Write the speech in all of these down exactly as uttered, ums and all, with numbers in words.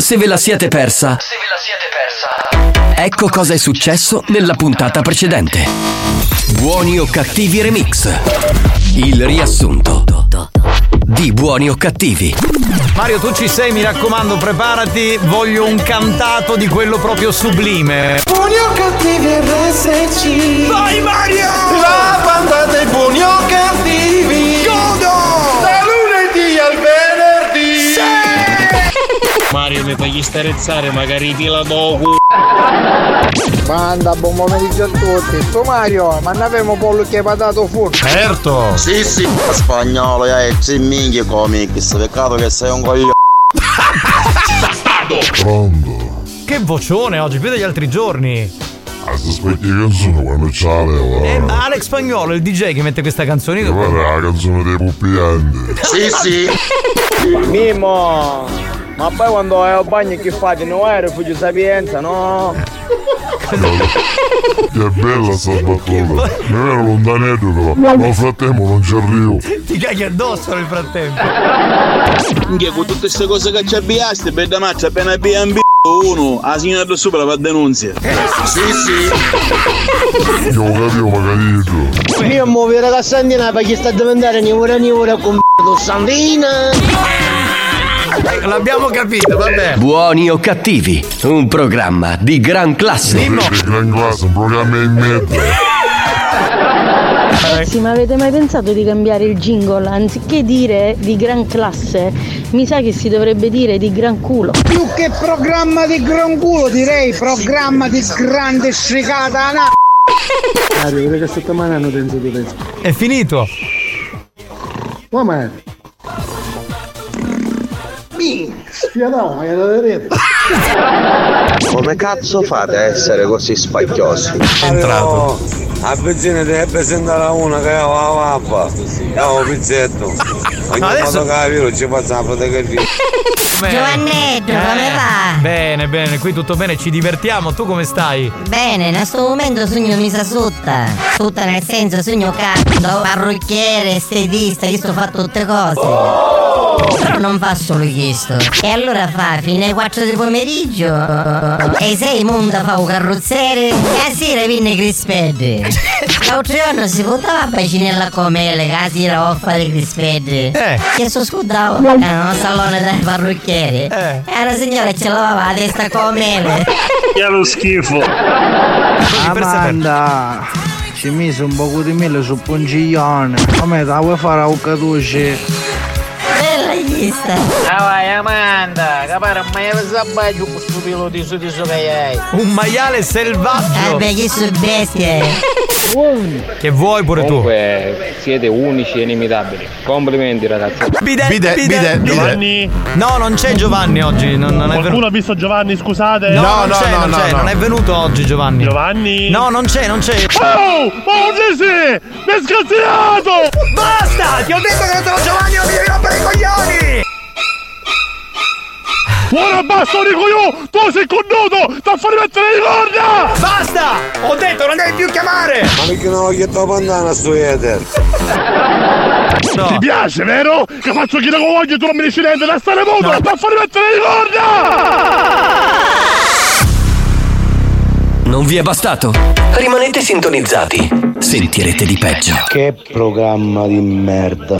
Se ve la siete persa, Se ve la siete persa, ecco cosa è successo nella puntata precedente. Buoni o cattivi remix. Il riassunto di Buoni o cattivi. Mario, tu ci sei, mi raccomando, preparati. Voglio un cantato di quello proprio sublime. Buoni o cattivi R S C. Vai Mario! La banda dei buoni o cattivi. Godo! Da lunedì al venerdì. Sì! Mario, mi fai sterezzare, magari ti la do. Manda, buon pomeriggio a tutti. Sto Mario, ma ne avevamo pollo che ha dato fuori. Certo. Sì, sì. Spagnolo, è minchia comics. Peccato che sei un coglione. Pronto. Che vocione oggi, più degli altri giorni. Ah, ti aspetti che canzone quando c'ha leva. Eh, Alex Spagnolo, il D J che mette questa canzone. Che guarda la canzone dei puppianti. Sì, sì. Mimo, ma poi quando vai al bagno che fate? Non hai rifugio sapienza, no? Che bella sta battuta. Mi ero lontanetto però. Nel frattempo non ci arrivo. Ti caghi addosso nel frattempo. Minchia, con tutte queste cose che ci abbiaste, per da marcia appena B and B uno, la signora da sopra va a denunzia. Sì, sì. Io capivo magari io. Io muovere la sandina perché sta diventando niura niura con sandina. L'abbiamo capito, vabbè. Buoni o cattivi, un programma di gran classe. Di gran classe, un programma in mezzo. Ragazzi, ma avete mai pensato di cambiare il jingle? Anziché dire di gran classe, mi sa che si dovrebbe dire di gran culo. Più che programma di gran culo, direi programma di grande sfigata. Mario, vedete che settimana hanno pensato di penso. È finito. Ma ma spiadato, ma gliela vedete. Come cazzo fate a essere così spacchiosi? È entrato. A Pezzina deve sentare una che aveva la mappa. Avevo pizzetto. Ogni adesso... modo che la ci passa la fotografia. Giovannetto, come Eh, va? Bene, bene, qui tutto bene, ci divertiamo. Tu come stai? Bene, in questo momento sogno misa sutta. Tutta nel senso sogno cazzo, parrucchiere, estetista, io sto fatto tutte cose. Però non fa solo questo. E allora fa fino alle quattro del pomeriggio e sei monta fa un carrozzere e a sera viene crispedde. L'altro giorno si portava a bacinella come le case era offa di crispedde. Eh. Che so scudavo in un salone da parrucchiere. Eh. E una signora ce lavava la testa come mele. Che è lo schifo. Amanda, ci mise un po' di mele sul pungiglione. Come la vuoi fare a uccaduce? Bella vista. Ah vai Amanda, capare un maiale selvaggio con questo pelo di su di su che hai. Un maiale selvaggio. Eh beh, che sono bestie. Che vuoi pure tu? Comunque siete unici e inimitabili. Complimenti ragazzi. Bide, Bide, bide, bide, bide. Giovanni? No, non c'è Giovanni oggi. Non, non è Qualcuno venuto. ha visto Giovanni, scusate? No, No, non no, c'è, no, non no, c'è, no. non è venuto oggi Giovanni. Giovanni? No, non c'è, non c'è. Oh! Oh sì sì! Mi hai scazziato! Basta! Ti ho detto che non sono Giovanni, non mi devi rompere i coglioni! Ora basta, dico io! Tu sei connuto! Da fare mettere le corna! Basta! Ho detto, non devi più chiamare! Ma perché non ho chiesto bandana sto ether? No. Ti piace, vero? Che faccio chi la voglio e tu non mi dici niente da stare muto! No. Da fare mettere le corna! Non vi è bastato? Rimanete sintonizzati. Sentirete di peggio. Che programma di merda.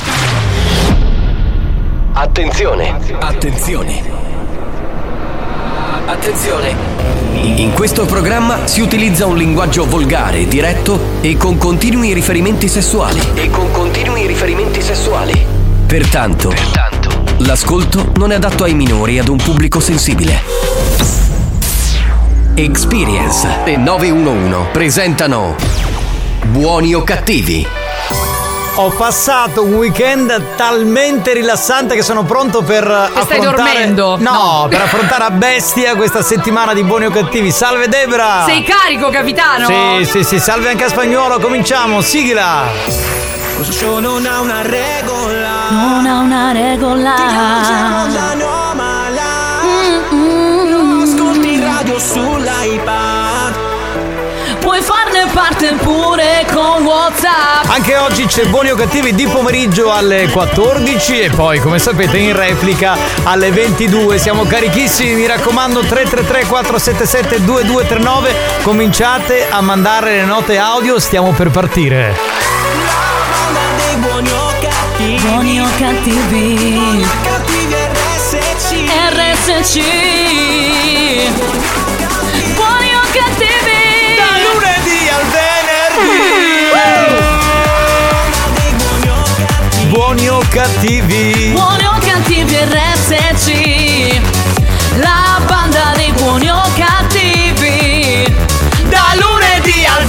Attenzione, attenzione. Attenzione. In questo programma si utilizza un linguaggio volgare, diretto e con continui riferimenti sessuali. E con continui riferimenti sessuali. Pertanto, Pertanto, l'ascolto non è adatto ai minori e ad un pubblico sensibile. Experience e nove uno uno presentano Buoni o cattivi? Ho passato un weekend talmente rilassante che sono pronto per Che stai affrontare... dormendo? No, No. per affrontare a bestia questa settimana di Buoni o cattivi. Salve Debra! Sei carico, capitano? Sì, sì, sì, salve anche a Spagnolo, cominciamo, sigla! Questo show non ha una regola. Non ha una regola. Ti lanciamo anomala. Mm-mm. Non ascolti radio sull'iPad. Puoi farne parte pure con WhatsApp. Anche oggi c'è Buoni o Cattivi di pomeriggio alle quattordici e poi, come sapete, in replica alle ventidue. Siamo carichissimi, mi raccomando. Tre tre tre quattro sette sette due due tre nove. Cominciate a mandare le note audio, stiamo per partire. Buoni o cattivi, buoni o cattivi, R S C. Buoni o cattivi, da lunedì al venerdì. Buoni o cattivi, buoni o cattivi R S C. La banda dei buoni o cattivi, da lunedì al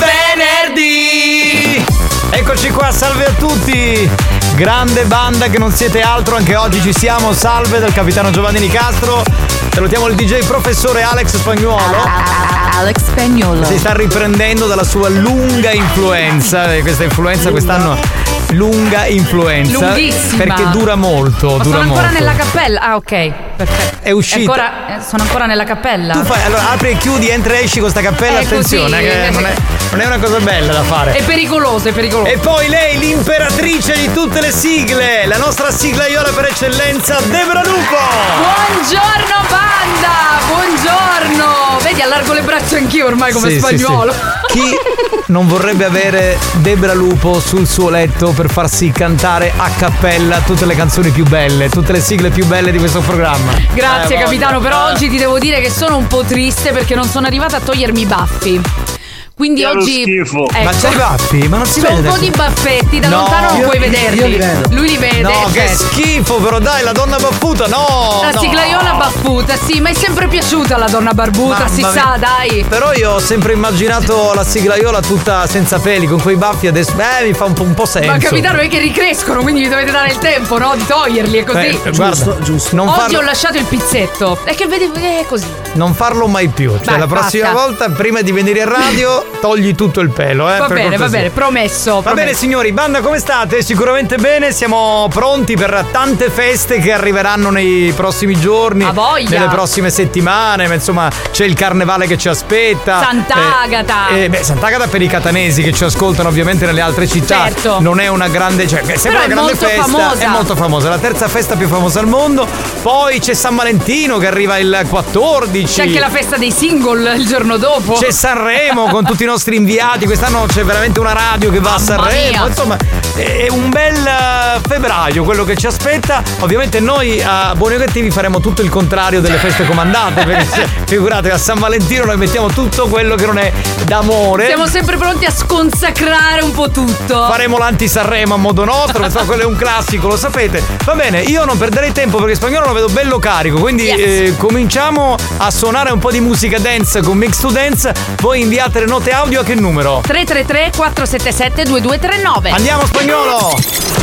venerdì. Eccoci qua, salve a tutti. Grande banda che non siete altro, anche oggi ci siamo. Salve dal capitano Giovanni Nicastro. Salutiamo il D J professore Alex Spagnuolo. Alex Spagnuolo. Si sta riprendendo dalla sua lunga influenza. E questa influenza quest'anno lunga influenza. Lunghissima. Perché dura molto. Ma dura sono ancora molto. nella cappella. Ah, ok, perfetto. È uscita. È ancora, eh, sono ancora nella cappella. Tu fai, allora apri e chiudi, entri e esci con sta cappella, È attenzione, così. che non è, non è una cosa bella da fare. È pericoloso, è pericoloso. E poi lei, l'imperatrice di tutte le sigle, la nostra siglaiola per eccellenza, Debra Lupo. Buongiorno banda, buongiorno. Vedi, allargo le braccia anch'io ormai come Sì, Spagnuolo. sì, sì. Chi non vorrebbe avere Debra Lupo sul suo letto per farsi cantare a cappella tutte le canzoni più belle, tutte le sigle più belle di questo programma? Grazie eh, capitano, voglio. però oggi ti devo dire che sono un po' triste perché non sono arrivata a togliermi i baffi. Quindi Che oggi schifo. ecco. Ma c'hai i baffi? Ma non si C'ho vede un po' adesso. di baffetti, da No, lontano non io- puoi vederli. io li vedo. Lui li vede. No, che certo. schifo, però dai, la donna baffuta, no! La no. siglaiola baffuta, sì, ma è sempre piaciuta la donna barbuta, Mamma si mia. sa, dai. Però io ho sempre immaginato la siglaiola tutta senza peli, con quei baffi adesso. Beh, mi fa un po', un po' senso. Ma capitano è che ricrescono, quindi vi dovete dare il tempo, no? Di toglierli, è così. Eh, guarda, giusto. Non, Oggi farlo, ho lasciato il pizzetto. È che vedi, è così. non farlo mai più. Cioè, Vai, la prossima basta. volta, prima di venire in radio, togli tutto il pelo, eh. Va per bene, va cortesia. bene, promesso. Va promesso. bene signori, banda come state? Sicuramente bene, siamo pronti per tante feste che arriveranno nei prossimi giorni, A voglia. nelle prossime settimane, ma insomma c'è il carnevale che ci aspetta. Sant'Agata. Eh, eh, beh, Sant'Agata per i catanesi che ci ascoltano ovviamente nelle altre città. Certo. Non è una grande, cioè è sempre Però una è grande molto festa, famosa. è molto famosa, è la terza festa più famosa al mondo. Poi c'è San Valentino che arriva il quattordici. C'è anche la festa dei single il giorno dopo. C'è Sanremo con tutti i nostri inviati. Quest'anno c'è veramente una radio che va a Mamma Sanremo. mia. Insomma, è un bel eh, febbraio quello che ci aspetta. Ovviamente noi a Buoni o Cattivi faremo tutto il contrario delle feste comandate. Perché se- figurate, a San Valentino noi mettiamo tutto quello che non è d'amore. Siamo sempre pronti a sconsacrare un po' tutto. Faremo l'anti-Sanremo a modo nostro, insomma, quello è un classico, lo sapete. Va bene, io non perderei tempo perché Spagnolo lo vedo bello carico, quindi Yes. eh, cominciamo a suonare un po' di musica dance con Mix to Dance. Voi inviate le note audio a che numero? tre tre tre quattro sette sette due due tre nove. Andiamo Spagnolo!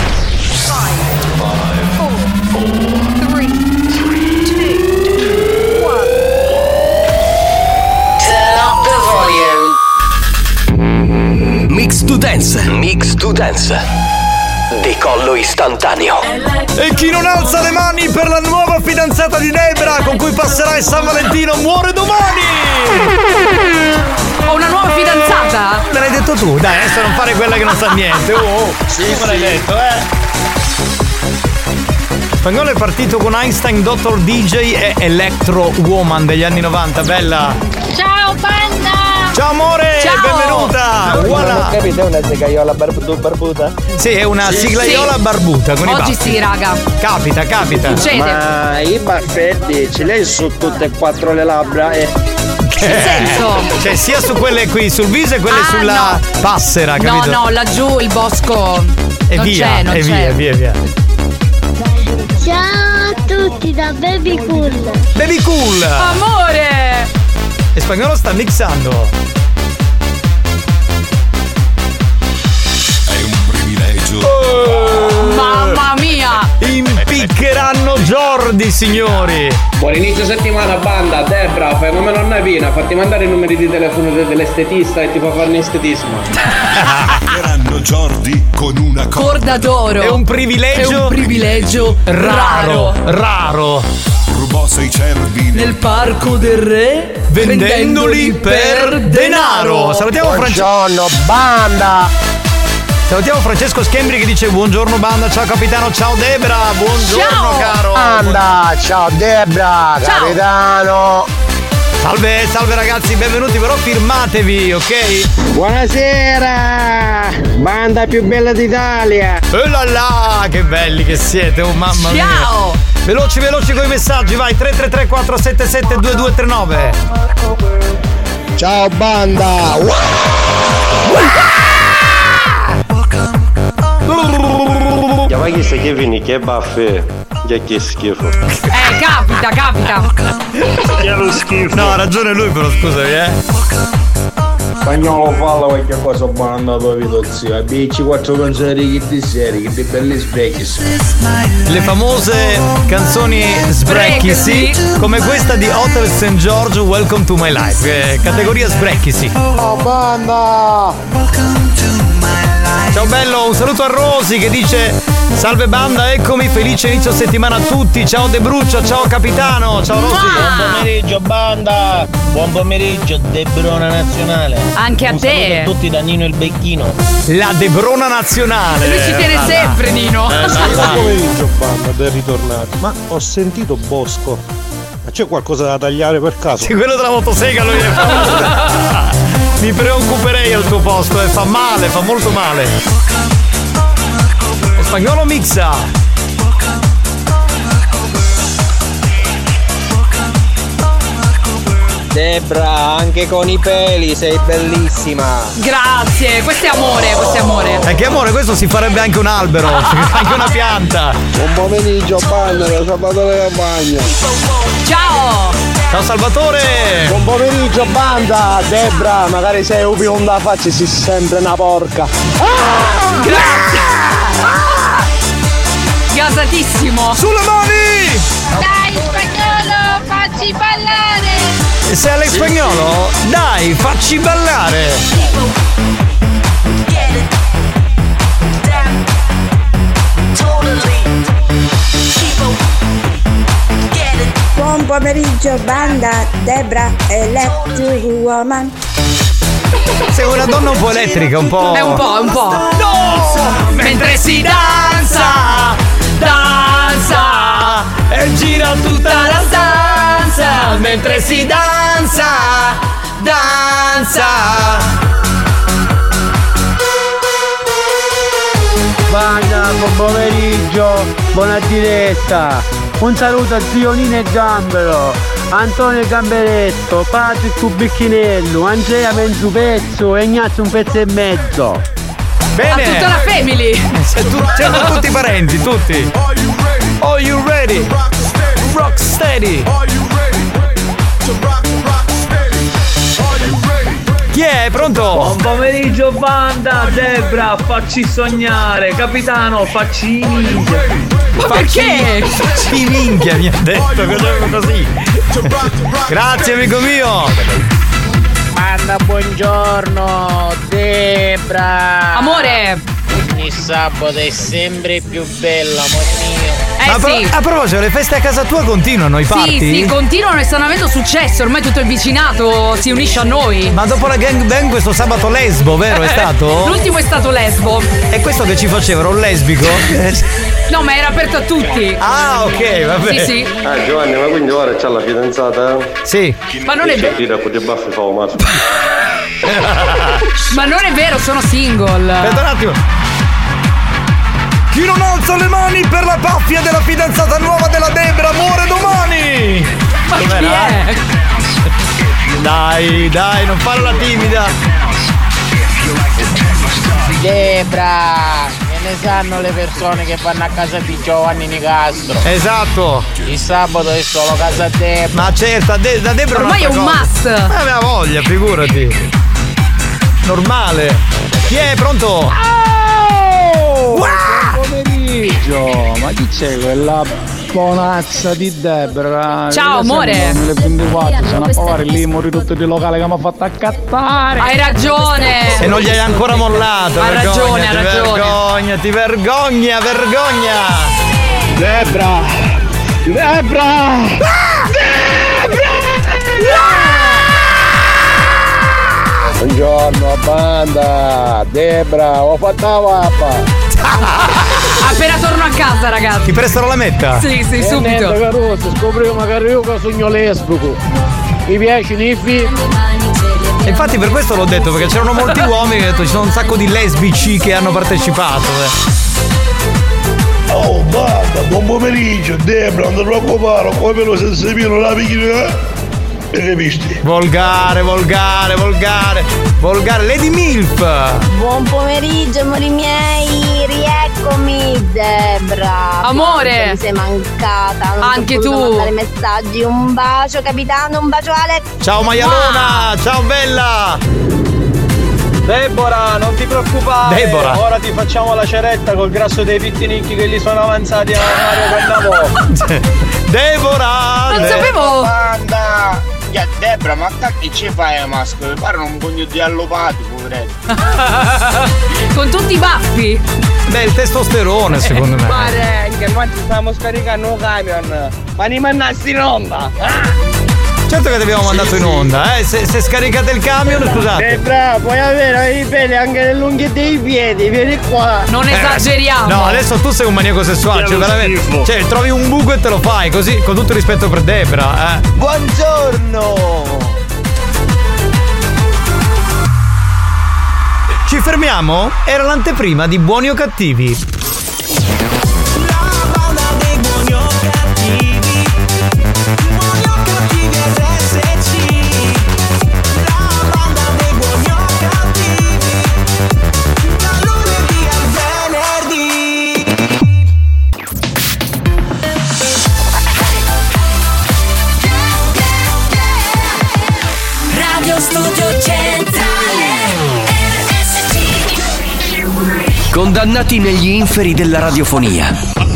Mix to Dance. Mix to Dance. Decollo istantaneo. E chi non alza le mani per la nuova fidanzata di Debra con cui passerà il San Valentino muore domani! Ho una nuova fidanzata? Me l'hai detto tu, dai, adesso non fare quella che non sa niente. Oh, oh. Sì, me l'hai detto, eh. Spagnolo è partito con Einstein, Doctor D J e Electro Woman degli anni novanta, bella. Ciao banda! Ciao amore, Ciao. benvenuta. Voilà. Capite, è una siglaiola barbu- barbuta? Sì, è una Sì, siglaiola sì. barbuta con i Oggi baffi. sì, raga. Capita, capita. Succede. Ma i baffetti ce l'hai su tutte e quattro le labbra e... Che senso? Cioè sia su quelle qui sul viso e quelle Ah, sulla no. passera, No, capito? no, laggiù il bosco. E non via, c'è, non e c'è. via, via, via. Ciao a tutti da Baby Cool. Baby Cool! Amore! E Spagnolo sta mixando. Mamma mia! Impiccheranno Jordi, signori! Buon inizio settimana banda, Debra, fai come nonna Pina, fatti mandare i numeri di telefono de- dell'estetista e ti fa fare un estetismo. Impiccheranno Jordi con una Corda d'oro. È un privilegio. È un privilegio raro. raro. Raro. rubò sei cervi nel parco del re, vendendoli per denaro. Salutiamo Francesco. Buongiorno banda. Salutiamo Francesco Schembri che dice buongiorno banda, ciao capitano, ciao Debra, buongiorno Ciao. caro. Banda, ciao Debra, Ciao. capitano. Salve, salve ragazzi, benvenuti, però firmatevi, ok? Buonasera, banda più bella d'Italia. E là là, che belli che siete, oh mamma mia. Ciao. Veloci, veloci con i messaggi, vai, tre tre tre quattro sette sette due due tre nove. Ciao banda. Ya vai che se che vieni che baffe, che che schifo. Eh, capita, capita. Che lo schifo. No, ha ragione lui però, scusami, eh. Spagnolo falla qualche cosa buona andato a vita zio. Abbici quattro canzoni che ti seri, che ti belli specchi. Le famose canzoni sbrecchisi, come questa di Hotel Saint George, Welcome to My Life, eh, categoria sbrecchisi. Ciao banda. Ciao bello, un saluto a Rosy che dice salve banda, eccomi, felice inizio settimana a tutti. Ciao De Bruccia, ciao capitano, ciao Rosy. Buon pomeriggio banda. Buon pomeriggio Debrona Nazionale. Anche a Un te. saluto a tutti da Nino il Becchino. La Debrona nazionale. Lui ci tiene Guarda. sempre, Nino. Eh, sì, Buon sì. pomeriggio banda, ben ritornati. Ma ho sentito Bosco. Ma c'è qualcosa da tagliare per caso? Sì, quello della motosega lui è famoso. Mi preoccuperei al tuo posto, eh, fa male, fa molto male. Lo spagnolo mixa. Debra, anche con i peli sei bellissima. Grazie, questo è amore, questo è amore. E che amore, questo si farebbe anche un albero, anche una pianta. Buon pomeriggio banda, da Salvatore Campagna. Ciao. Ciao Salvatore. Buon pomeriggio banda. Debra, magari sei un più da faccia, si sempre una porca. Grazie. Ah! Gasatissimo. Sulle mani. Dai spagnolo, facci ballare. E sei Alex Spagnolo? Dai, facci ballare. Buon pomeriggio banda, Debra Electric Woman. Sei una donna un po' elettrica, un po'. È un po', un po'. No! Mentre si danza, danza e gira tutta la stanza. Mentre si danza, danza. Banda, buon pomeriggio, buona diretta. Un saluto a zio Nino e Gambero, Antonio Gamberetto, Patrick Cubicchinello, Andrea mezzo pezzo e Ignazio un pezzo e mezzo. Bene. A tutta la family. Siamo tutti parenti, tutti. Are you ready? Rock steady. Chi è? Pronto? Buon pomeriggio banda, Debra, facci sognare, capitano, facci ninja. Ma perché? Facci minchia, mi ha detto così. Grazie amico mio. Banda, buongiorno, Debra. Amore. Ogni sabato è sempre più bella, amore mio. Eh Ma a, pro- sì. a proposito, le feste a casa tua continuano, i party? Sì, sì, continuano e stanno avendo successo. Ormai tutto il vicinato si unisce a noi. Ma dopo la gangbang questo sabato lesbo, vero? È stato? L'ultimo è stato lesbo. E questo che ci facevano, un lesbico? No, ma era aperto a tutti. Ah, ok, va bene. Sì, sì. Ah Giovanni, ma quindi ora c'ha la fidanzata? Sì. Ma non è vero. Tira con i baffi fa un mazzo. Ma non è vero, sono single. Aspetta un attimo. Chi non alza le mani per la paffia della fidanzata nuova della Debra muore domani! Ma chi Com'era? è? Dai, dai, non fare la timida! Debra, che ne sanno le persone che vanno a casa di Giovanni Nicastro? Esatto! Il sabato è solo casa Debra. Ma certo, De- da Debra Ormai è un must! Ma aveva voglia, figurati! Normale! Chi è? Pronto? Oh! Wow! Buon pomeriggio! Ma chi c'è quella bonazza di Debra? Ciao, amore. duemilaventiquattro sono a provare lì, morì tutto il locale che mi ha fatto accattare. Hai ragione. E non gli hai ancora mollato. Ha ragione, vergognati, ha ragione. Vergognati, vergogna, vergogna. Debra, Debra! Buongiorno banda, Debra, ho fatto la pappa. Appena torno a casa, ragazzi. Ti prestano la metta? Sì, sì, E subito. niente, Caruso, scoprivo magari io che sogno lesbico. Mi piace Niffi? E infatti per questo l'ho detto, perché c'erano molti uomini che hanno detto ci sono un sacco di lesbici che hanno partecipato. Eh. Oh banda, buon pomeriggio, Debra, non ti preoccupare, come lo senza pieno la picchina. E le visti? Volgare, volgare, volgare, volgare, Lady Milf. Buon pomeriggio amori miei, rieccomi Debra. Amore. Quanto mi sei mancata. Non Anche ti ho potuto tu. mandare messaggi, un bacio capitano, un bacio Alex. Ciao Maialona, wow. Ciao bella. Deborah, non ti preoccupare. Deborah. Ora ti facciamo la ceretta col grasso dei pittinicchi che gli sono avanzati a Mario Cannavò. Deborah. Non sapevo. Banda! Yeah, Debra, ma che ci fai a maschera? Mi pare un pugno di allopati, poveretto. Con tutti i baffi. Beh, il testosterone secondo me. Pare che noi ci stiamo scaricando un camion. Ma ne mannassi in onda. Certo che ti abbiamo mandato in onda, eh. Se, se scaricate il camion, scusate. Debra, puoi avere i peli anche nell'unghie dei piedi, vieni qua. Non esageriamo. No, adesso tu sei un maniaco sessuale, cioè veramente. Cioè, trovi un buco e te lo fai, così, con tutto il rispetto per Debra, eh. Buongiorno. Ci fermiamo? Era l'anteprima di Buoni o Cattivi. Studio Centrale R S C. Condannati negli inferi della radiofonia,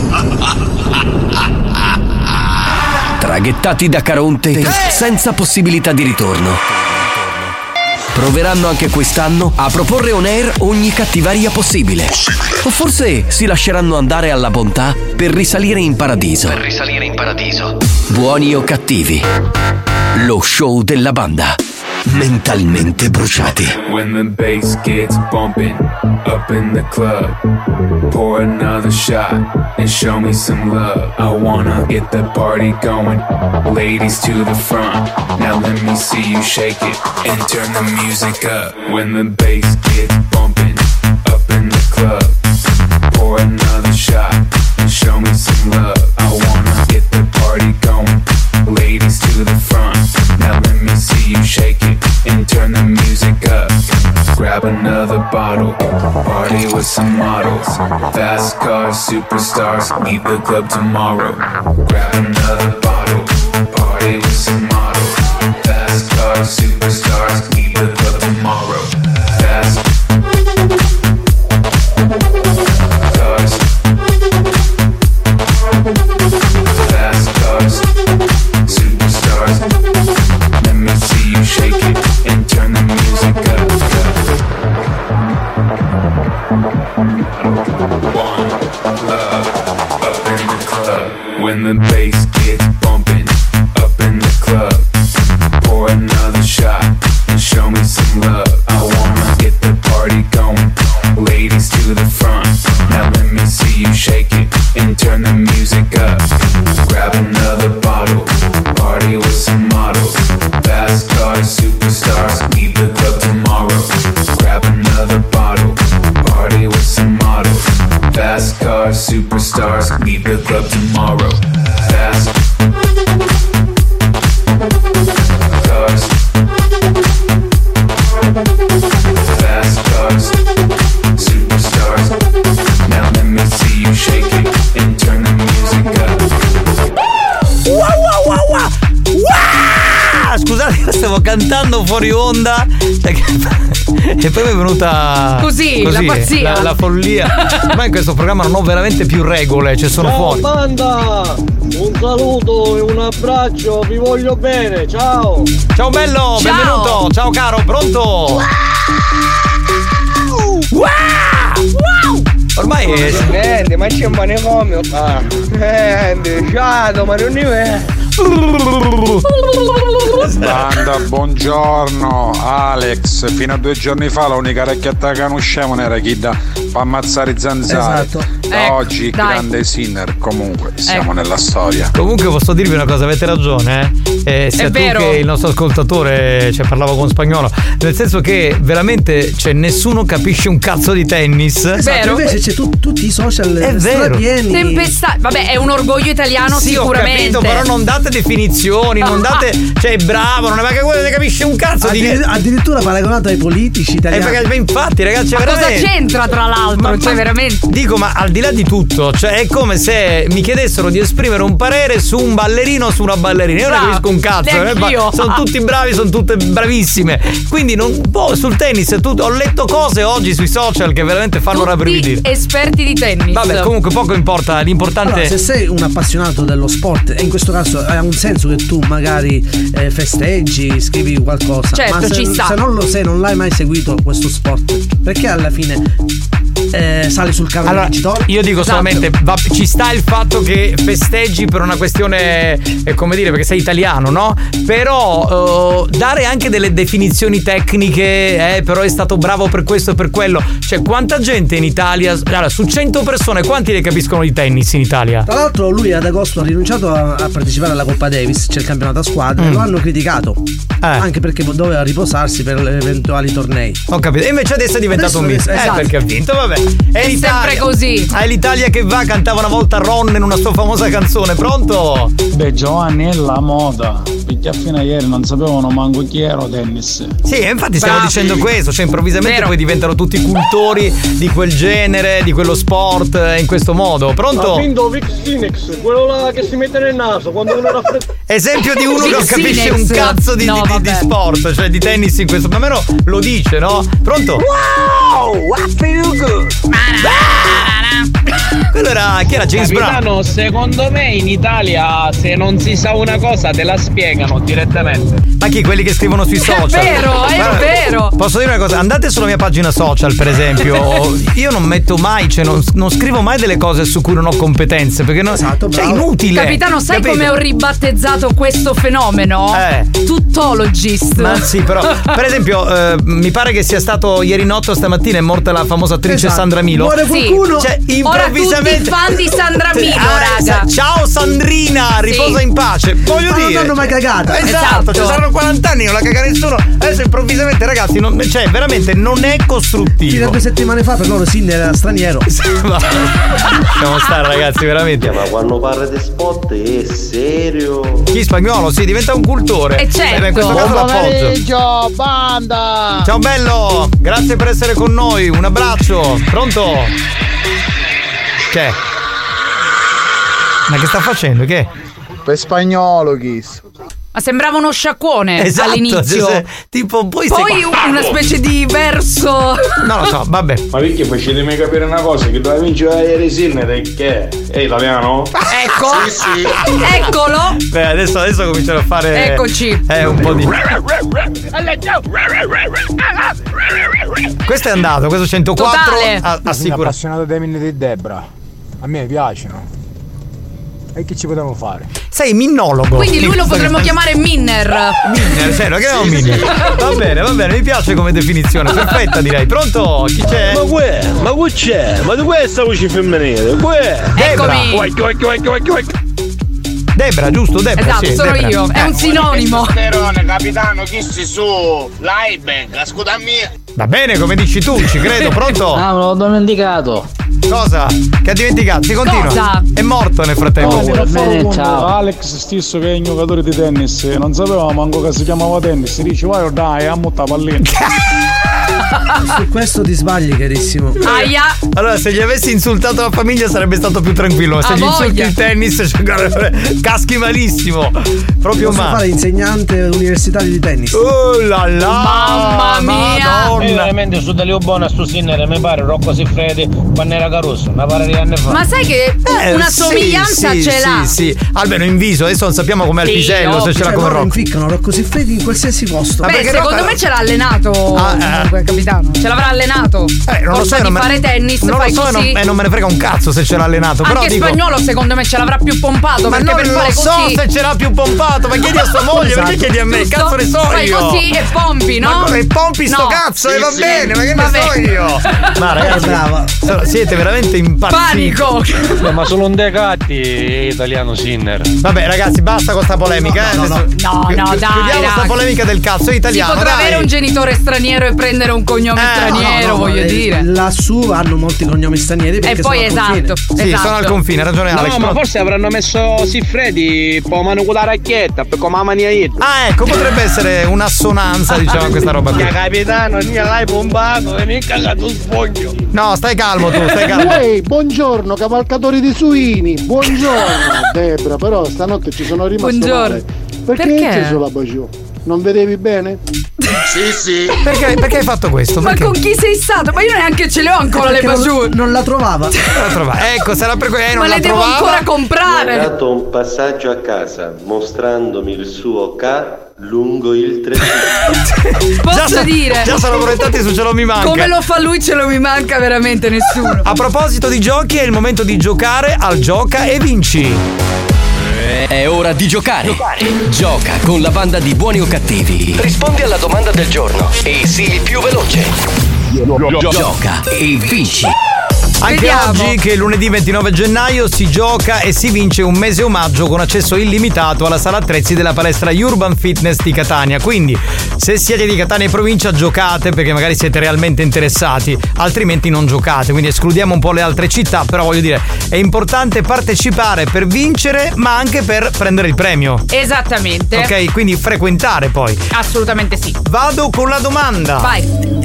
traghettati da Caronte senza possibilità di ritorno, proveranno anche quest'anno a proporre on air ogni cattiveria possibile. O forse si lasceranno andare alla bontà per risalire in paradiso. Per risalire in paradiso. Buoni o Cattivi, lo show della banda. Mentalmente bruciati. When the bass gets bumping up in the club, pour another shot and show me some love. I wanna get the party going, ladies to the front. Now let me see you shake it and turn the music up. When the bass gets bumping up in the club, pour another shot and show me some love. I wanna get the party going, ladies to the front. Now let me see you shake it and turn the music up. Grab another bottle, party with some models. Fast cars, superstars, leave the club tomorrow. Grab another bottle, party with some models. Fast cars, superstars, leave the club tomorrow. Fast cars, fast cars, superstars. Let me see you shake it and turn the music up. One love up in the club. When the bass gets bumping up in the club, pour another shot and show me some love. I wanna get the party going, ladies to the front. Now let me see you shake it and turn the music up. Grab another bottle, party with some models. Fast cars, superstars, leave the club tomorrow. Grab another bottle, party with some models. Fast cars, superstars, leave the club tomorrow. Fast cars, fast cars, superstars. Now let me see you shake it and turn the music up. Wow, wow, wow, wow. Wow! Scusate, stavo cantando fuori onda e poi mi è venuta così, così la pazzia, la, la follia. Ma in questo programma non ho veramente più regole, cioè sono ciao, fuori. Banda, un saluto e un abbraccio, vi voglio bene, ciao. Ciao bello, ciao. Benvenuto, ciao caro, pronto? Wow! Wow! Wow! Ormai è. Niente, ma c'è un manicomio qua. Niente, ciao, ma non ne Banda, buongiorno Alex. Fino a due giorni fa l'unica racchietta che conosciamo era chi da fa ammazzare i zanzari. Esatto. Da oggi Ecco, dai. grande Sinner. Comunque siamo Ecco. nella storia. Comunque posso dirvi una cosa, avete ragione, eh? Eh, sia È tu vero. che il nostro ascoltatore, cioè parlavo con Spagnolo, nel senso che veramente cioè, nessuno capisce un cazzo di tennis. Esatto, invece c'è tu- tutti i social È vero. strapieni. Tempesta- Vabbè, è un orgoglio italiano Sì, ho sicuramente. capito, però non date definizioni, non date. Cioè, bravo, non è mai che quello ne capisce un cazzo di Addir- addirittura paragonato ai politici Eh, italiani. perché- ma infatti, ragazzi, Ma cosa veramente. c'entra tra l'altro? Ma- cioè, ma- veramente. Dico, ma al di là di tutto, cioè è come se mi chiedessero di esprimere un parere su un ballerino o su una ballerina. Io non Bravo, capisco un cazzo, eh, neanch'io. ma sono tutti bravi, sono tutte bravissime. Quindi non boh, sul tennis tu- ho letto cose oggi sui social che veramente fanno rabbrividire. Esperti di tennis. Vabbè, comunque poco importa, l'importante Allora, se sei un appassionato dello sport, e in questo caso ha un senso che tu magari eh, festeggi, scrivi qualcosa. Certo, ma se, ci sta. se non lo sei, non l'hai mai seguito questo sport, perché alla fine eh, sali sul carro Allora, del vincitore? io dico Esatto. solamente va- ci sta il fatto che festeggi per una questione, eh, come dire, perché sei italiano, no? Però eh, dare anche delle definizioni tecniche, eh, però è stato bravo per questo e per quello. Cioè, quanta gente in Italia, allora, su cento persone, quanti ne capiscono di tennis in Italia? Tra l'altro lui ad agosto ha rinunciato a, a partecipare alla Coppa Davis, c'è il campionato a squadre, Mm. lo hanno criticato. Eh. Anche perché doveva riposarsi per eventuali tornei. Ho capito. E invece adesso è diventato un Adesso- mito. Eh, esatto. perché ha vinto, vabbè. È, È l'Italia. sempre così. È l'Italia che va, cantava una volta Ron in una sua famosa canzone. Pronto? Beh, Giovanni è la moda, perché fino a ieri non sapevano manco chi era tennis. Sì, e infatti stiamo Bravi. dicendo questo, cioè improvvisamente Vero. poi diventano tutti cultori di quel genere, di quello sport, eh, in questo modo. Pronto? Ha vinto Vic Phoenix, quello là che si mette nel naso quando uno raffredda. Esempio di uno che non Vic capisce Phoenix. un cazzo di, No, di- di vabbè. sport, cioè di tennis in questo, ma almeno lo dice, no? Pronto? Wow, I feel good. Quello era, chi era? James Brown? Capitano, secondo me in Italia se non si sa una cosa te la spiegano direttamente. Ma chi? Quelli che scrivono sui social? vero, è Guarda, vero. Posso dire una cosa? Andate sulla mia pagina social, per esempio. Io non metto mai, cioè non, non scrivo mai delle cose su cui non ho competenze, perché non, cioè, è inutile. Capitano, sai capito? come ho ribattezzato questo fenomeno? Eh. Tuttologist. Ma sì, però, per esempio, eh, mi pare che sia stato ieri notte o stamattina è morta la famosa attrice Esatto. Sandra Milo. Muore qualcuno. Cioè, Ora improvvisamente. tutti fan di Sandra Milo, Ah, raga. Ciao Sandrina, Sì. riposa in pace. Voglio Ma non dire. l'hanno mai cagata. Esatto, Esatto. ci saranno quaranta anni, non la caga nessuno. Adesso improvvisamente, ragazzi, non, cioè, veramente non è Fino a costruttivo. due settimane fa per loro Sinner era straniero. Lasciamo stare, ragazzi, veramente. Ma quando parla di sport è serio. Chi Spagnolo? Sì, diventa un cultore. E certo. Eh beh, in questo caso Buon l'appoggio. pomeriggio, banda! Ciao bello, grazie per essere con noi, un abbraccio. Pronto? Che è? Ma che sta facendo? Che? Per spagnolo, Kiss. Ma sembrava uno sciacquone Esatto, all'inizio. se- se- tipo poi sei Poi qua. una specie di verso. Non lo so, vabbè. Ma perché facetemi capire una cosa, che doveva vincere ieri Sinner e che è? È italiano? Ecco. Sì, sì. Eccolo. Beh, adesso, adesso cominciano a fare. Eccoci. Eh, un po' di. Questo è andato, questo centoquattro. Totale. a- Sono Assicura. appassionato dei mini di Debra. A me piacciono. E che ci potevamo fare? Sei minnologo. Quindi lui lo potremmo chiamare Minner. Minner, sì, lo chiamiamo Minner. Va bene, va bene, mi piace come definizione, perfetta direi. Pronto? Chi c'è? Ma che? Ma che c'è? Ma di questa voce femminile? Che? Eccomi. Oicchio, oicchio, oicchio, oicchio, oicchio. Debra, giusto? Debra. Esatto, sì, sono Debra. io. È un sinonimo. Testosterone, capitano, chi si su? L'Aibank, scusami. Va bene, come dici tu, ci credo, pronto? Ah, me l'ho dimenticato. Cosa? Che ha dimenticato? Si continua. Cosa? È morto nel frattempo. Oh, va bene, ciao. Alex stesso che è un giocatore di tennis, non sapeva manco che si chiamava tennis, dice vai dai, a mutta pallina. Su questo ti sbagli, carissimo. Aia. Allora, se gli avessi insultato la famiglia sarebbe stato più tranquillo, ma se A gli insulti voglia. il tennis, cioè, guarda, caschi malissimo. Proprio Posso male. fare insegnante universitario di tennis. Oh là là! Mamma mia! Madonna! Io veramente su delle buone a sto Sinner mi pare Rocco Siffredi quando era Caruso, una pare di anni fa. Ma sai che Eh, una sì, somiglianza sì, ce l'ha? Sì, sì, almeno in viso, adesso non sappiamo com'è il Sì, pisello, se ce l'ha Cioè, come loro Rocco. inficcano Rocco Siffredi in qualsiasi posto. Ma Beh, perché secondo Rocco- me ce l'ha allenato. Ah, eh, comunque, capitano. Ce l'avrà allenato. Eh, non lo so, di non me- fare tennis, non fai lo so, così. e non, non me ne frega un cazzo se ce l'ha allenato. Però Anche dico, Spagnolo secondo me ce l'avrà più pompato. ma perché non per lo fare so così se ce l'ha più pompato, ma chiedi a sua moglie, Esatto. perché chiedi a me? Giusto? Cazzo ne so Fai io. così e pompi, no? Ma e pompi sto No. cazzo e Sì, va sì. bene, ma che ne Vabbè. so io? Ma ragazzi, brava. so- siete veramente impazziti. Panico. Eh, ma sono un decatti italiano Sinner. Vabbè ragazzi, basta con sta polemica, eh. no, no. Adesso- No, chi- no, chi- dai, Chiudiamo sta dai. polemica del cazzo, è Si italiano. potrà dai. avere un genitore straniero e prendere un cognome Eh, straniero, No, no, voglio eh, dire. Lassù hanno molti cognomi stranieri perché E poi sono al confine. esatto, Sì, esatto. sono al confine, ha ragione Alex. No, ma però- forse avranno messo Siffredi po' mano con la racchetta, per come la mania io. Ah, ecco, potrebbe essere un'assonanza, diciamo, a questa roba qui. Mia capitano, io l'hai pompato e mi hai cagato un sfoglio. No, stai calmo tu, stai calmo. Ehi, buongiorno cavalcatori di suini, buongiorno Debra, però stanotte ci sono rimasto Buongiorno. male. Perché, Perché? hai acceso la baciù? Non vedevi bene? Sì, sì. Perché, perché hai fatto questo? Ma Perché? con chi sei stato? Ma io neanche ce le ho ancora le Perché non- baciù. Non la trovava. Non la trova. Ecco, sarà per questo. Eh, non Ma la le devo trovava. ancora Mi comprare. ha dato un passaggio a casa mostrandomi il suo K lungo il trecento. Posso Già sa- dire? Già sono proiettati su Ce lo mi manca. Come lo fa lui ce lo mi manca veramente nessuno. A proposito di giochi, è il momento di giocare al Gioca e Vinci. È ora di giocare. Gioca con la banda di Buoni o Cattivi. Rispondi alla domanda del giorno e sii il più veloce. Gioca e vinci. Anche Vediamo. oggi, che è lunedì ventinove gennaio, si gioca e si vince un mese omaggio con accesso illimitato alla sala attrezzi della palestra Urban Fitness di Catania. Quindi, se siete di Catania e provincia, giocate perché magari siete realmente interessati, altrimenti non giocate. Quindi escludiamo un po' le altre città, però voglio dire, è importante partecipare per vincere, ma anche per prendere il premio. Esattamente. Ok, quindi frequentare poi. Assolutamente sì. Vado con la domanda. Vai.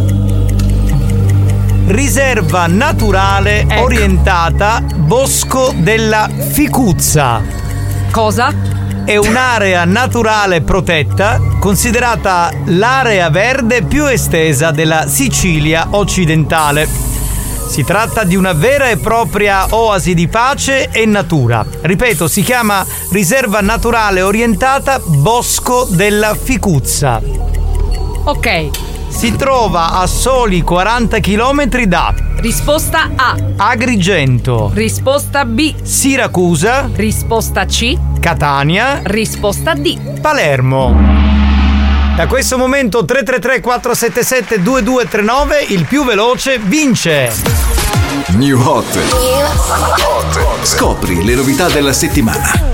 Riserva naturale Ecco. orientata Bosco della Ficuzza. Cosa? È un'area naturale protetta, considerata l'area verde più estesa della Sicilia occidentale. Si tratta di una vera e propria oasi di pace e natura. Ripeto, si chiama Riserva naturale orientata Bosco della Ficuzza. Ok. Si trova a soli quaranta chilometri da Risposta A. Agrigento, Risposta B. Siracusa, Risposta C. Catania, Risposta D. Palermo. Da questo momento tre tre tre quattro sette sette due due tre nove, il più veloce vince. New Hot. Scopri le novità della settimana.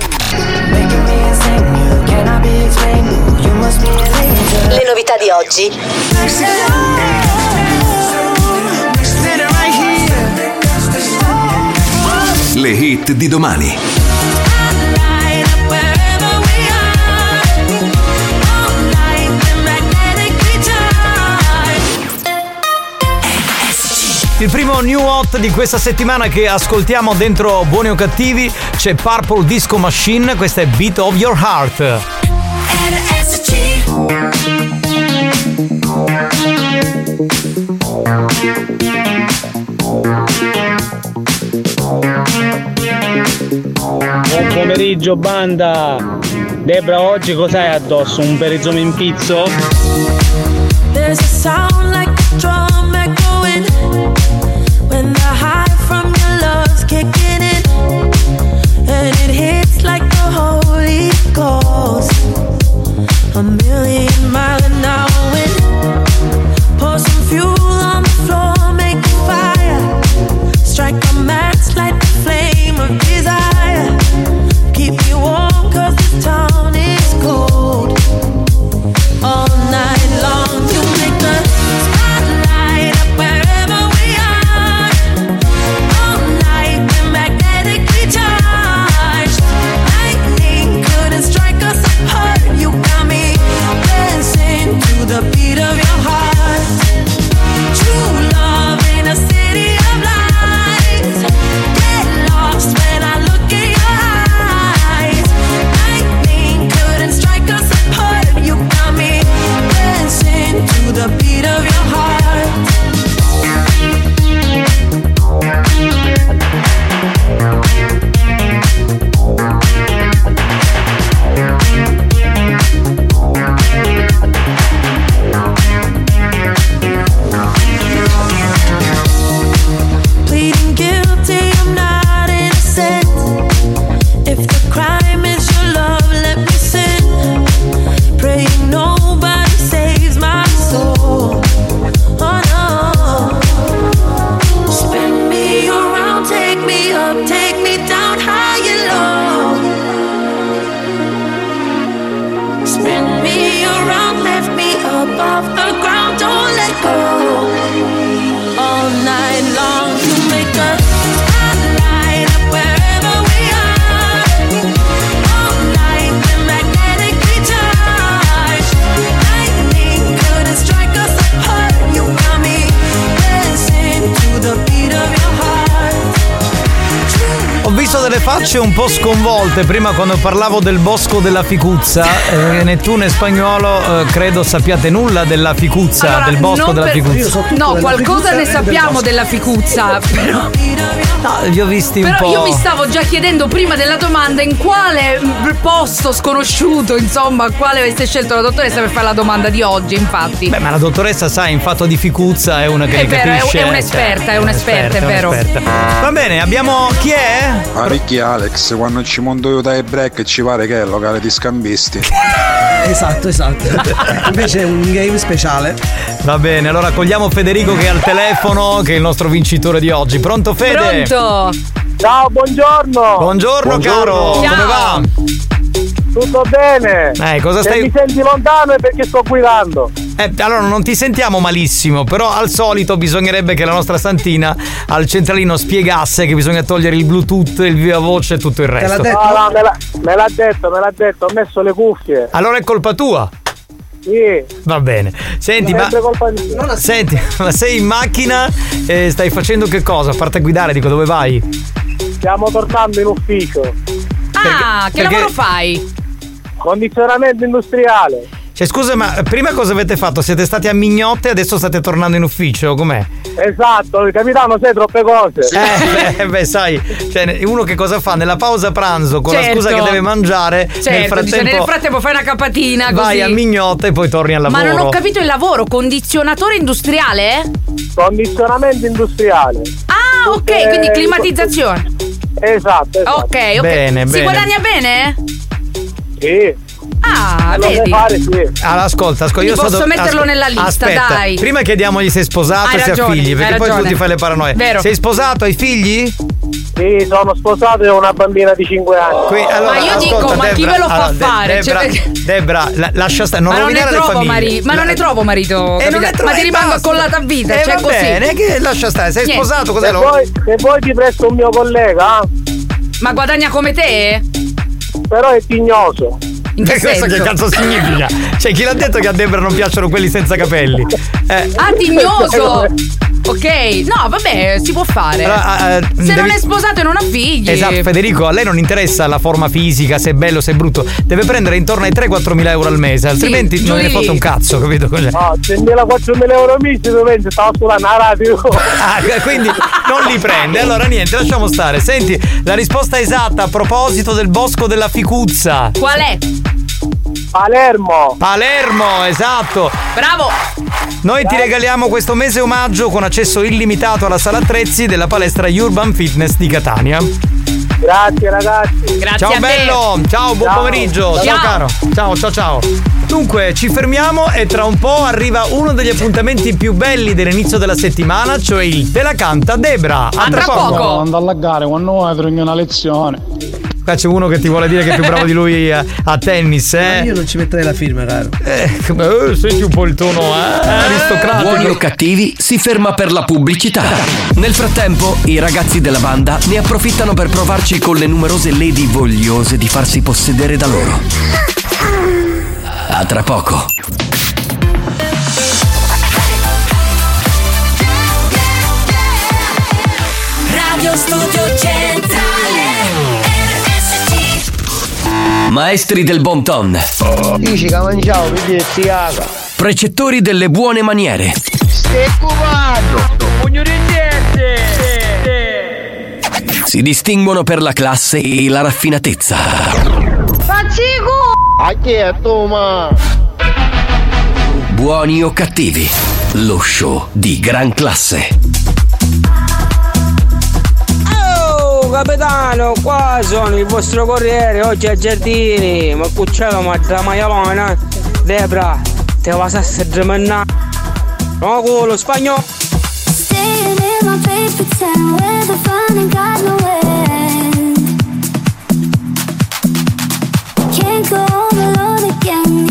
Le novità di oggi. Le hit di domani. Il primo new hot di questa settimana che ascoltiamo dentro Buoni o Cattivi, c'è Purple Disco Machine, questa è Beat of Your Heart. Buon pomeriggio banda. Debra, oggi cos'hai addosso? Un perizoma in pizzo? There's a sound like a drum echoing when the high from your love's kicking in, and it hits like the Holy Ghost. A million mile an hour wind. Pour some fuel on the floor, make a fire. Strike a match, light the flame of desire. Keep me warm 'cause this town is cold. All night long to make the spotlight up wherever we are. All night we're magnetically charged. Lightning couldn't strike us apart. You got me Spin me around, lift me above the ground, don't let go. All night long, you make us light up wherever we are. All night, we're magnetically charged. Lightning couldn't strike us apart. You got me dancing to the beat of your heart. Ho visto delle facce un po' sconvolte prima quando parlavo del bosco della ficuzza. Eh, né tu né Spagnuolo eh, credo sappiate nulla della ficuzza, Allora, del bosco non della per- ficuzza. No, qualcosa ne sappiamo della ficuzza, però, No, li ho visti un però po'. io mi stavo già chiedendo prima della domanda in quale mh, posto sconosciuto, insomma, quale avesse scelto la dottoressa per fare la domanda di oggi, infatti. Beh, ma la dottoressa sa, in fatto di ficuzza è una che È ne vero, è- capisce. è un'esperta, è un'esperta, è vero. un'esperta. Va bene, abbiamo chi è? Ma perché Alex, quando ci monto io dai break ci pare che è il locale di scambisti. Esatto, esatto. Invece è un game speciale. Va bene, allora cogliamo Federico che è al telefono, che è il nostro vincitore di oggi. Pronto Fede? Pronto? Ciao, buongiorno. Buongiorno, caro. Ciao. Come va? Tutto bene. Eh, cosa Se stai- mi senti lontano è perché sto guidando. Eh, allora non ti sentiamo malissimo, però al solito bisognerebbe che la nostra Santina al centralino spiegasse che bisogna togliere il Bluetooth, il viva voce e tutto il resto. No, no, me, l'ha, me l'ha detto, me l'ha detto, ho messo le cuffie. Allora è colpa tua. Sì. Va bene. Senti, ma Sempre colpa mia. senti, ma sei in macchina e stai facendo che cosa? A parte guidare, dico, dove vai? Stiamo tornando in ufficio. Ah, che perché- lavoro fai? Condizionamento industriale. Cioè, scusa, ma prima cosa avete fatto? Siete stati a Mignotte e adesso state tornando in ufficio? Com'è? Esatto, capitano, sai troppe cose. Eh, beh, sai, cioè, uno che cosa fa? Nella pausa pranzo, con Certo. la scusa che deve mangiare, Certo, nel dice, frattempo nel frattempo fai una capatina così. vai a Mignotte e poi torni al lavoro. Ma non ho capito il lavoro, condizionatore industriale? Condizionamento industriale. Ah, ok, Eh, quindi climatizzazione. Esatto, esatto. Ok, ok. Bene, si bene. guadagna bene? Sì. Ah, Lo vedi. puoi fare, sì. Allora, ascolta, ascolta, Quindi io so posso dov- metterlo ascol- nella lista, aspetta, dai. Prima chiediamogli se è sposato Hai e se ha ragione, figli, perché hai poi tu ragione. ti fai le paranoie. Vero. Sei sposato, hai figli? Sì, sono sposato e ho una bambina di cinque anni. Qui- allora, Ma io dico, ascolta, ma chi Debra, ve lo fa allora, De- fare? Debra, Cioè, perché- Debra, la- lascia stare, non ma non ne rovinare le trovo famiglie. marito, ma non ne trovo marito. E non capito? ne trovi, ma ti rimango basta. accollata a vita, Eh, cioè va così. bene, che lascia stare, sei Niente. sposato, cos'è Se lo? vuoi, se vuoi ti presto un mio collega, eh? Ma guadagna come te? Però è tignoso. In che E questo senso? che cazzo significa? Cioè, chi l'ha detto che a Debra non piacciono quelli senza capelli? Eh. Ah, tignoso! Ok, no, vabbè, si può fare. Allora, eh, Se devi- non è sposato e non ha figli. Esatto, Federico, a lei non interessa la forma fisica, se è bello, se è brutto. Deve prendere intorno ai tre-quattro mila euro al mese, altrimenti giù non ne lì. fotte un cazzo, capito? Cos'è? No, tremilaquattromila euro mesi, dove stavo sulla radio. Ah, quindi non li prende. Allora niente, lasciamo stare. Senti, la risposta esatta a proposito del bosco della ficuzza. Qual è? Palermo. Palermo, esatto. Bravo. Noi ti regaliamo questo mese omaggio con accesso illimitato alla sala attrezzi della palestra Urban Fitness di Catania. Grazie ragazzi. Grazie Ciao a te. bello, ciao, buon Ciao. pomeriggio. Ciao. Ciao. caro. Ciao, ciao, ciao. Dunque, ci fermiamo e tra un po' arriva uno degli appuntamenti più belli dell'inizio della settimana, cioè il Te la canta Debra. A tra poco. Andare a gare quando vuoi trovi una lezione. Qua c'è uno che ti vuole dire che è più bravo di lui a, a tennis, Ma eh? io non ci metterei la firma, caro. Eh, eh, senti un po' il tono, eh? Aristocratico. Buoni o cattivi si ferma per la pubblicità. Nel frattempo, i ragazzi della banda ne approfittano per provarci con le numerose lady vogliose di farsi possedere da loro. A tra poco. Radio Studio Centrale R S C. Maestri del bon ton. Dici che mangiavo, mi dici caga. Precettori delle buone maniere. Stai cubando. Pugno di niente. Si distinguono per la classe e la raffinatezza. Pazzico. A chi è tu, ma? Buoni o cattivi, lo show di gran classe. Oh, capitano, qua sono il vostro corriere, oggi a Giardini. Ma cucciolo, ma da maialona. Debra, te vas a sedremenare. No, culo, spagnolo. Staying in my place, pretend we're the fun and got no end. Can't go home alone again.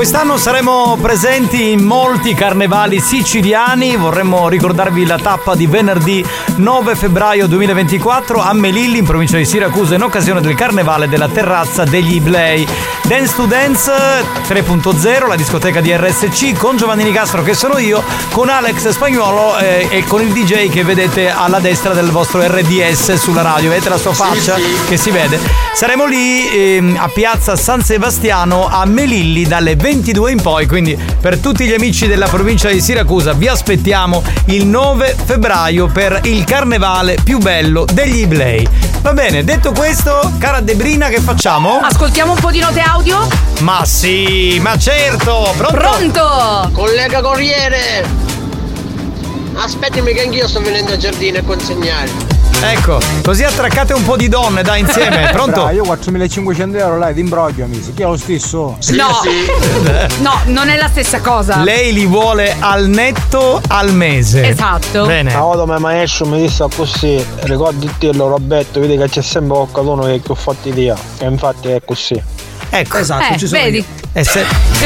Quest'anno saremo presenti in molti carnevali siciliani. Vorremmo ricordarvi la tappa di venerdì nove febbraio duemilaventiquattro a Melilli, in provincia di Siracusa, in occasione del carnevale della terrazza degli Iblei. Dance to Dance tre punto zero, la discoteca di R S C, con Giovanni Nicastro che sono io, con Alex Spagnuolo eh, e con il D J che vedete alla destra del vostro R D S sulla radio. Vedete la sua faccia sì, sì. che si vede. Saremo lì eh, a piazza San Sebastiano a Melilli dalle ventidue in poi, quindi per tutti gli amici della provincia di Siracusa vi aspettiamo il nove febbraio per il carnevale più bello degli Iblei. Va bene, detto questo, cara Debrina, che facciamo? Ascoltiamo un po' di note audio? Ma sì, ma certo! Pronto? Pronto! Collega Corriere! Aspettami che anch'io sto venendo al giardino a consegnare. Ecco, così attraccate un po' di donne, dai, insieme. Pronto? Bra, io quattromilacinquecento euro, lei, ti imbroglio, amici. Chi è lo stesso? Sì, no, sì. No, non è la stessa cosa. Lei li vuole al netto al mese. Esatto. Bene. Ma come maestro mi disse così, ricordati Roberto, vedi che c'è sempre qualcuno che ho fatto via. E infatti è così. Ecco, esatto, eh, ci sono vedi? E se...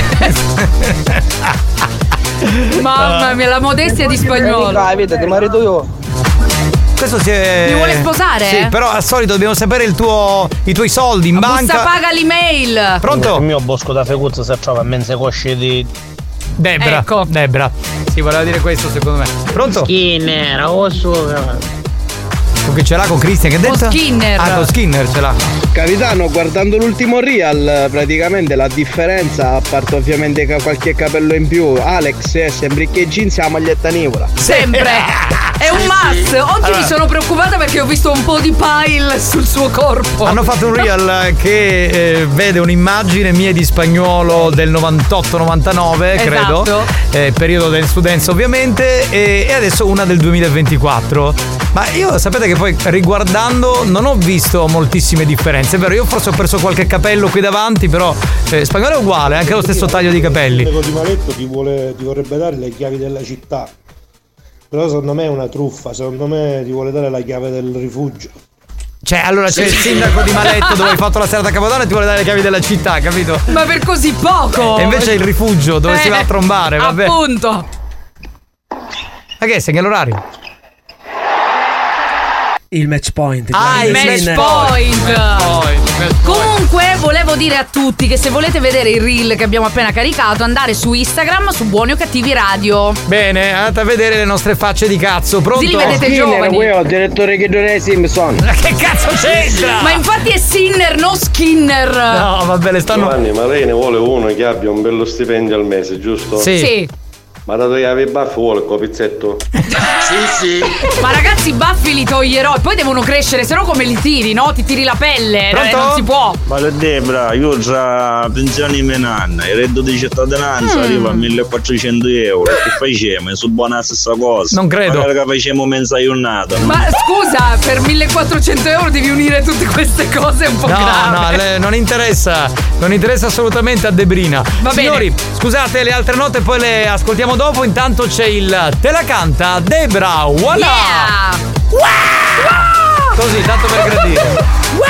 Mamma mia, la modestia di Spagnolo. Dai, vedi, ti marito io. Questo si è... Mi vuole sposare? Sì, però al solito dobbiamo sapere il tuo i tuoi soldi in La banca. busta paga l'email. Pronto? Il mio bosco da Fecuzza si trova a mezze cosce di Debra. Ecco. Debra. Si voleva dire questo secondo me. Pronto? Skinner, oh su. Con che ce l'ha con Cristian? Che ha detto? Con Skinner. Ah, con Skinner ce l'ha. Capitano, guardando l'ultimo real, praticamente la differenza, a parte ovviamente che qualche capello in più, Alex è sempre che jeans e la maglietta nivola. Sempre. È un must. Oggi Allora. mi sono preoccupata perché ho visto un po' di pile sul suo corpo. Hanno fatto un real che eh, vede un'immagine mia di Spagnolo del novantotto novantanove, credo. Esatto. Eh, periodo del studenza ovviamente. E, e adesso una del duemilaventiquattro. Ma io sapete che poi riguardando non ho visto moltissime differenze. È vero, io forse ho perso qualche capello qui davanti, però eh, Spagnolo è uguale, anche lo stesso taglio di capelli. Il di Maletto ti, vuole, ti vorrebbe dare le chiavi della città. Però secondo me è una truffa, secondo me ti vuole dare la chiave del rifugio. Cioè, allora c'è il sindaco di Maletto dove hai fatto la serata a Capodanno e ti vuole dare le chiavi della città, capito? Ma per così poco. E invece è il rifugio dove eh, si va a trombare, vabbè. Appunto. Ma che segna l'orario? Il match point. Ah, il match point. point. Comunque volevo dire a tutti che se volete vedere il reel che abbiamo appena caricato, andare su Instagram, su Buoni o Cattivi Radio. Bene, andate a vedere le nostre facce di cazzo. Pronto? Sì, li vedete giovani. Io, direttore che non è Simpson. Che cazzo c'entra? Ma infatti è Sinner, non Skinner. No, vabbè, le stanno. Giovanni, ma lei ne vuole uno che abbia un bello stipendio al mese, giusto? Sì. Sì. Ma dato che avevi baffi vuole il copizzetto? Sì, sì. Ma ragazzi, i baffi li toglierò e poi devono crescere, se no come li tiri, no? Ti tiri la pelle. Pronto? Non si può. Ma le Debra, io già pensioni in menanna, il reddito di cittadinanza Mm. arriva a millequattrocento euro. Che facciamo? È su buona stessa cosa. Non credo. Magari che facciamo mezza giornata. Ma scusa, per millequattrocento euro devi unire tutte queste cose un po' No, grave. no, le- non interessa. Non interessa assolutamente a Debrina. Va bene. Signori, scusate, le altre note poi le ascoltiamo dopo. Intanto c'è il Te la canta Debra. Voilà! Yeah! Wow! Così, tanto per gradire.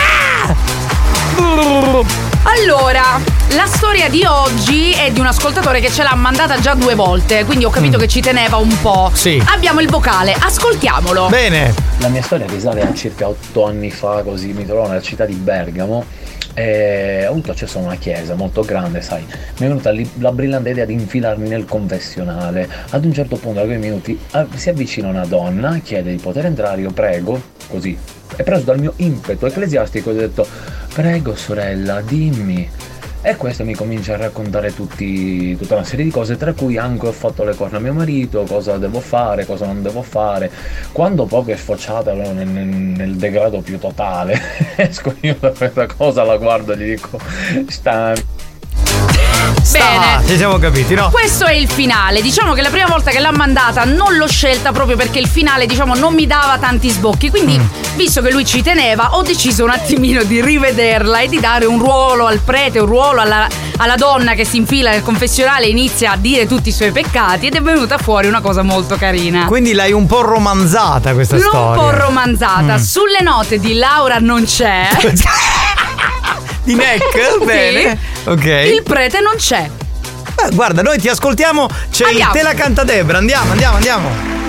Wow! Allora, la storia di oggi è di un ascoltatore che ce l'ha mandata già due volte, quindi ho capito Mm. che ci teneva un po'. Sì. Abbiamo il vocale, ascoltiamo. Bene. La mia storia risale a circa otto anni fa, così mi trovo nella città di Bergamo e ho avuto accesso a una chiesa molto grande, sai. Mi è venuta li- la brillante idea di infilarmi nel confessionale. Ad un certo punto, a quei minuti, a- si avvicina una donna, chiede di poter entrare, io prego, così. E preso dal mio impeto ecclesiastico ho detto: prego sorella, dimmi. E questo mi comincia a raccontare tutti, tutta una serie di cose, tra cui anche ho fatto le corna a mio marito, cosa devo fare, cosa non devo fare. Quando proprio è sfociata nel, nel, nel degrado più totale, esco io da questa cosa, la guardo e gli dico: sta... Bene. Ci siamo capiti, no? Questo è il finale. Diciamo che la prima volta che l'ha mandata non l'ho scelta proprio perché il finale, diciamo, non mi dava tanti sbocchi. Quindi, Mm. visto che lui ci teneva, ho deciso un attimino di rivederla e di dare un ruolo al prete, un ruolo alla, alla donna che si infila nel confessionale e inizia a dire tutti i suoi peccati. Ed è venuta fuori una cosa molto carina. Quindi l'hai un po' romanzata questa Un storia. po' romanzata. Mm. Sulle note di Laura non c'è. Di Neck? Sì. Bene. Ok. Il prete non c'è. Ah, guarda, noi ti ascoltiamo, c'è Andiamo. il Te la canta Debra, andiamo, andiamo, andiamo.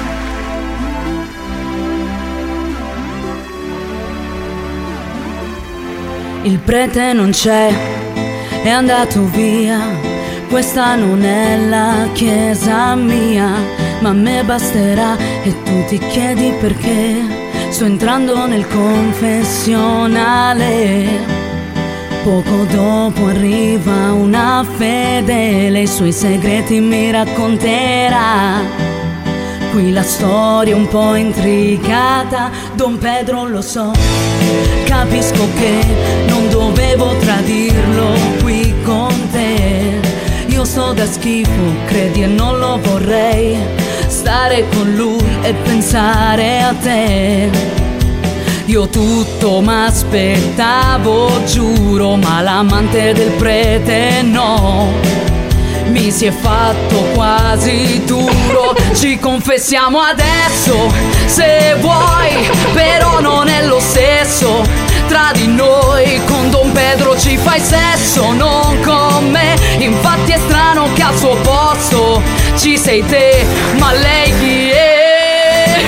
Il prete non c'è, è andato via. Questa non è la chiesa mia, ma a me basterà. E tu ti chiedi perché sto entrando nel confessionale. Poco dopo arriva una fedele, i suoi segreti mi racconterà. Qui la storia è un po' intricata, Don Pedro lo so, capisco che non dovevo tradirlo qui con te. Io sto da schifo, credi e non lo vorrei, stare con lui e pensare a te. Io tutto m'aspettavo, giuro, ma l'amante del prete no. Mi si è fatto quasi duro, ci confessiamo adesso se vuoi, però non è lo stesso. Tra di noi con Don Pedro ci fai sesso, non con me. Infatti è strano che al suo posto ci sei te, ma lei chi è?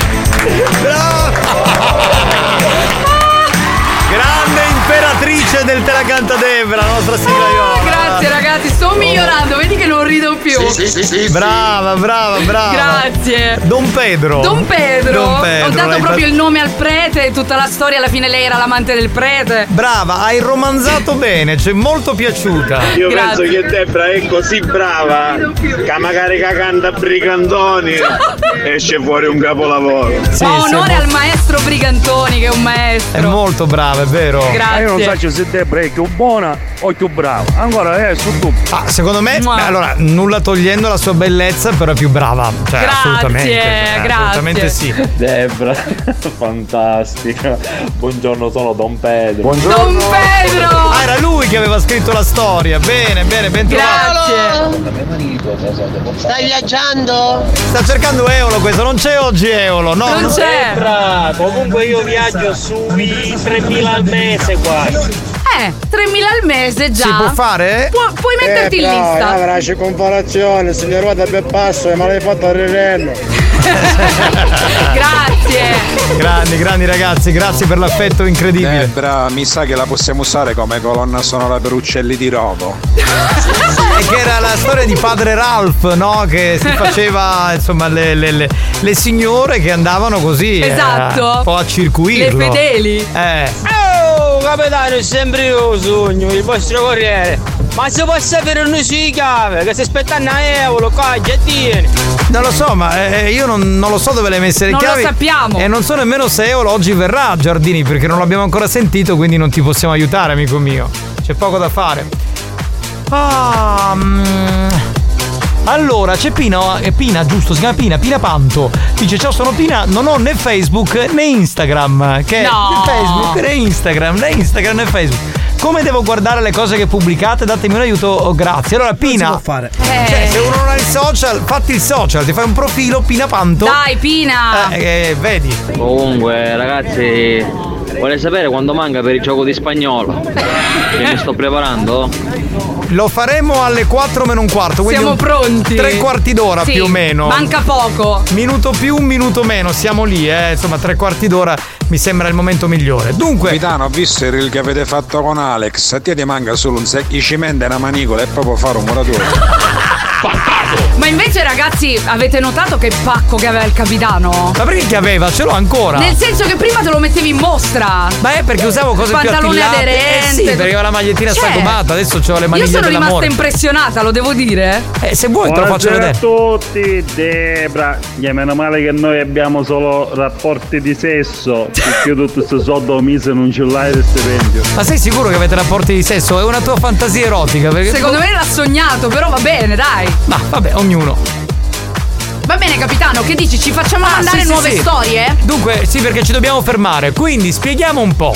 Grande imperatrice del Te la canta Debra, la nostra sigla Oh, grazie ragazzi, sto migliorando, vedi che non rido più. Sì, sì, sì, sì, brava, brava, brava. Grazie. Don Pedro. Don Pedro. Don Pedro, Ho dato l'hai proprio fatto- il nome al prete e tutta la storia, alla fine lei era l'amante del prete. Brava, hai romanzato bene, ci è molto piaciuta. Io penso che Debra è così brava che magari che canta Brigantoni esce fuori un capolavoro. Sì, Fa sì, onore è mo- al maestro Brigantoni, che è un maestro. È molto brava, è vero. Grazie. Ma io non so se Debra è più buona o più brava. Ancora è su tu. Ah, secondo me, beh, allora, nulla togliendo la sua bellezza, però è più brava. Cioè, Grazie, assolutamente. cioè, grazie. Assolutamente sì. Debra, fantastica. Buongiorno, sono Don Pedro. Don Pedro! Ah, era lui che aveva scritto la storia. Bene, bene, ben trovato. Stai viaggiando? Sta cercando Eolo questo, non c'è oggi Eolo, no? Non no. c'è. Debra, comunque io viaggio sui tremila al mese quasi. Eh, tremila al mese già. Si può fare? Pu- puoi metterti in lista. Avrà c'è comparazione, signor Ruota per passo e me l'hai fatto a Rirello. Grazie. Grandi, grandi ragazzi, grazie per l'affetto incredibile. Debra, mi sa che la possiamo usare come colonna sonora per Uccelli di Rovo. E che era la storia di padre Ralph, no? Che si faceva, insomma, le, le, le, le signore che andavano così. Esatto. eh, un po' a circuirlo. Le fedeli. Eh. Oh, capitano, è sempre io sogno, il vostro corriere. Ma se può sapere non si chiave, che si aspetta una euro, coglia e tieni. Non lo so, ma eh, io non, non lo so dove le hai messe le Non lo chiavi. sappiamo. E non so nemmeno se Eolo oggi verrà a Giardini, perché non l'abbiamo ancora sentito, quindi non ti possiamo aiutare, amico mio. C'è poco da fare. Ah, mm, allora, c'è Pina, è Pina, giusto? Si chiama Pina, Pina Panto. Dice: ciao, sono Pina, non ho né Facebook né Instagram. Che No. né Facebook né Instagram, né Instagram né Facebook. Come devo guardare le cose che pubblicate? Datemi un aiuto, oh, grazie. Allora, Pina, si può fare. Eh. cioè, se uno non ha il social, fatti il social, ti fai un profilo Pina Panto. Dai, Pina. Eh, eh, vedi. Comunque, ragazzi, vuole sapere quando manca per il gioco di spagnolo? Che mi sto preparando? Lo faremo alle quattro meno un quarto, quindi Siamo un- pronti. Tre quarti d'ora Sì, più o meno. manca poco. Minuto più, un minuto meno, siamo lì, eh. Insomma, tre quarti d'ora mi sembra il momento migliore. Dunque, Capitano, ho visto il reel che avete fatto con Alex. A te ti manca solo un secchio di cemento e una manicola e proprio fare un muratore. Ma invece, ragazzi, avete notato che pacco che aveva il capitano? ma perché che aveva? Ce l'ho ancora. Nel senso che prima te lo mettevi in mostra. Beh, perché usavo cose più Pantalone attillate. aderente. Eh sì, perché avevo la magliettina Cioè, sagomata, adesso ho le Io maniglie sono rimasta dell'amore. impressionata, lo devo dire. Eh, se vuoi te lo faccio Buonasera vedere. a tutti, Debra. Yeah, meno male che noi abbiamo solo rapporti di sesso. Perché tutto questo soldo mese non ce l'hai il stipendio. Ma sei sicuro che avete rapporti di sesso? È una tua fantasia erotica? Perché Secondo me l'ha sognato, però va bene, dai. Ma vabbè, ognuno. Va bene, capitano, che dici? Ci facciamo Ah, mandare sì, sì, nuove sì. storie? Dunque, sì, perché ci dobbiamo fermare. Quindi spieghiamo un po'.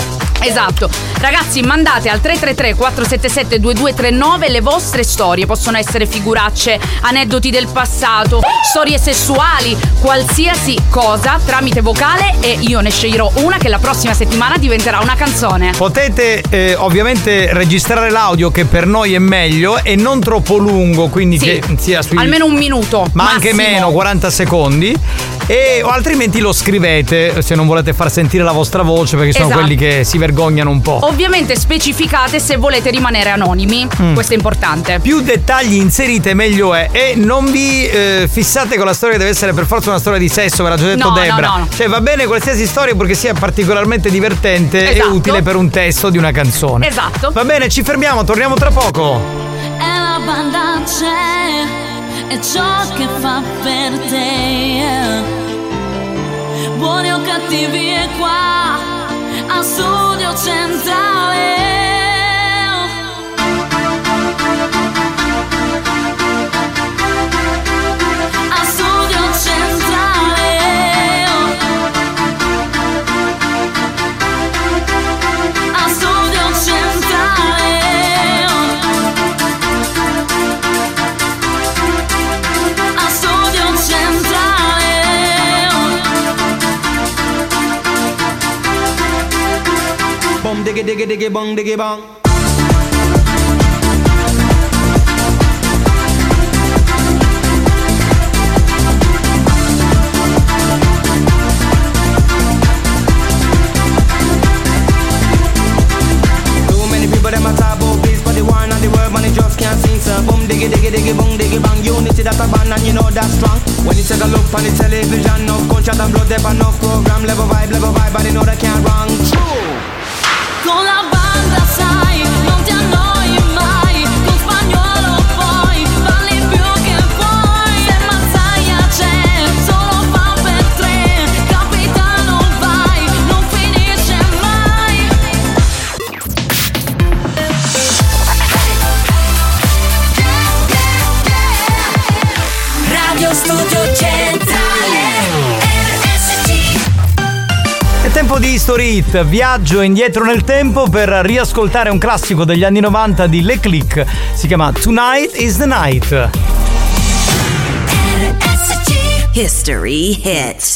Esatto. Ragazzi, mandate al tre tre tre quattro sette sette due due tre nove le vostre storie. Possono essere figuracce, aneddoti del passato, storie sessuali, qualsiasi cosa tramite vocale, e io ne sceglierò una che la prossima settimana diventerà una canzone. Potete eh, ovviamente registrare l'audio, che per noi è meglio, e non troppo lungo, quindi Sì. che sia sui Almeno un minuto. ma massimo. anche meno, quaranta secondi. E o altrimenti lo scrivete se non volete far sentire la vostra voce, perché sono Esatto. quelli che si vergognano un po'. Ovviamente specificate se volete rimanere anonimi. Mm. Questo è importante. Più dettagli inserite meglio è. E non vi eh, fissate con la storia che deve essere per forza una storia di sesso, ve l'ha già detto No, no, Debra. no, no. Cioè va bene qualsiasi storia, perché sia particolarmente divertente Esatto. e utile per un testo di una canzone. Esatto. Va bene, ci fermiamo, torniamo tra poco. E la banda c'è, è ciò che fa per te. Buoni o cattivi è qua, a Studio Centrale. A Studio Centrale. A Studio Centrale. A Studio Centrale. Bom diggy diggy diggy bong diggy bong. Too many people them a talk about peace, but the war and the world man, they just can't sing. So boom diggy diggy diggy bong diggy bang. Unity that's a band and you know that's strong. When you take a look on the television, no gunshot and blood, there no program. Level vibe, level vibe, but they know they can't wrong. True. Con la banda sai, non ti annoi mai. Con Spagnolo poi parli più che puoi. Se Mazzaia c'è, solo fa per tre. Capitano vai, non finisce mai. Radio Studio Centrale. È tempo di History Hit, viaggio indietro nel tempo per riascoltare un classico degli anni novanta di Le Click. Si chiama Tonight is the Night. History Hit.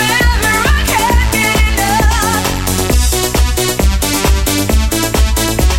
Together forever, I can't get enough.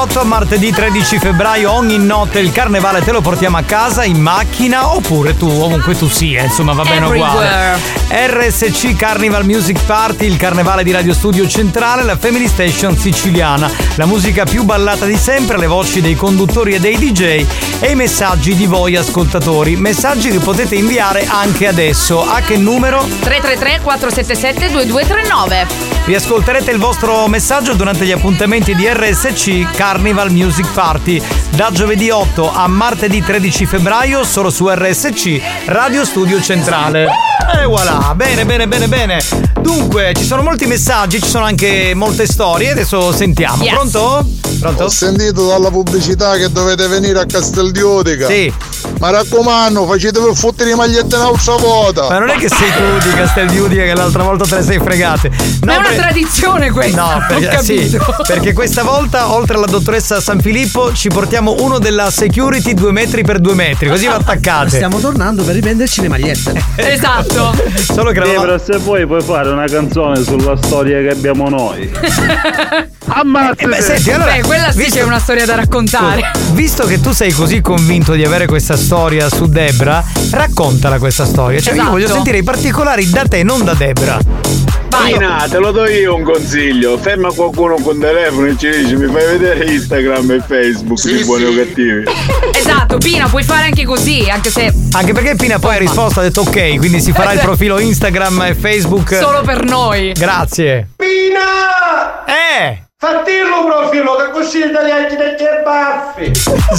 otto a martedì tredici febbraio. Ogni notte il carnevale te lo portiamo a casa in macchina oppure tu, ovunque tu sia, insomma va bene uguale. R S C Carnival Music Party, il carnevale di Radio Studio Centrale, la Family Station siciliana. La musica più ballata di sempre, le voci dei conduttori e dei D J e i messaggi di voi ascoltatori. Messaggi che potete inviare anche adesso. A che numero? tre tre tre quattro sette sette due due tre nove. Vi ascolterete il vostro messaggio durante gli appuntamenti di R S C Carnival Music Party da giovedì otto a martedì tredici febbraio solo su R S C Radio Studio Centrale. E voilà, bene bene bene bene. Dunque ci sono molti messaggi, ci sono anche molte storie, adesso sentiamo. Yes. Pronto? Pronto? Ho sentito dalla pubblicità che dovete venire a Castel di Utica. Sì. Ma raccomando, facete per fottere le magliette un'altra volta. Ma non è che sei tu di Castel di Utica che l'altra volta te le sei fregate. No, è una per... tradizione questa. No, perché, ho sì, perché questa volta oltre alla dottoressa San Filippo ci portiamo uno della security due metri per due metri, così va attaccate. Stiamo tornando per riprenderci le magliette. Esatto. Solo che Debra, se vuoi puoi fare una canzone sulla storia che abbiamo noi. Ammazza. Eh beh, senti, allora, beh, quella sì visto, c'è una storia da raccontare. Visto che tu sei così convinto di avere questa storia su Debra, raccontala questa storia. Cioè, esatto. Io voglio sentire i particolari da te, non da Debra. Tina, te lo do io un consiglio. Ferma qualcuno con telefono e ci dice: mi fai vedere Instagram e Facebook sì, di buoni sì. o cattivi. Esatto, Pina, puoi fare anche così, anche se. Anche perché Pina poi ha risposto, ha detto ok, quindi si farà il profilo Instagram e Facebook. Solo per noi. Grazie. Pina! Eh! Fatti il profilo che così i tagliati dei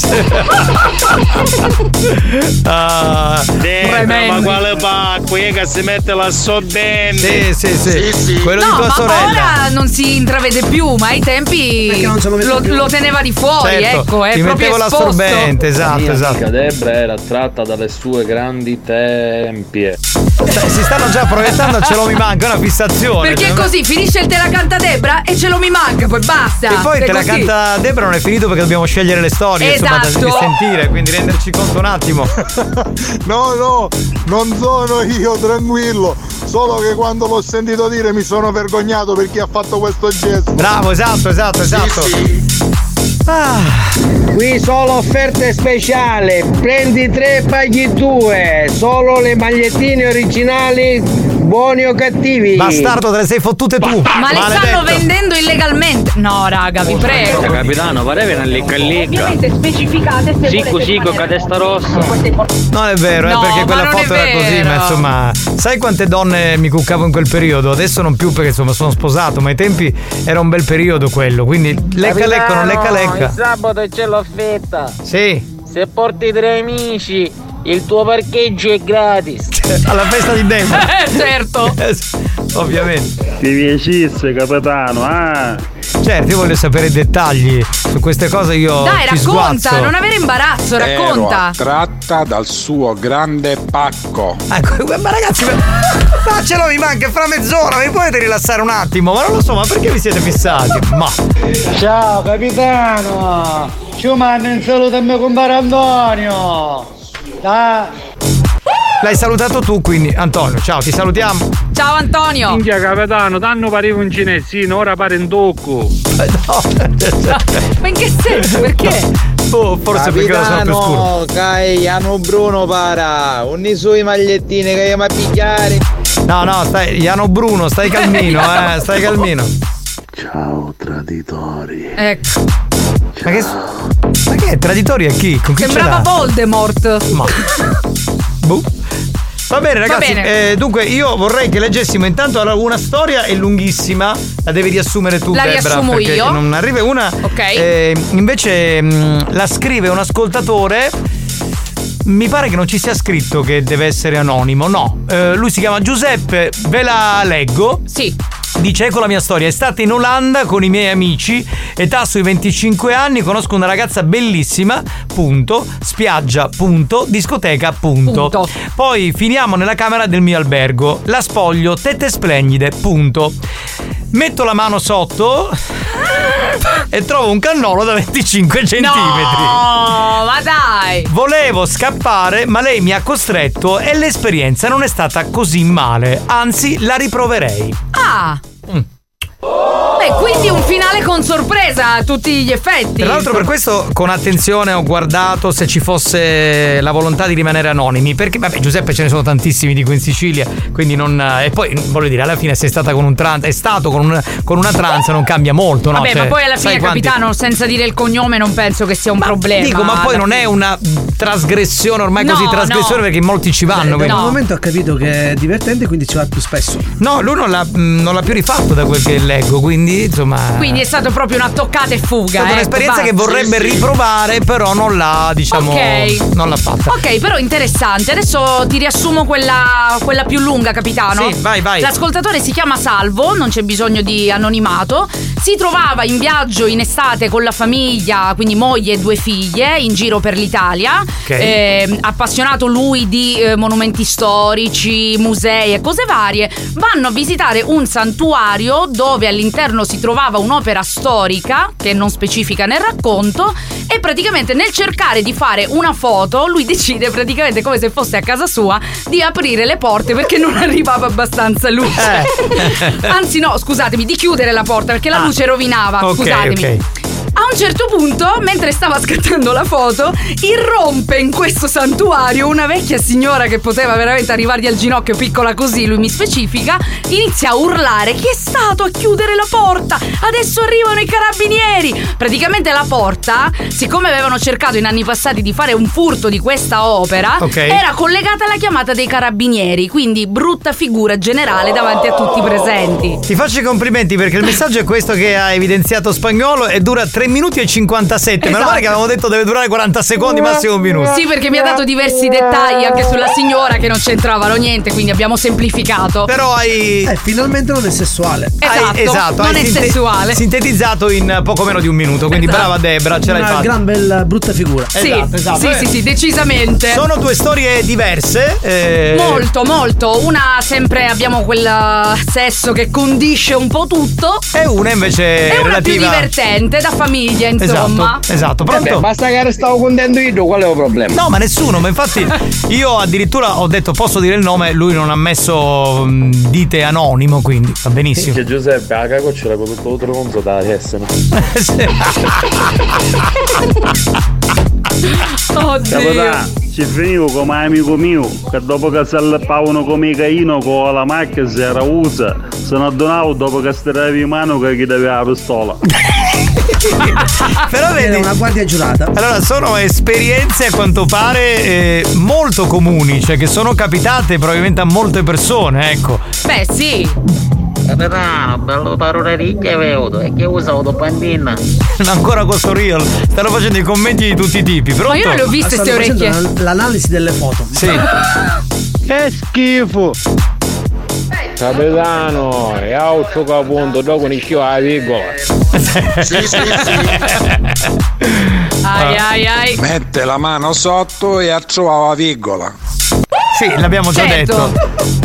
baffi. Ah, Debra, ma quale pacco? È che si mette la so bene. Sì, sì, sì, sì, sì. Quello no, di tua ma sorella. ora non si intravede più, ma ai tempi non se lo, lo, lo teneva di fuori, certo, ecco, è ti proprio mettevo esposto. l'assorbente, esatto, mia esatto. amica Debra era attratta dalle sue grandi tempie. Cioè, si stanno già proiettando a Ce lo mi manca, è una fissazione. Perché cioè, così finisce il Te la canta Debra e ce lo mi manca, poi basta. E poi Sei Te la così. canta Debra non è finito perché dobbiamo scegliere le storie, insomma, da Esatto. da sentire, quindi renderci conto un attimo. No, no, non sono io, tranquillo. Solo che quando l'ho sentito dire mi sono vergognato per chi ha fatto questo gesto. Bravo, esatto, esatto, esatto. Sì, sì. Ah. Qui solo offerte speciali, prendi tre paghi due, solo le magliettine originali, buoni o cattivi. Bastardo, te le sei fottute tu. Ma le maledetto. stanno vendendo illegalmente. No, raga, vi prego. Capitano, pareva una licca licca. Ovviamente specificate se Sicco volete sicco rimanere- testa rossa. Non è vero, No, eh, perché ma quella non foto è era così, vero. ma insomma, sai quante donne mi cuccavo in quel periodo? Adesso non più perché insomma sono sposato, ma ai tempi era un bel periodo quello, quindi lecca lecca non lecca lecca. Il sabato c'è l'offerta. Sì. Se porti tre amici, il tuo parcheggio è gratis. Alla festa di Debra. Eh, certo. Ovviamente. Ti piacesse, capitano, ah. Certo, io voglio sapere i dettagli su queste cose, io Dai, ci racconta, sguazzo. non avere imbarazzo, Ero racconta. attratta dal suo grande pacco. Ecco, ma ragazzi, ma, ma ce lo mi manca fra mezz'ora, mi potete rilassare un attimo? Ma non lo so, ma perché vi siete fissati? Ma Ciao capitano, ci mando un saluto a mio compare Antonio. Da. l'hai salutato tu, quindi Antonio, ciao, ti salutiamo. Ciao Antonio. Minchia capitano, danno pareva un cinesino, ora pare un tocco. Ma in che senso? Perché? Oh, forse perché lo sono più scuro. Cai, hanno Bruno para, unni sui magliettine che io a pigliare. No, no, stai, Iano Bruno, stai calmino, eh, stai calmino. Ciao traditori. Ecco. Ma che, ma che è traditori a chi? Con chi Sembrava ce l'ha? Voldemort. Ma. Boh. Va bene ragazzi, Va bene. Eh, dunque io vorrei che leggessimo intanto allora, una storia è lunghissima, la devi riassumere tu La Debra, riassumo perché io. non arriva una. Ok. Eh, invece mh, la scrive un ascoltatore. Mi pare che non ci sia scritto che deve essere anonimo, no. Eh, lui si chiama Giuseppe, ve la leggo. Sì. Dice: ecco la mia storia, estate in Olanda con i miei amici, età sui venticinque anni, conosco una ragazza bellissima, punto, spiaggia, punto, discoteca, punto. Punto. Poi finiamo nella camera del mio albergo, la spoglio, tette splendide, punto. Metto la mano sotto e trovo un cannolo da venticinque centimetri. No, ma dai. Volevo scappare, ma lei mi ha costretto e l'esperienza non è stata così male, anzi la riproverei. Ah. Mm. Beh, Quindi un finale con sorpresa a tutti gli effetti. Tra l'altro per questo con attenzione ho guardato se ci fosse la volontà di rimanere anonimi, perché vabbè Giuseppe ce ne sono tantissimi di qui in Sicilia, quindi non. E poi voglio dire, alla fine sei stata con un trans, è stato con, un, con una trans non cambia molto, no? Vabbè, cioè, ma poi alla fine quanti... capitano, senza dire il cognome non penso che sia un ma problema. Dico, ma poi non è una trasgressione ormai no, così trasgressione no. perché in molti ci vanno. Beh, da un momento ho capito che è divertente, quindi ci va più spesso. No, lui non l'ha, non l'ha più rifatto da quel che leggo, quindi insomma. Quindi è stato proprio una toccata e fuga. È ecco, un'esperienza che vorrebbe sì, sì. riprovare, però non l'ha, diciamo, okay. non l'ha fatta. Ok, però interessante. Adesso ti riassumo quella, quella più lunga, capitano. Sì, vai, vai. L'ascoltatore si chiama Salvo, non c'è bisogno di anonimato. Si trovava in viaggio in estate con la famiglia, quindi moglie e due figlie, in giro per l'Italia. Okay. Eh, appassionato lui di eh, monumenti storici, musei e cose varie. Vanno a visitare un santuario dove all'interno si trovava un'opera storica che non specifica nel racconto, e praticamente nel cercare di fare una foto lui decide praticamente come se fosse a casa sua di aprire le porte perché non arrivava abbastanza luce. Eh. Anzi no, scusatemi, di chiudere la porta perché la ah. luce rovinava. Okay, scusatemi. Okay. A un certo punto, mentre stava scattando la foto, irrompe in questo santuario una vecchia signora che poteva veramente arrivargli al ginocchio, piccola così, lui mi specifica, inizia a urlare: chi è stato a chiudere la porta? Adesso arrivano i carabinieri! Praticamente la porta, siccome avevano cercato in anni passati di fare un furto di questa opera, okay. era collegata alla chiamata dei carabinieri, quindi brutta figura generale davanti a tutti i presenti. Ti faccio i complimenti perché il messaggio è questo che ha evidenziato Spagnolo e dura tre minuti e cinquantasette. Esatto. Meno male che avevamo detto deve durare quaranta secondi, massimo un minuto. Sì, perché mi ha dato diversi dettagli anche sulla signora che non c'entravano niente, quindi abbiamo semplificato. Però hai eh, finalmente non è sessuale. Esatto, hai, esatto non hai è sinte- sessuale. Sintetizzato in poco meno di un minuto. Quindi esatto. brava Debra, ce l'hai fatta. Una gran bella brutta figura. Sì, esatto, esatto. Sì, eh. sì, sì, decisamente. Sono due storie diverse. Eh... Molto, molto. Una sempre abbiamo quel sesso che condisce un po' tutto. E una invece è una relativa... più divertente, da famiglia, insomma. Esatto, esatto. Pronto? Eh beh, basta che stavo contento io, qual è il problema? No, ma nessuno, ma infatti io addirittura ho detto posso dire il nome, lui non ha messo mh, dite anonimo, quindi va benissimo. Che Giuseppe, la cacoccia con tutto il tronzo da essere. Oddio. Ci finivo come amico mio che dopo che si allappavano come Caino con la macchina si era usa, se ne addonavo dopo che stiravi in mano che gli aveva la pistola. Però vedi, era una guardia giurata. Allora sono esperienze a quanto pare eh, molto comuni, cioè che sono capitate probabilmente a molte persone, ecco. Beh sì. Capitano, bello parole ricche vedo e che usavo dopo bambina. Ancora questo reel. Stanno facendo i commenti di tutti i tipi. Pronto? Ma io le ho viste queste orecchie. L'analisi delle foto. Sì. Che schifo. Capitano, è auto che appunto dopo ne sciò la virgola. Sì, sì, sì. Ai ai ai. Mette la mano sotto e trova la virgola. Sì, l'abbiamo già certo. detto.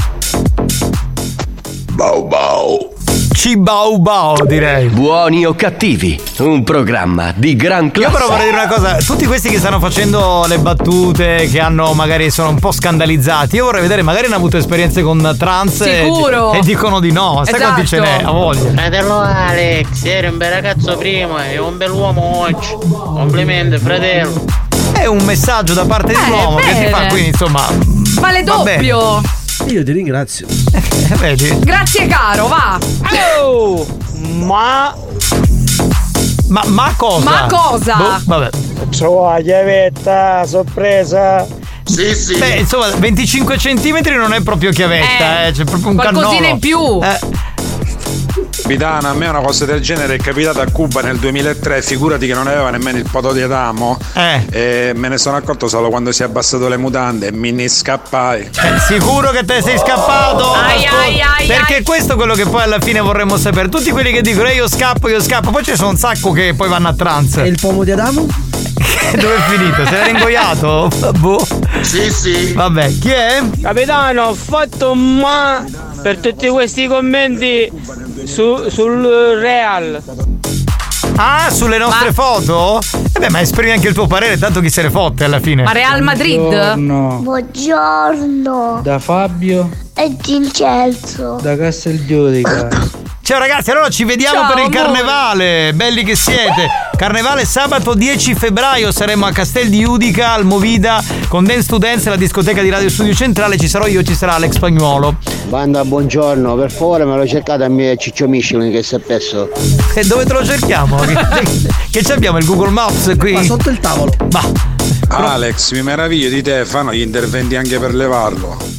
Bau bau. Cibau bau, direi. Buoni o cattivi, un programma di gran classe. Io però vorrei dire una cosa, tutti questi che stanno facendo le battute, che hanno magari sono un po' scandalizzati, io vorrei vedere, magari hanno avuto esperienze con trans Sicuro. e, e dicono di no. Sai esatto. quanti ce n'è? A voglia. Fratello Alex, eri un bel ragazzo prima e un bell'uomo oggi. Complimenti, fratello. È un messaggio da parte Eh, dell'uomo che si fa, quindi insomma. Vale doppio. Io ti ringrazio. Eh, vedi? Grazie caro, va. Oh, ma Ma, ma cosa? Ma cosa? Boh, vabbè. C'ho la chiavetta, sorpresa. Sì, sì. Beh, insomma, venticinque centimetri non è proprio chiavetta, eh, Eh, c'è proprio un qualcosina cannolo. in più. Eh. Capitano, a me una cosa del genere è capitata a Cuba nel duemilatré, figurati che non aveva nemmeno il poto di Adamo. Eh. E me ne sono accorto solo quando si è abbassato le mutande e mi ne scappai. Eh, sicuro che te sei scappato? Ai, Ascol- ai, ai, Perché ai. questo è quello che poi alla fine vorremmo sapere. Tutti quelli che dicono eh, io scappo, io scappo, poi ci sono un sacco che poi vanno a trans. E il pomo di Adamo? Dove è finito? Se l'era ingoiato? Boh. Sì, sì. Vabbè, chi è? capitano, ho fatto un ma per tutti questi commenti su, sul Real. Ah, sulle nostre Ma- foto? Eh beh, ma esprimi anche il tuo parere, tanto chi se ne fotte alla fine. Ma Real Madrid? Buongiorno. Buongiorno. Da Fabio E Vincenzo. da Casteldorica. Ciao ragazzi, allora ci vediamo Ciao, per il amore. carnevale, belli che siete. Carnevale sabato dieci febbraio, saremo a Castel di Udica al Movida con Dance to Dance, la discoteca di Radio Studio Centrale. Ci sarò io, ci sarà Alex Spagnuolo. Banda, buongiorno, per favore me lo cercate a mio Ciccio Michelin che si è perso. E dove te lo cerchiamo? che, che ci abbiamo il Google Maps qui? Ma sotto il tavolo. Ma Alex, mi meraviglio di te, fanno gli interventi anche per levarlo.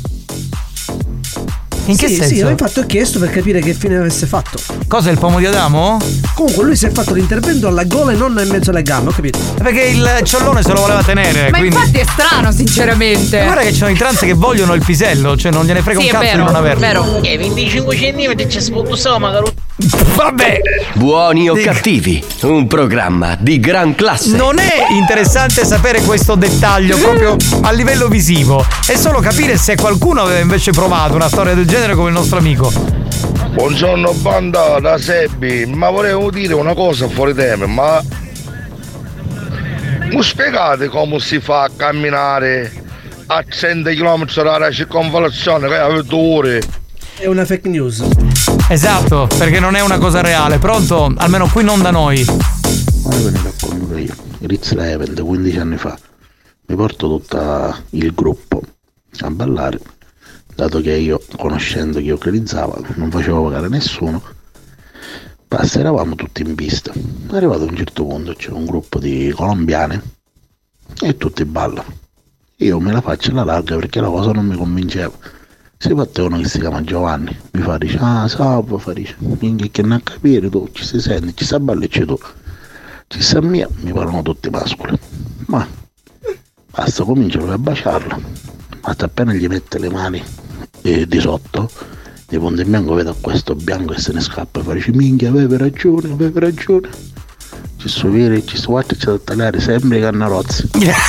In che sì, senso? Sì, io infatti ho chiesto per capire che fine avesse fatto. Cosa, il pomo di Adamo? Comunque lui si è fatto l'intervento alla gola e non in mezzo alle gambe, ho capito? Perché il ciollone se lo voleva tenere. Ma quindi... infatti è strano, sinceramente. Ma guarda che ci sono i trans che vogliono il pisello, cioè non gliene frega Sì, un è cazzo vero, di non averlo. vero. E venticinque centimetri c'è spotto stomaco. Vabbè. Buoni o cattivi, un programma di gran classe. Non è interessante sapere questo dettaglio proprio a livello visivo, è solo capire se qualcuno aveva invece provato una storia del genere come il nostro amico. Buongiorno banda da Sebbi, ma volevo dire una cosa fuori tema, ma mi spiegate come si fa a camminare a cento chilometri orari a circonvallazione che avete ore? È una fake news. Esatto, perché non è una cosa reale. Pronto? Almeno qui non da noi. Ma ve ne racconto io. Rizla Event quindici anni fa. Mi porto tutto il gruppo a ballare, dato che io, conoscendo chi organizzava, non facevo pagare nessuno. Basta, eravamo tutti in pista. Arrivato a un certo punto c'è un gruppo di colombiane e tutti ballano. Io me la faccio alla larga perché la cosa non mi convinceva. Si parte uno che si chiama Giovanni, mi fa, dice, ah, salve, fa, dice, minchia che non capire tu, ci si sente, ci sa ballicci tu, ci sa mia, mi parlano tutti mascoli, ma basta, comincia a baciarla, ma appena gli mette le mani eh, di sotto, di punto in bianco vedo questo bianco e se ne scappa, fa, dice, minchia, avevi ragione, avevi ragione. Ci sto vero, ci sto guarda, c'è da tagliare sempre i cannarozzi.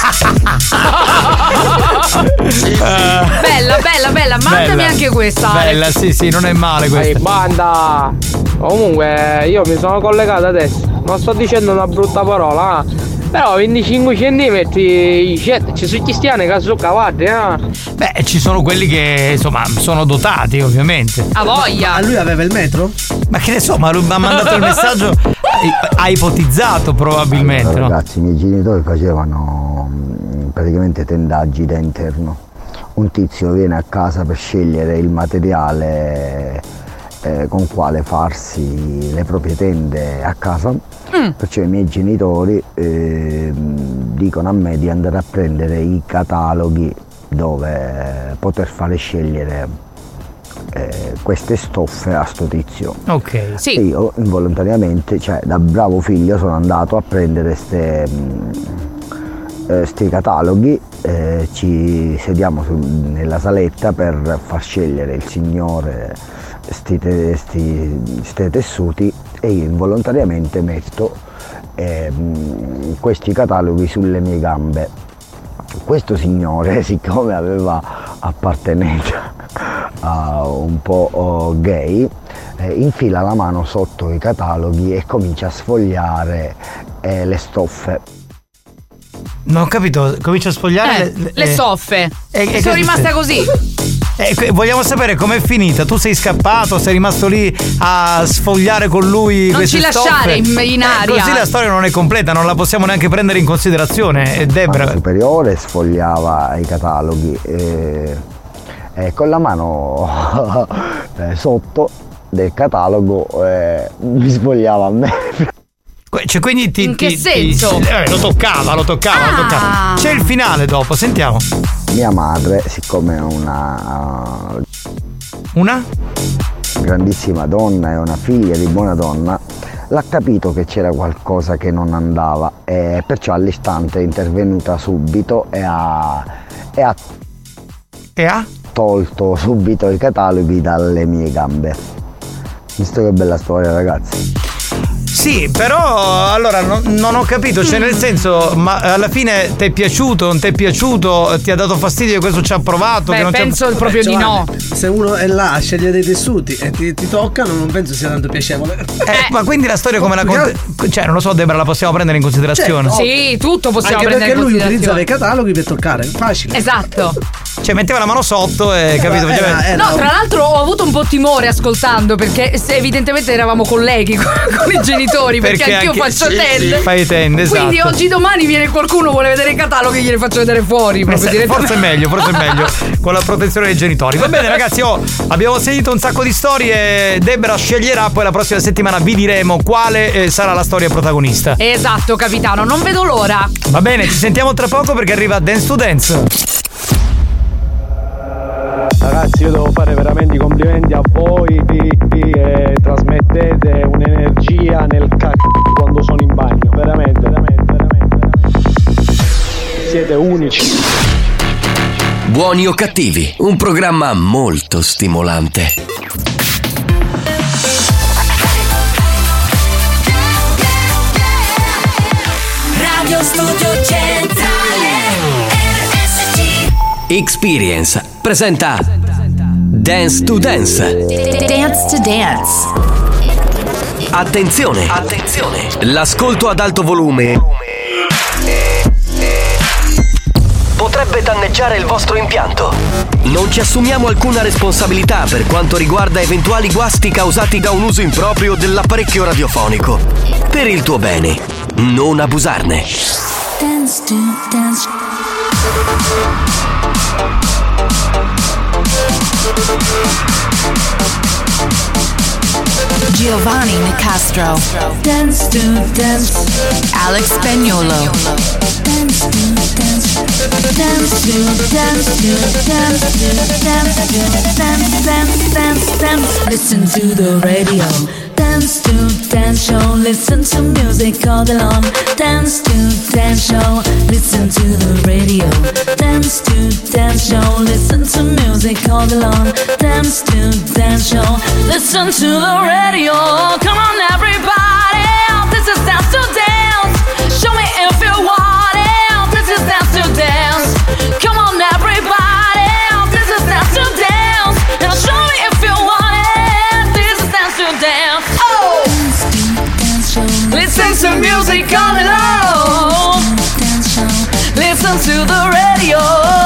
Bella, bella, bella, mandami Bella. anche questa. Alex. Bella, sì, sì, non è male questa. Ehi, banda! Comunque, io mi sono collegato adesso. Non sto dicendo una brutta parola, eh? Però venticinque centimetri ci sono cristiani che sono cavalli, eh? Beh, ci sono quelli che, insomma, sono dotati, ovviamente. A voglia. Ma lui aveva il metro? Ma che ne so, ma lui mi ha mandato il messaggio, ha ipotizzato probabilmente, Allora, no? ragazzi, i miei genitori facevano mh, praticamente tendaggi da interno. Un tizio viene a casa per scegliere il materiale eh, con quale farsi le proprie tende a casa. Mm. Perciò i miei genitori eh, dicono a me di andare a prendere i cataloghi dove poter fare scegliere eh, queste stoffe a sto tizio. Ok. Sì. E io involontariamente, cioè da bravo figlio, sono andato a prendere ste, eh, sti cataloghi, eh, ci sediamo su, nella saletta per far scegliere il signore sti, te, sti, sti tessuti e io involontariamente metto eh, questi cataloghi sulle mie gambe. Questo signore, siccome aveva appartenenza a un po' oh, gay, eh, infila la mano sotto i cataloghi e comincia a sfogliare eh, le stoffe. Non ho capito, comincia a sfogliare Eh, le, le stoffe. E- e Sono che rimasta succede? così. Eh, que- vogliamo sapere com'è finita. Tu sei scappato, sei rimasto lì a sfogliare con lui Non queste ci lasciare stoffe? in- in Eh, aria. così la storia non è completa, non la possiamo neanche prendere in considerazione. E Debra, La superiore sfogliava i cataloghi e, e con la mano eh, sotto del catalogo eh, mi sfogliava a me. cioè, quindi ti, In che ti- senso? ti- eh, lo toccava, lo toccava, lo toccava. C'è il finale dopo, sentiamo. Mia madre, siccome è una Una? grandissima donna e una figlia di buona donna, l'ha capito che c'era qualcosa che non andava e perciò all'istante è intervenuta subito e ha, e ha, e ha? tolto subito i cataloghi dalle mie gambe. Visto che bella storia, ragazzi. Sì, però allora no, non ho capito, cioè nel senso, ma alla fine ti è piaciuto, non ti è piaciuto, ti ha dato fastidio che questo ci ha provato? Beh, che non penso c'è... proprio Beh, di no. Se uno è là a scegliere dei tessuti e ti, ti toccano, non penso sia tanto piacevole. Eh, ma quindi la storia come la conte... Cioè, non lo so, Debra, la possiamo prendere in considerazione? Certo. Sì, tutto possiamo Anche prendere perché in lui considerazione. utilizza dei cataloghi per toccare, facile. Esatto. Cioè, metteva la mano sotto e capito? Eh, Faceva- eh, No, no. tra l'altro ho avuto un po' timore ascoltando perché se- evidentemente eravamo colleghi con, con i genitori perché, Perché anch'io anche- faccio sì, tende. sì. Fai tende, esatto. Quindi oggi domani viene qualcuno vuole vedere i cataloghi, glieli faccio vedere fuori. Eh, Proprio se- direttamente. forse è meglio, forse è meglio con la protezione dei genitori. Va bene, ragazzi, oh, abbiamo sentito un sacco di storie. Debra sceglierà, poi la prossima settimana vi diremo quale eh, sarà la storia protagonista. Esatto, capitano, non vedo l'ora. Va bene, ci sentiamo tra poco perché arriva Dance to Dance. Ragazzi, io devo fare veramente i complimenti a voi che trasmettete un'energia nel c***o quando sono in bagno. Veramente, veramente, veramente, veramente. Siete unici. Buoni o cattivi, un programma molto stimolante. Radio Studio Centrale R S C. Experience presenta Dance to Dance. Dance to Dance. Attenzione, attenzione. L'ascolto ad alto volume potrebbe danneggiare il vostro impianto. Non ci assumiamo alcuna responsabilità per quanto riguarda eventuali guasti causati da un uso improprio dell'apparecchio radiofonico. Per il tuo bene, non abusarne. Dance to Dance. Giovanni Nicastro. Dance to Dance. Alex Spagnolo. Dance to Dance. Dance to Dance to Dance to Dance to Dance Dance Dance Dance. Listen to the radio. Dance to Dance Show. Listen to music all day long. Dance to Dance Show. Listen to the radio. Dance to Dance Show. Listen to music all day long. Dance to Dance Show. Listen to the radio. Come on, everybody. This is Dance to Dance. Show me if you want it. This is Dance to Dance. Come on, everybody. This is Dance to Dance. And show me if you want it. This is Dance to Dance. Oh! Listen to music all along. Listen to the radio.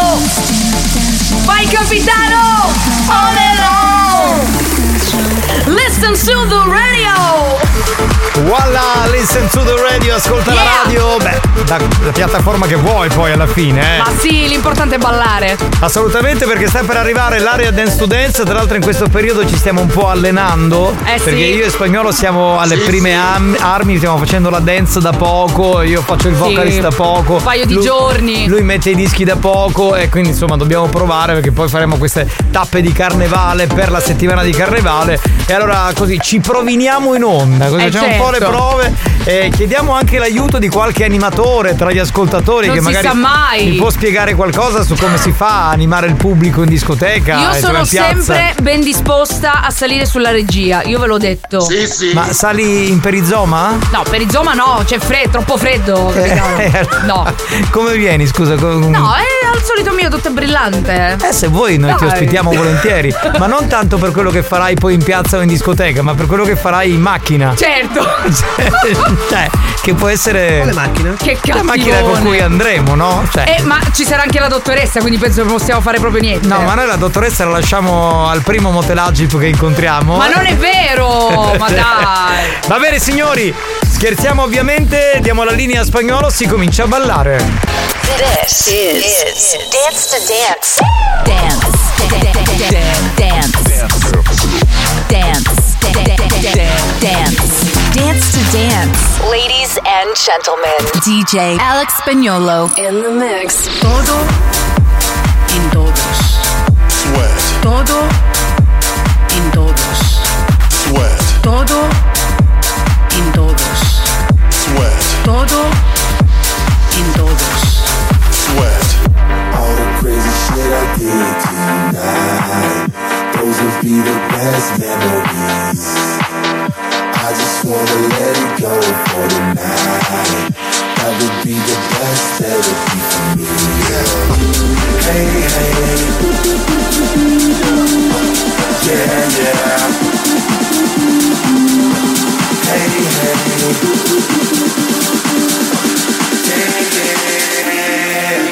Vai, capitano! All along. Listen to the radio. Voilà, listen to the radio, ascolta Yeah. la radio. Beh, da, la piattaforma che vuoi poi alla fine, eh. Ma sì, l'importante è ballare. Assolutamente, perché sta per arrivare l'area Dance to Dance. Tra l'altro in questo periodo ci stiamo un po' allenando. Eh, perché sì. io e Spagnolo siamo alle Sì, prime sì. am- armi, stiamo facendo la dance da poco. Io faccio il Sì. vocalist da poco. Un paio di Lui- giorni. Lui mette i dischi da poco e quindi insomma dobbiamo provare, perché poi faremo queste tappe di carnevale per la settimana di carnevale. E allora così ci proviniamo in onda, così Eh, facciamo un po' le certo. prove e chiediamo anche l'aiuto di qualche animatore tra gli ascoltatori Non che si magari sa mai. mi può spiegare qualcosa su come si fa a animare il pubblico in discoteca. Io e sono in piazza. sempre ben disposta a salire sulla regia, io ve l'ho detto. Ma sali in perizoma? No, per Izoma no, c'è freddo, troppo freddo, capitano. No. Come vieni, scusa? Com- No, è al solito mio, tutto è brillante. Eh, se vuoi noi ti Dai. ospitiamo volentieri, ma non tanto per quello che farai poi in piazza o in discoteca, ma per quello che farai in macchina. Certo. Cioè, che può essere Quale macchina? Che la macchina con cattivone. cui andremo, no? Cioè, Eh, ma ci sarà anche la dottoressa, quindi penso che non possiamo fare proprio niente. no, ma noi la dottoressa la lasciamo al primo motelagip che incontriamo. Ma non è vero, ma dai. Va bene signori, scherziamo ovviamente, diamo la linea a Spagnolo, si comincia a ballare. This is Dance to Dance. Dance. Dance. Dance. Dance. Dance to Dance. Ladies and gentlemen, D J Alex Spagnolo in the mix. Todo in todos. Sweat, Todo in todos. sweat, Todo in todos. sweat, Todo in todos. sweat. All the crazy shit I did tonight, those would be the best memories. I I just wanna let it go for the night. That would be the best that would be for me. Hey, hey. Yeah, yeah. Hey, hey. Yeah, yeah.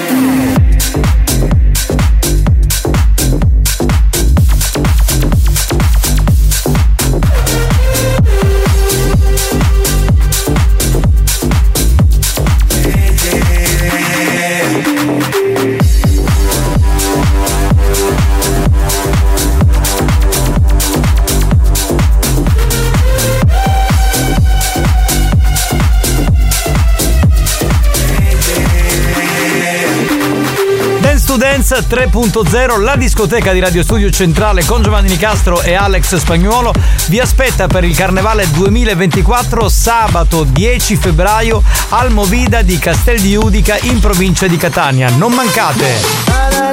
Dance tre punto zero, la discoteca di Radio Studio Centrale con Giovanni Nicastro e Alex Spagnuolo vi aspetta per il Carnevale duemilaventiquattro sabato dieci febbraio al Movida di Castel di Udica in provincia di Catania. Non mancate!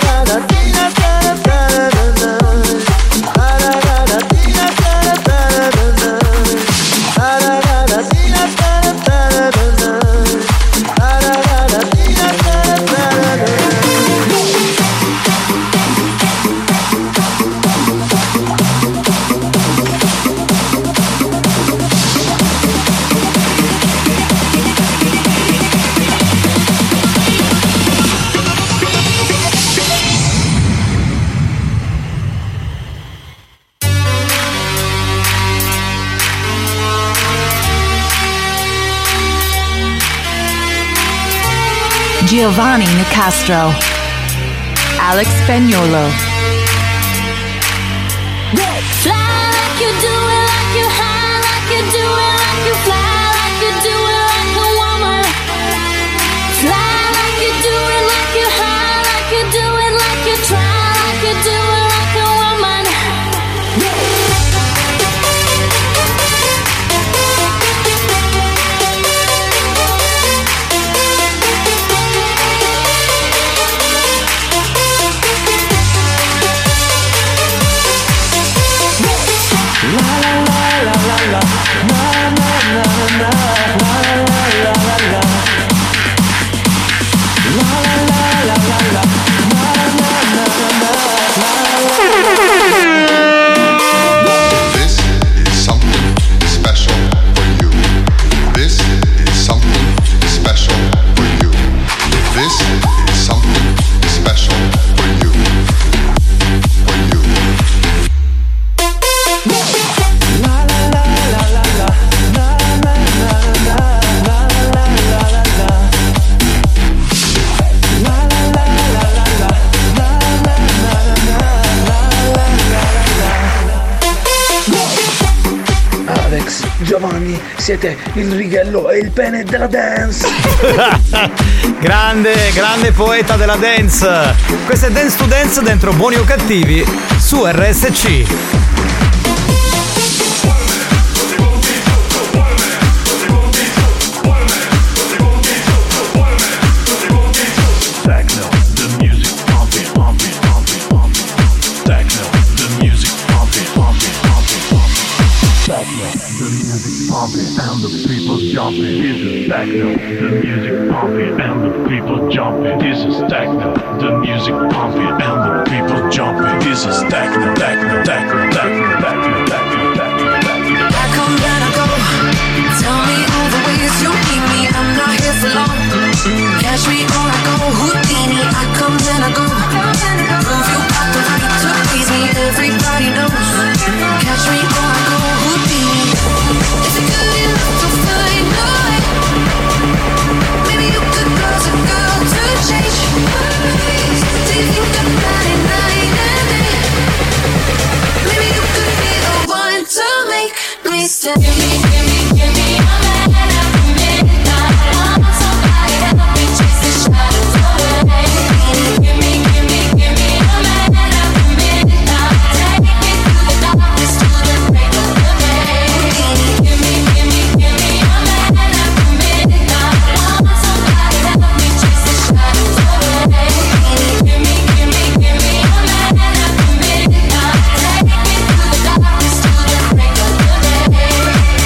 Giovanni Nicastro, Alex Spagnuolo. Fly like you do it, like you high, like you do it, like you fly, like you do it, like a woman. Fly like you do it, like you high, like you do it, like you try, like you do it, like a woman. Giovanni, siete il righello e il pene della dance. Grande, grande poeta della dance. Questo è Dance to Dance dentro Buoni o Cattivi su R S C. And the people jumping. This is techno, the music pumping and the people jumping. This is techno, the music pumping and the people jumping. This is techno, techno, techno, techno, techno, techno, techno. I come then I go. Tell me all the ways you need me. I'm not here for long. Catch me or I go Houdini. I come then I go. Prove you got the right to please me. Everybody knows. Catch me or I go Houdini. If you're good enough to find a way, maybe you could cause a girl to change ways. Do you think I'm ninety-nine and eight? Maybe you could be the one to make me stay. Give me, give me, give me a man after midnight. I'm somebody help me chase the shadows away. Give me, give me, give me a man after midnight. Take me through the darkness to the break of the day. Give me, give me, give me a man after midnight. I'm somebody help me chase the shadows away. Give me, give me, give me a man after midnight. Take me through the darkness to the break of the day.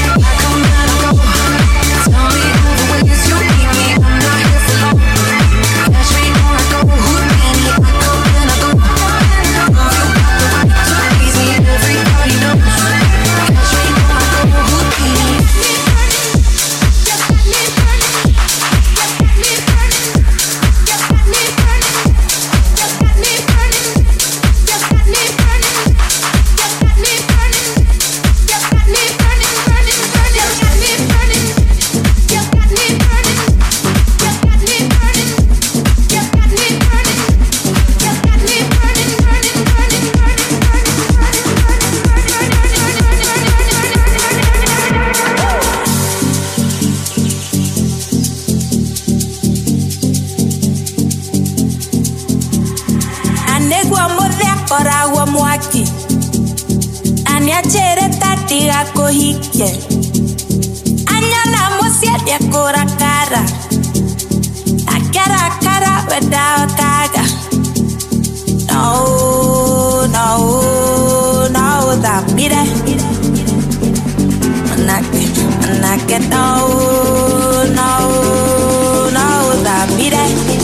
piacere darti a cohicchie. Agnana musieli ancora cara. A cara cara without kaga. No, no, no, that be that. Manake, manake, no, no, no, that be that.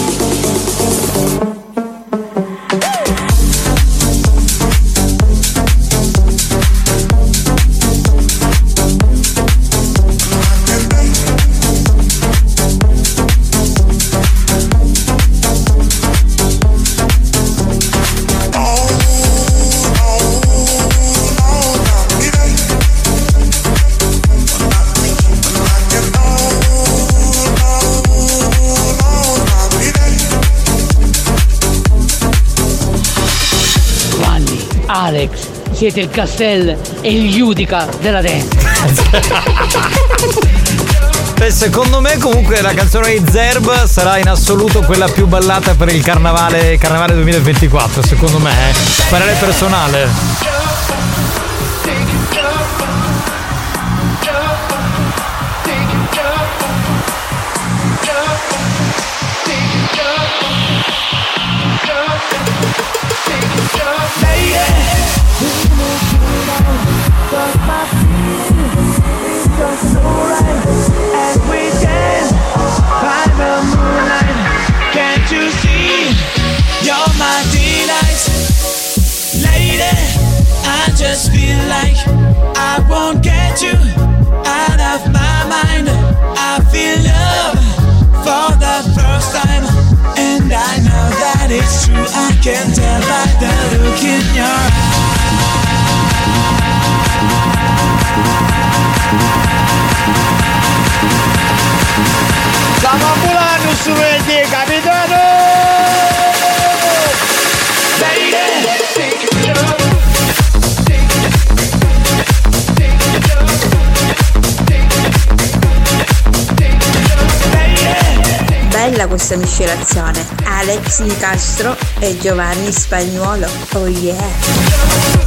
Alex, siete il Castello e il Giudica della dance. Beh, secondo me comunque la canzone di Zerb sarà in assoluto quella più ballata per il carnavale carnavale duemilaventiquattro, secondo me, eh. Parere personale. Just feel like I won't get you out of my mind. I feel love for the first time, and I know that it's true. I can tell by the look in your eyes. Stiamo ambulando su verde, capitano! Bella questa miscelazione, Alex Nicastro e Giovanni Spagnuolo, oh yeah!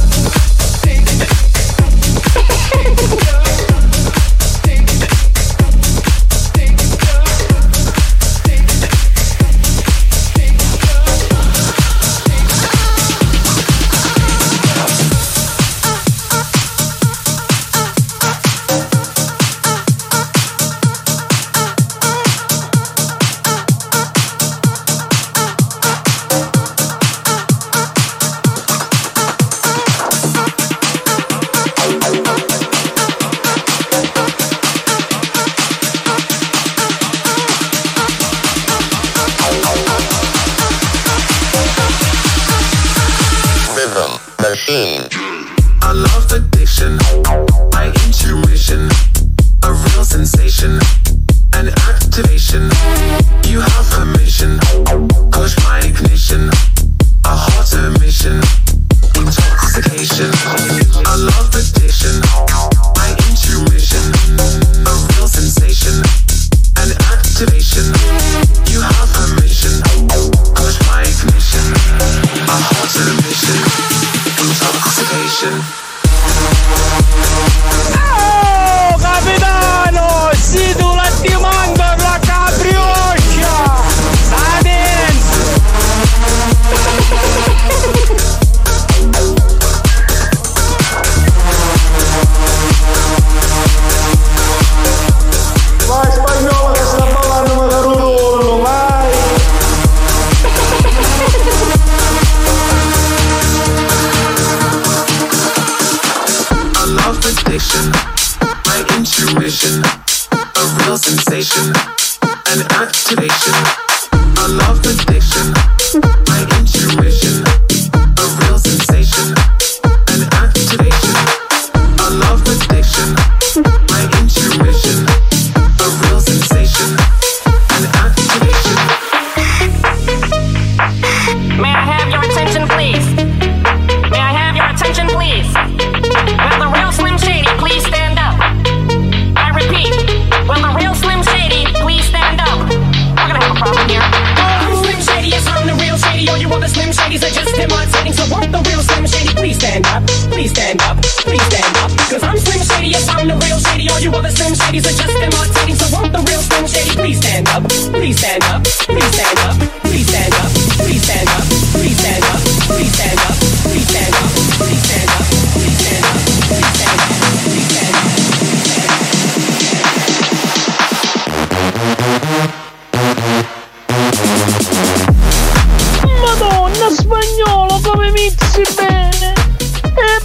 I love the diction, my intuition, a real sensation, an activation. You have permission, push my ignition, a hot emission, intoxication. I love the diction, my intuition, a real sensation, an activation. You have permission, push my ignition, a hot emission, intoxication. Oh, capitano! Si tu la ti manda la caprioccia! La dance! Vai Spagnolo che sta ballando magari un vai! I love the diction, my intuition, a real sensation, an activation. I love the diction, my intuition, a real sensation, an activation. I love the diction, my intuition, a real sensation, an activation. May I have your attention, please? May I have your attention, please? Will the real Slim Shady please stand up? I repeat, will the real Slim Shady please stand up? We're gonna have a problem here. I'm Slim Shady, yes, I'm the real Shady. All you other Slim Shadys are just imitating. So won't the real Slim Shady please stand up? Please stand up. Please stand up. I'm the real shady. All you other Slim Shadys are just imitating. So won't the real Slim Shady please stand up? Please stand up. Please stand up. Please stand up. Please stand up. Please stand up. Please stand up. Please stand up. Please stand up. Please stand up. Please stand up. Please stand up. Madonna, Spagnolo, come mixi bene! È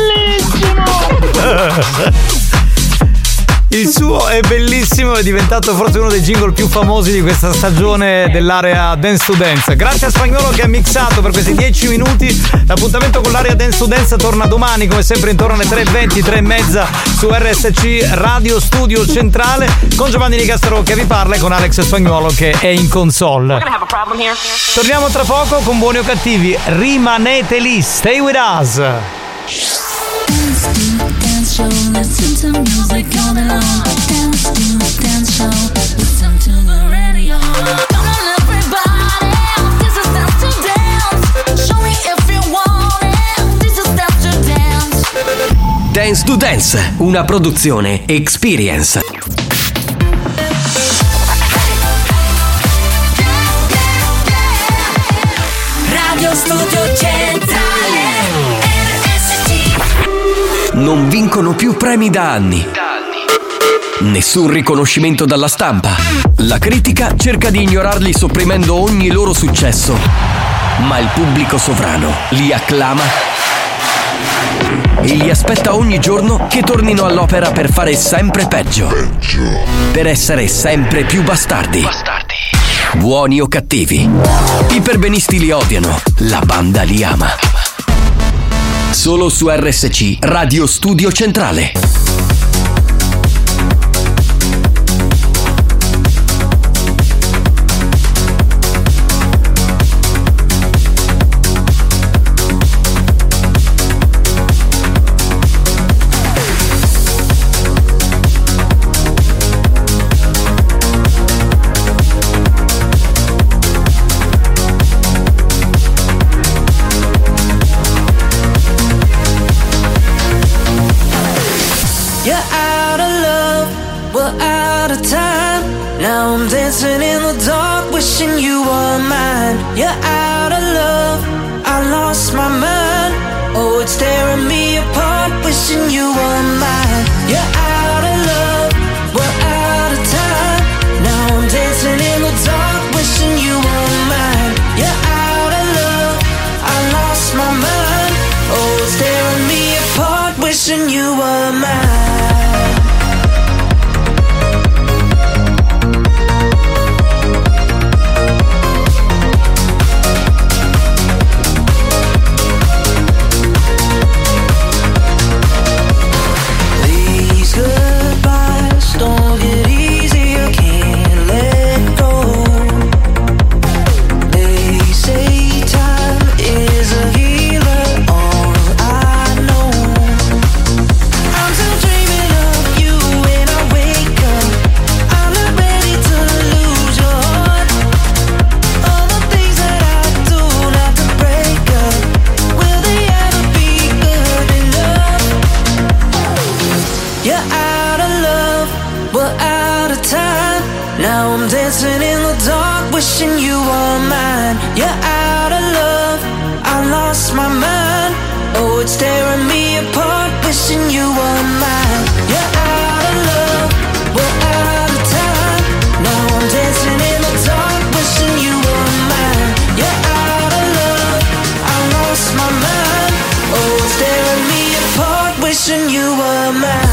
bellissimo! Il suo è bellissimo, è diventato forse uno dei jingle più famosi di questa stagione dell'area Dance to Dance. Grazie a Spagnolo che ha mixato per questi dieci minuti. L'appuntamento con l'area Dance to Dance torna domani, come sempre intorno alle tre e venti, tre e mezza su R S C Radio Studio Centrale, con Giovanni Nicastro che vi parla e con Alex Spagnolo che è in console. Torniamo tra poco con Buoni o Cattivi. Rimanete lì, stay with us. Dance show, listen to music all day long. Dance to dance show, listen to the radio. Come on everybody, this is dance to dance. Show me if you want it, this is dance to dance. Dance to Dance, una produzione Experience. Radio Studio Centrale R S C. Non vincono più premi da anni. Nessun riconoscimento dalla stampa. La critica cerca di ignorarli sopprimendo ogni loro successo. Ma il pubblico sovrano li acclama e li aspetta ogni giorno che tornino all'opera per fare sempre peggio. Per essere sempre più bastardi. Buoni o cattivi. I perbenisti li odiano, la banda li ama. Solo su R S C Radio Studio Centrale. Dancing in the dark, wishing you were mine. You're out of love, I lost my mind. Oh, it's tearing me apart, wishing you were mine. You're out of love, we're out of time. Now I'm dancing in the dark, wishing you were mine. You're out of love, I lost my mind. Oh, it's tearing me apart, wishing you were mine. Wishing you were mine. You're out of love, I lost my mind. Oh, it's tearing me apart, wishing you were mine. You're out of love, we're out of time. Now I'm dancing in the dark, wishing you were mine. You're out of love, I lost my mind. Oh, it's tearing me apart, wishing you were mine.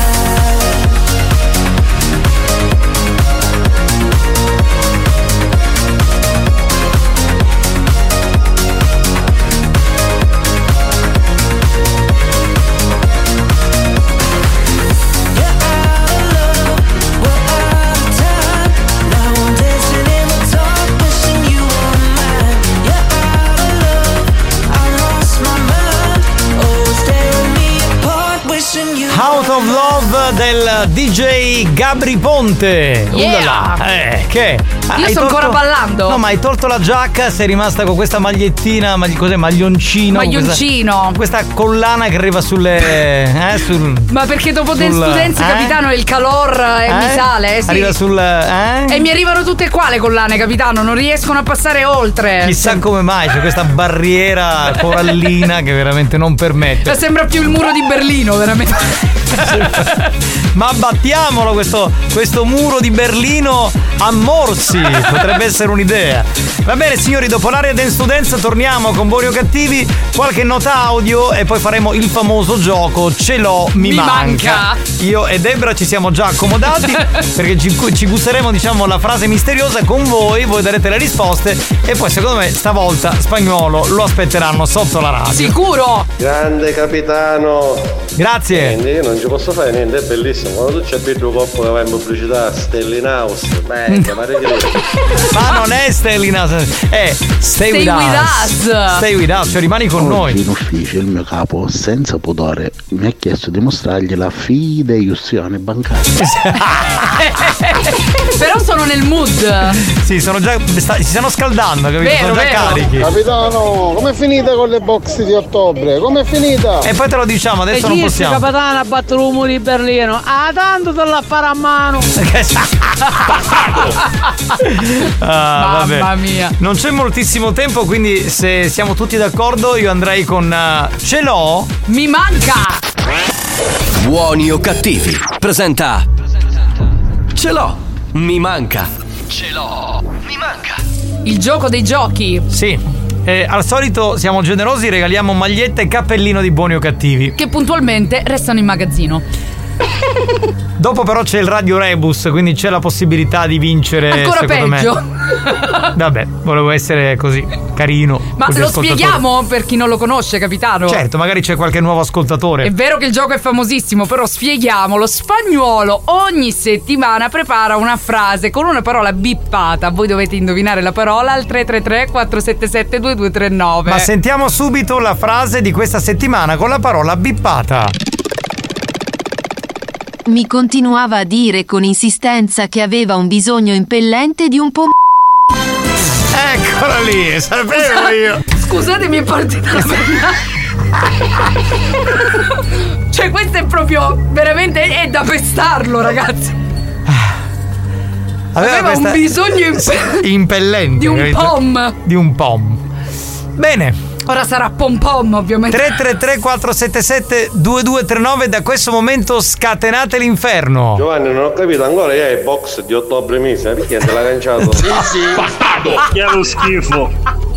Out of Love del D J Gabri Ponte. Yeah. Udala. Eh, che Hai Io sto tolto- ancora ballando. No, ma hai tolto la giacca, sei rimasta con questa magliettina, ma cos'è? Maglioncino. Maglioncino. Questa, questa collana che arriva sulle. Eh, sul, Ma perché dopo sul- del studenza, eh? capitano, il calor eh, Eh? mi sale, eh, sì. Arriva sul. Eh? E mi arrivano tutte qua le collane, capitano, non riescono a passare oltre. Chissà come mai c'è questa barriera corallina che veramente non permette. Sembra più il muro di Berlino, veramente. Ma abbattiamolo questo, questo muro di Berlino a morsi, potrebbe essere un'idea. Va bene signori, dopo l'area Dance to Dance torniamo con Buoni o Cattivi, qualche nota audio e poi faremo il famoso gioco Ce l'ho, mi, Mi manca. manca. Io e Debra ci siamo già accomodati perché ci, ci gusteremo diciamo la frase misteriosa con voi, voi darete le risposte e poi secondo me stavolta Spagnuolo lo aspetteranno sotto la radio. Sicuro! Grande capitano! Grazie! Quindi io non ci posso fare niente, è bellissimo. Quando tu c'è più due coppo che va in pubblicità, Stellin House, beh, chiamare che Ma non è Stellina, è Stay, Stay with, with us. us. Stay with us, cioè rimani con Oggi noi. in ufficio il mio capo, senza pudore, mi ha chiesto di mostrargli la fideiussione bancaria. Però sono nel mood. Sì, sono già. sta- si stanno scaldando, capito? Vero, sono già vero. carichi. Capitano, com'è finita con le box di ottobre? Com'è finita? E poi te lo diciamo, adesso non possiamo. capitano ha battuto il muro di Berlino. Ah, tanto te la fare a mano. Ah, vabbè. Mamma mia. Non c'è moltissimo tempo, quindi se siamo tutti d'accordo, io andrei con uh, Ce l'ho. Mi manca. Buoni o cattivi presenta Ce l'ho, mi manca. Ce l'ho, mi manca. Il gioco dei giochi. Sì. Eh, al solito siamo generosi, regaliamo magliette e cappellino di Buoni o Cattivi. Che puntualmente restano in magazzino. Dopo però c'è il Radio Rebus, quindi c'è la possibilità di vincere. Ancora secondo peggio. me. Vabbè, volevo essere così carino. Ma così lo ascoltatore. spieghiamo per chi non lo conosce, capitano? Certo, magari c'è qualche nuovo ascoltatore. È vero che il gioco è famosissimo, però spieghiamo. Lo Spagnuolo ogni settimana prepara una frase con una parola bippata. Voi dovete indovinare la parola al tre tre tre quattro sette sette due due tre nove. Ma sentiamo subito la frase di questa settimana con la parola bippata. Mi continuava a dire con insistenza che aveva un bisogno impellente di un po'. Eccola lì, sapevo io. Scusatemi, è partita la penna. Cioè, questo è proprio veramente è da pestarlo, ragazzi. Aveva un bisogno impe- impellente di un capito? pom. Di un pom. Bene. Ora sarà pom pom, ovviamente. tre tre tre quattro sette sette due due tre nove, da questo momento scatenate l'inferno. Giovanni, non ho capito ancora, io hai box di ottobre mese, perché te l'ha lanciato? Sì, sì. Bastardo! Che è lo schifo.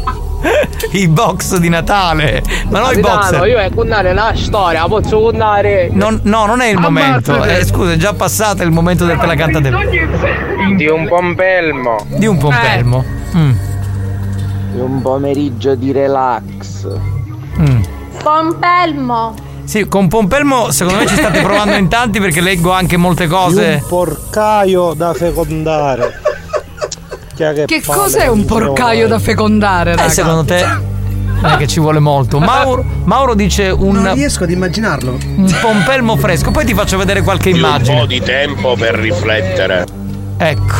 I box di Natale. Ma noi Capitano, box. io è contare la storia, posso contare. Non, no, non è il momento. Ammazzate. Eh, scusa, è già passato il momento del te la canta te. Di un pompelmo. Di un pompelmo. Mm. Di un pomeriggio di relax. Mm. Pompelmo. Sì, con Pompelmo secondo me ci state provando in tanti perché leggo anche molte cose. Un porcaio da fecondare. Che, Che cos'è un porcaio da fecondare, raga? Eh, secondo te non è che ci vuole molto. Mauro, Mauro dice un. Non riesco ad immaginarlo. Un pompelmo fresco. Poi ti faccio vedere qualche immagine. Un po' di tempo per riflettere. Ecco.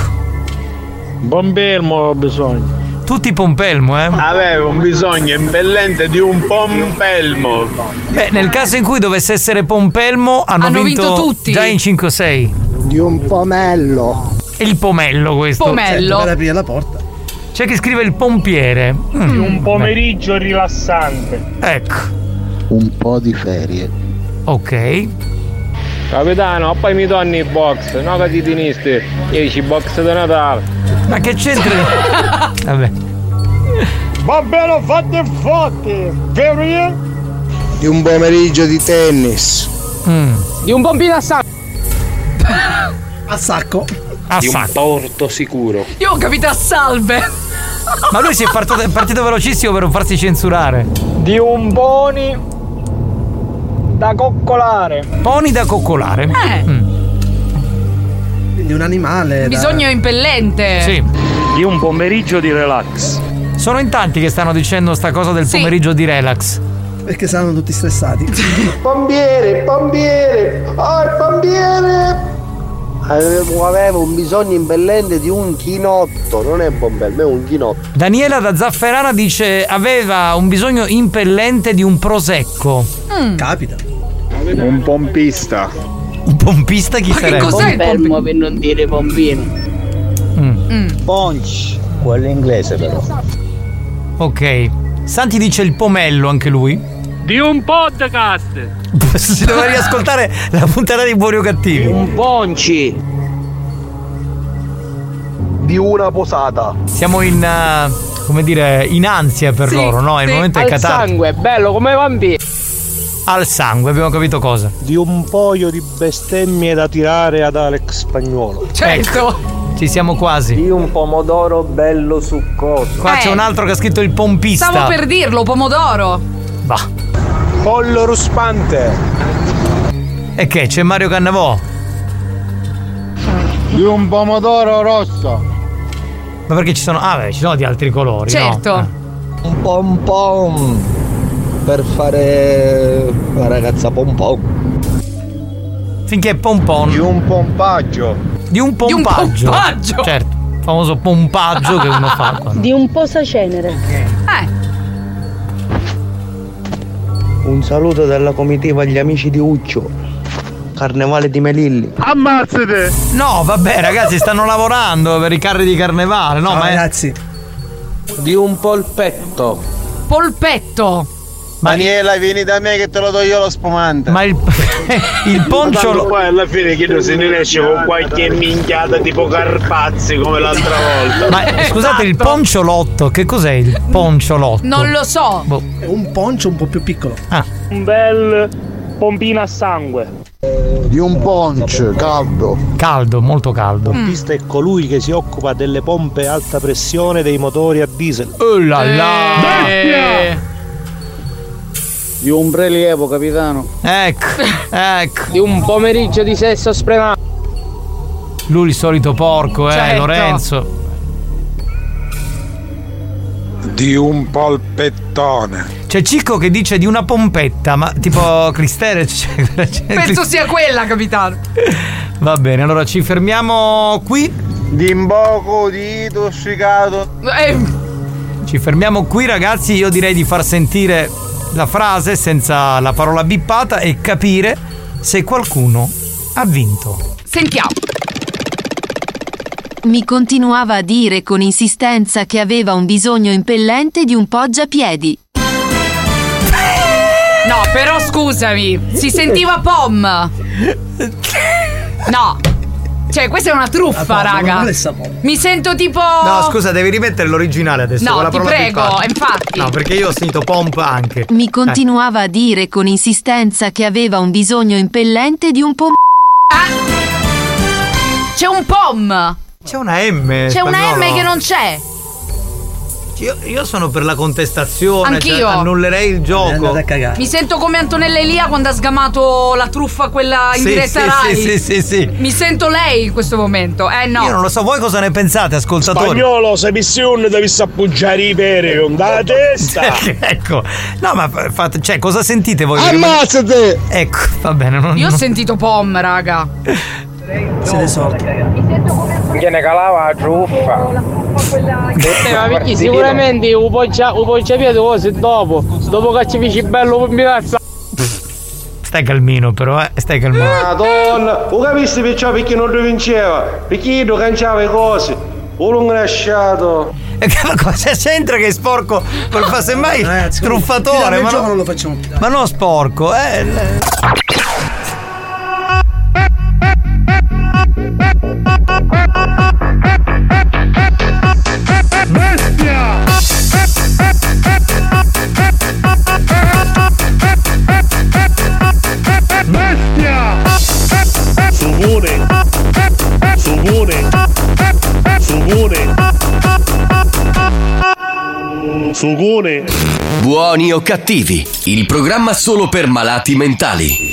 Pompelmo ho bisogno. Tutti pompelmo, eh? Avevo un bisogno impellente di un pompelmo. Beh, nel caso in cui dovesse essere pompelmo, hanno, Hanno vinto tutti. già in cinque o sei. Di un pomello. Il pomello questo. Pomello. Per aprire la porta. C'è chi scrive il pompiere. Mm. Un pomeriggio rilassante. Ecco. Un po' di ferie. Ok. Capitano, poi mi torni i box, no che ti tenisti. Io dici box di Natale. Ma che c'entra? Vabbè. Va bene, fate fate. Ferie? Di un pomeriggio di tennis. Mm. Di un pompino a sacco. A sacco. A di un sacco. porto sicuro. Io ho capito a salve. Ma lui si è partito, è partito velocissimo per non farsi censurare. Di un pony da coccolare. Pony da coccolare. Eh. Mm. Quindi un animale. Bisogno da... impellente. Sì. Di un pomeriggio di relax. Sono in tanti che stanno dicendo sta cosa del Sì. pomeriggio di relax. Perché saranno tutti stressati. Pompiere, pompiere, oh il pompiere! Avevo, avevo un bisogno impellente di un chinotto, non è bombelmo, è un chinotto. Daniela da Zafferana dice aveva un bisogno impellente di un prosecco. Mm. Capita. Un pompista. Un pompista chi Ma sarebbe? che cos'è il pompino per non dire pompino? Mm. Mm. Punch. Quello inglese però. Ok. Santi dice il pomello anche lui. Di un podcast. Si deve riascoltare la puntata di Buoni o Cattivi. Un ponci. Di una posata. Siamo in uh, come dire in ansia per Sì, loro, no? Il sì. momento è Al catartico. sangue, bello come i vampiri. Al sangue, abbiamo capito cosa? Di un paio di bestemmie da tirare ad Alex Spagnuolo. Certo. Ecco, ci siamo quasi. Di un pomodoro bello succoso. Qua Eh. c'è un altro che ha scritto il pompista. Stavo per dirlo, pomodoro. Bah. Pollo ruspante. E che? C'è Mario Cannavò? Di un pomodoro rosso. Ma perché ci sono. Ah, beh, ci sono di altri colori. Certo. No? Un pom pom. Per fare la ragazza pom pom. Finché è pompon. Di un pompaggio. Di un Di un pompaggio. pompaggio. Certo. Famoso pompaggio che uno fa. quando- Di un posacenere. Eh. Un saluto dalla comitiva agli amici di Uccio. Carnevale di Melilli. Ammazzate. No, vabbè, ragazzi, stanno lavorando per i carri di carnevale. No, Ciao, ma è- ragazzi. Di un polpetto. Polpetto. Daniela, vieni da me che te lo do io lo spumante. Ma il, il poncio lo- Poi alla fine chiedo se ne esce con qualche minchiata tipo Carpazzi come l'altra volta. Ma eh, scusate, il Esatto. ponciolotto, che cos'è il ponciolotto? Non lo so. Boh. È un poncio un po' più piccolo. Ah, Un bel pompino a sangue. Di un punch caldo. caldo, molto caldo. Mm. Pista è colui che si occupa delle pompe a alta pressione dei motori a diesel. Oh là là. Eh. Di un prelievo, capitano. Ecco, ecco. Di un pomeriggio di sesso sprenato. Lui il solito porco, eh, Certo. Lorenzo. Di un polpettone. C'è Cicco che dice di una pompetta, ma tipo Cristere. Cioè, c'è- Penso sia quella, capitano. Va bene, allora ci fermiamo qui. Di imboco di tossicato. Eh, Ci fermiamo qui, ragazzi. Io direi di far sentire la frase senza la parola bippata e capire se qualcuno ha vinto. sentiamo. Mi continuava a dire con insistenza che aveva un bisogno impellente di un poggiapiedi. No, però scusami, si sentiva pom. No. Cioè, questa è una truffa, raga. Mi sento tipo. No, scusa, devi rimettere l'originale adesso. No, con la ti parola prego, bippata. infatti. No, perché io ho sentito pomp anche. Mi continuava a dire con insistenza che aveva un bisogno impellente di un pom... C'è un pom. C'è una M. C'è una spagnolo. M che non c'è. Io, io sono per la contestazione. Anch'io. Cioè, annullerei il gioco. Mi sento come Antonella Elia quando ha sgamato la truffa quella in Sì, diretta sì, Rai. sì, sì, sì, sì. Mi sento lei in questo momento. Eh no. Io non lo so, voi cosa ne pensate, ascoltatori? Spagnolo, se missione devi appoggiare i peri con la testa. Ecco. No, ma fate, cioè, cosa sentite voi? Ammazzate! Ecco, va bene. Non, Io ho non- sentito pom, raga. Siete sordi. Viene calava la truffa. Eh, ma perché sicuramente un poggiapiede cose dopo. Dopo che ci feci bello combinato. Stai calmino, però, eh. Stai calmino. Madonna, lo capisci perciò perché non lo vinceva? Perché io canciava le cose. O l'ho lasciato. Ma cosa c'entra che è sporco? Per fa semmai Ragazzi, truffatore, il ma gioco no, non lo facciamo più. ma no sporco, eh. le- Bestia! Bestia! Subone! Subone! Subone! Sugone! Buoni o cattivi, il programma solo per malati mentali.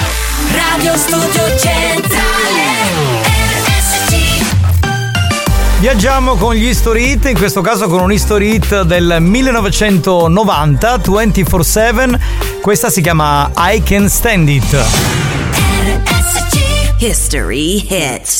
Radio Studio Centrale R S C Viaggiamo con gli History Hit, in questo caso con un History Hit del millenovecentonovanta, ventiquattro sette. Questa si chiama I Can Stand It. History Hit.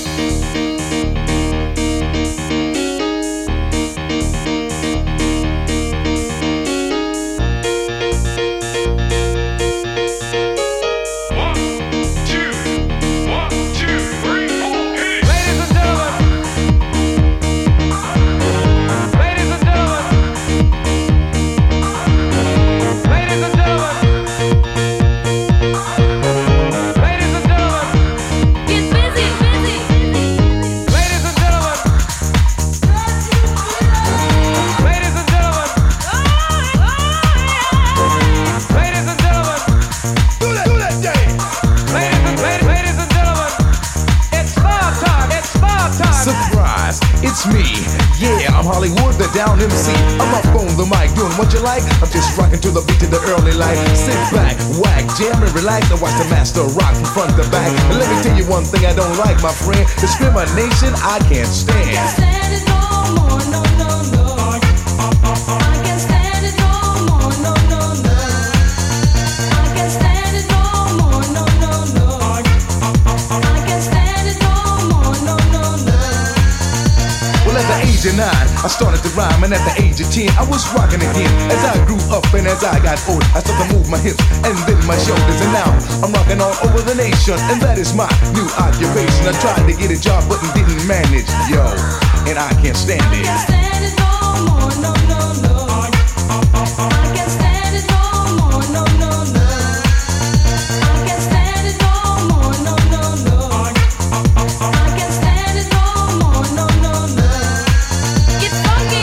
It's me, yeah, I'm Hollywood, the down M C. I'm up on the mic, doing what you like. I'm just rocking to the beat to the early light. Sit back, whack, jam and relax, and watch the master rock from front to back. And let me tell you one thing I don't like, my friend. Discrimination I can't stand. I can't stand it no more, no, no, no. I can't stand it no more, no, no, no. I can't stand it no more, no, no, no. I can't stand it no more, no, no, no. Well, at the age of nine, I started to rhyme, and at the age of ten, I was rocking again. As I grew up and as I got old, I started to move my hips and then my shoulders, and now I'm rocking all over the nation, and that is my new occupation. I tried to get a job, but didn't manage, yo, and I can't stand it. I can't stand it no more, no, no, no. I can't stand it no more, no, no, no. I can't stand it no more, no, no, no. I can't stand it no more, no, no, no. Get funky.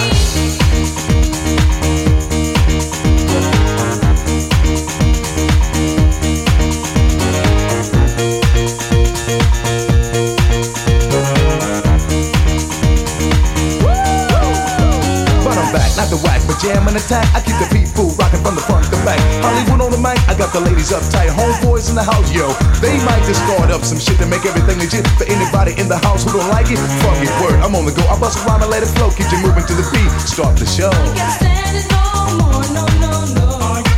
But I'm back, not the whack, but jam and attack. I keep the people rocking from the front to back. Hollywood on the mic, I got the ladies uptight. Homeboys in the house, yo. They might just start up some shit to make everything legit. For anybody in the house who don't like it, fuck it, word, I'm on the go. I bust a rhyme and let it flow. Keep you moving to the beat, start the show. I can't stand it no more, no, no, no.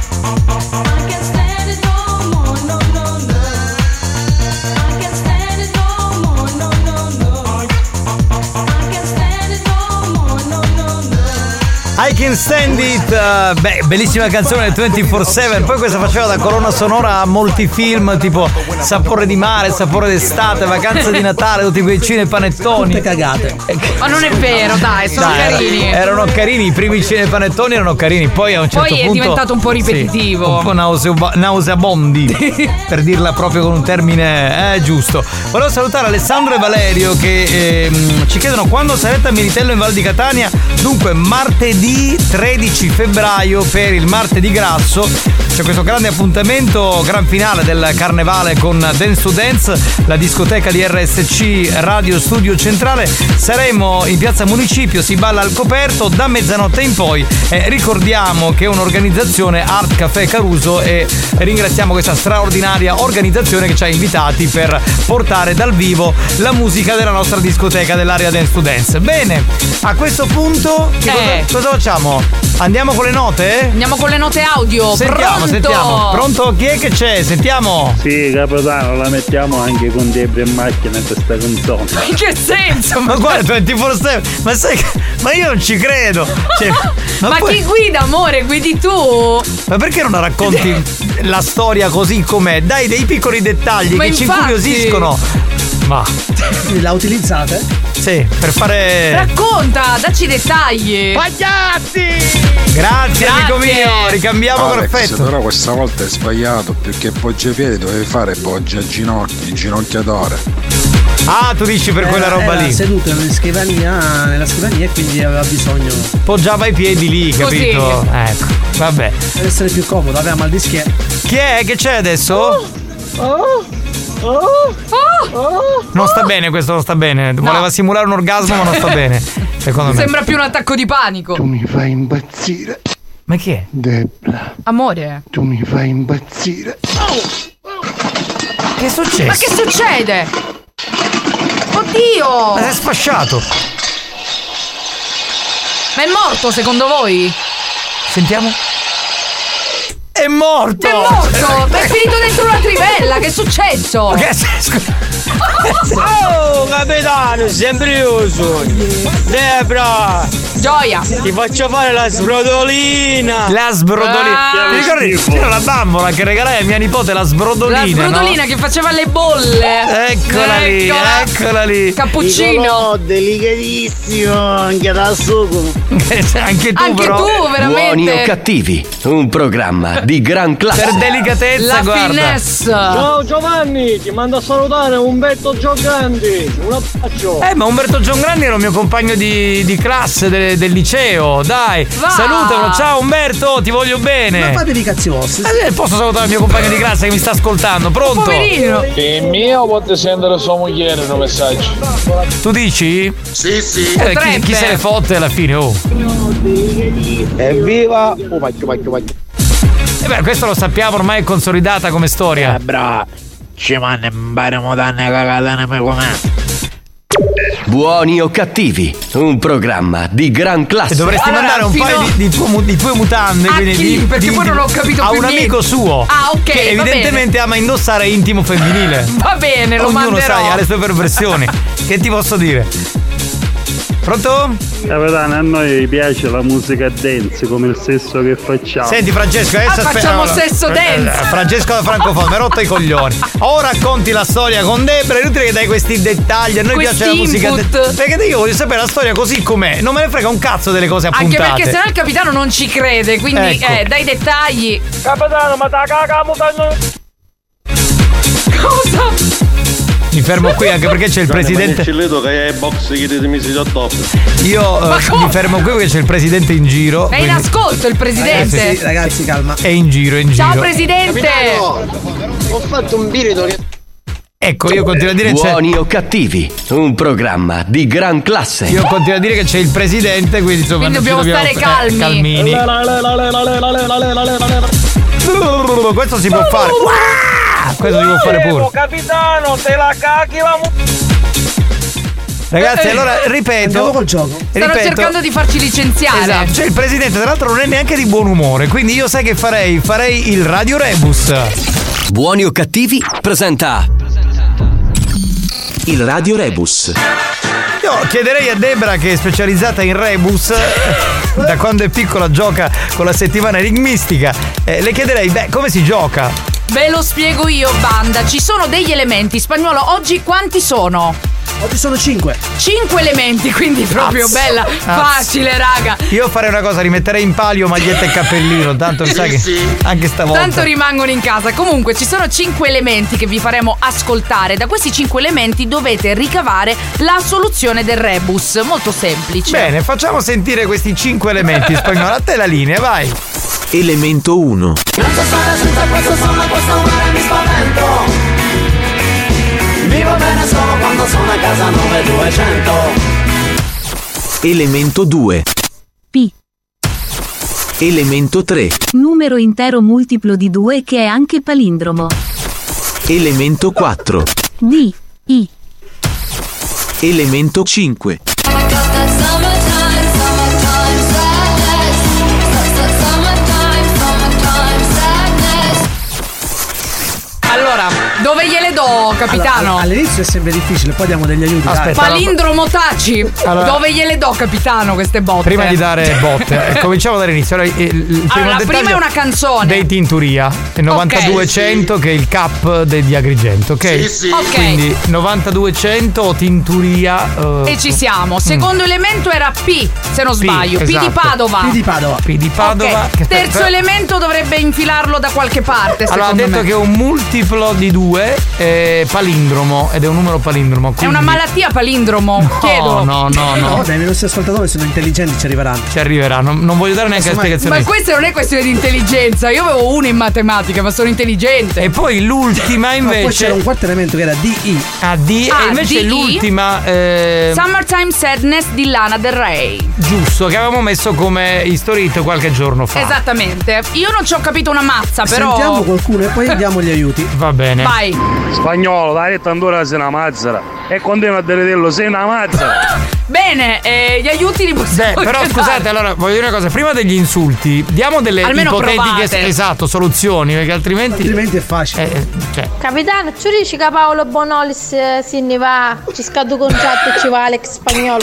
I can't stand it no more, no, no, no. I can't stand it no more, no, no, no. I can't stand it no more, no, no, no. I Can Stand It, uh, beh, bellissima canzone del ventiquattro sette. Poi questa faceva da colonna sonora a molti film, tipo Sapore di mare, Sapore d'estate, Vacanze di Natale, tutti quei cinepanettoni. Tutte cagate. Ma non è vero, dai, sono Dai, carini. era- erano carini, i primi cinepanettoni erano carini, poi a un certo Poi è punto diventato un po' ripetitivo. sì, un po' nauseo- nauseabondi, per dirla proprio con un termine eh, giusto. Volevo salutare Alessandro e Valerio che ehm, ci chiedono quando sarete a Militello in Val di Catania. Dunque martedì tredici febbraio per il martedì grasso c'è questo grande appuntamento, gran finale del carnevale con Dance to Dance, la discoteca di R S C Radio Studio Centrale. Saremo in piazza Municipio, si balla al coperto da mezzanotte in poi. Eh, ricordiamo che è un'organizzazione Art Café Caruso e ringraziamo questa straordinaria organizzazione che ci ha invitati per portare dal vivo la musica della nostra discoteca dell'area Dance to Dance. Bene, a questo punto che Eh. cosa, cosa facciamo? Andiamo con le note? Andiamo con le note audio. Sentiamo, Pronto? sentiamo. Pronto? Chi è che c'è? Sentiamo. Sì, capitano, la mettiamo anche con Debra in macchina questa canzone. In che senso? Ma guarda, ventiquattro sette, ma sai che, ma io non ci credo. Cioè, Ma, poi- chi guida, amore? Guidi tu? Ma perché non racconti la storia così com'è? Dai dei piccoli dettagli Ma che ci infatti- incuriosiscono. Ma La utilizzate? sì, per fare. Racconta, dacci i dettagli. Pagliazzi! Grazie, amico Grazie. mio, ricambiamo Alex, perfetto. però questa volta hai sbagliato perché poggia piedi dovevi fare poggia ginocchi, ginocchiatore. Ah, tu dici per quella Era- roba era lì. seduto nella scrivania, nella scrivania e quindi aveva bisogno Poggiava i piedi lì, Così. capito? Ecco, vabbè. per essere più comodo, aveva mal di schiena. Chi è? Che c'è adesso? Oh! Oh! Oh! Non sta bene questo, non sta bene. Voleva simulare un orgasmo, ma non sta bene. Secondo me. Sembra più un attacco di panico. Tu mi fai impazzire. Ma chi è? Debra, Amore. tu mi fai impazzire. Che è successo? Ma che succede? Oddio! Ma si è sfasciato. Ma è morto secondo voi? Sentiamo. È morto! È morto! Ma è finito dentro una trivella, che è successo? Che Oh, capitano, sempre io sono. Debra! Gioia! Ti faccio fare la sbrodolina! La sbrodolina! Ah, Ti ricordi? C'era la bambola che regalai a mia nipote la sbrodolina. La sbrodolina, no? Che faceva le bolle! Eccola lì, eccola lì! Cappuccino! Delicatissimo, anche da sugo! Anche tu, Anche però. tu, veramente! Buoni o cattivi, un programma di gran classe. Per delicatezza, La guarda. finesse! Ciao Giovanni, ti mando a salutare Umberto Giograndi. Un abbraccio! Eh, ma Umberto Giograndi era il mio compagno di, di classe del, del liceo. Dai, Va. salutalo. Ciao Umberto, ti voglio bene. Ma fatevi cazzi vostri. Eh, posso salutare il mio compagno di classe che mi sta ascoltando? Pronto? Poverino! Il mio potete sentire sua moglie un messaggio. Tu dici? Sì, sì. Eh, chi, chi se ne fotte alla fine, oh. Evviva! Oh, macchio, macchio, macchio. E beh, questo lo sappiamo, ormai è consolidata come storia. Eh, bravo. Ci manna imparamo danne cagate me com'è. Buoni o cattivi, un programma di gran classe. E dovresti Allora, mandare un fino- paio di, di, tue, di tue mutande. A quindi chi? di- Perché di- poi non ho capito a più un niente. amico suo. Ah, ok, Che va evidentemente ama indossare intimo femminile. Va bene, lo Ognuno, manderò. sai, ha le sue perversioni. Che ti posso dire? Pronto? Capitano, a noi piace la musica dance come il sesso che facciamo. Senti Francesco, adesso Ah, facciamo sesso dance. Eh, Francesco da Francoforte, mi hai rotto i coglioni. O racconti la storia con Debra, è inutile che dai questi dettagli. A noi Questi piace la musica input. dance. Perché io voglio sapere la storia così com'è. Non me ne frega un cazzo delle cose Anche appuntate. perché sennò il capitano non ci crede, quindi Ecco. eh, dai dettagli. Capitano, ma ta caga mutando. Cosa? Mi fermo qui anche perché c'è il presidente. Ci vedo che è box che ti misi già top. Io Ma eh, come? mi fermo qui perché c'è il presidente in giro. È in quindi- ascolto il presidente. Eh, sì, Ragazzi, calma. È in giro, è in giro. Ciao presidente. Ho fatto un birito che... Ecco, io continuo a dire c'è. Buoni o cattivi, un programma di gran classe. Io continuo a dire che c'è il presidente, quindi insomma. Quindi non ci dobbiamo stare calmi. eh, calmini. Questo si può fare. Questo si può fare pure. Capitano, te la caghi la mu- Ragazzi, Eh, allora ripeto. Andiamo col gioco. Stanno ripeto- cercando di farci licenziare. Esatto, cioè il presidente tra l'altro non è neanche di buon umore, quindi io sai che farei? Farei il Radio Rebus. Buoni o cattivi presenta il Radio Rebus. Io chiederei a Debra, che è specializzata in rebus, da quando è piccola gioca con la settimana enigmistica, eh, le chiederei, beh, come si gioca? Ve lo spiego io, banda. Ci sono degli elementi. Spagnolo, oggi quanti sono? Oggi sono cinque. Cinque elementi, quindi proprio Azz. bella, Azz. facile, raga. Io farei una cosa, rimetterei in palio maglietta e cappellino, tanto mi sa che anche stavolta. Tanto rimangono in casa. Comunque ci sono cinque elementi che vi faremo ascoltare. Da questi cinque elementi dovete ricavare la soluzione del rebus. Molto semplice. Bene, facciamo sentire questi cinque elementi. Spagnolo, a te la linea, vai. Elemento uno. Non so stare senza questo sonno, questo mare mi spavento. Vivo bene solo quando sono a casa nove duecento. Elemento due. P. Elemento tre. Numero intero multiplo di due che è anche palindromo. Elemento quattro. D. I. Elemento cinque. Allora, dove gliele do, capitano? Allora, all'inizio è sempre difficile, poi diamo degli aiuti. Aspetta. dai. Palindromo taci. Allora- Dove gliele do, capitano, queste botte? Prima di dare botte, eh, cominciamo dall'inizio. Allora, il, il primo Allora, la dettaglio prima è una canzone. dei Tinturia, il novantadue cento che è il cap de- di Agrigento, ok? Sì, sì. Ok. Quindi novantadue cento o Tinturia. eh, E ci siamo. Secondo elemento era P, se non P, sbaglio. P di esatto. Padova. P di Padova. P di Padova. Ok. che- Terzo però- elemento dovrebbe infilarlo da qualche parte. Allora, ha secondo detto me. che è un multiplo di due è palindromo ed è un numero palindromo. È quindi- una malattia palindromo. No, Chiedo. no, no, No, no. dai, i nostri ascoltatori sono intelligenti, ci arriveranno. Ci arriverà, non, non voglio dare neanche la Insomma, spiegazione. Ma questa non è questione di intelligenza. Io avevo uno in matematica, ma sono intelligente. E poi l'ultima No, poi invece. c'era un quarto elemento che era D I. Ah, D, Ah, e invece D I? l'ultima. eh, Summertime Sadness di Lana Del Rey. giusto, che avevamo messo come history hit qualche giorno fa. Esattamente. Io non ci ho capito una mazza, però. Sentiamo qualcuno e poi diamo gli aiuti. Va bene. Vai. Spagnolo, spagnolo, dai detto ancora sei una mazzara. E continua a dirlo, sei una mazzara. Bene, eh, gli aiuti li possiamo Beh, però dare. scusate, allora voglio dire una cosa, prima degli insulti, diamo delle Almeno ipotetiche provate. esatto, soluzioni, perché altrimenti Altrimenti è facile. Eh, cioè. Capitano, ci dici che Paolo Bonolis eh, se ne va, ci scado contratto e ci va Alex Spagnolo.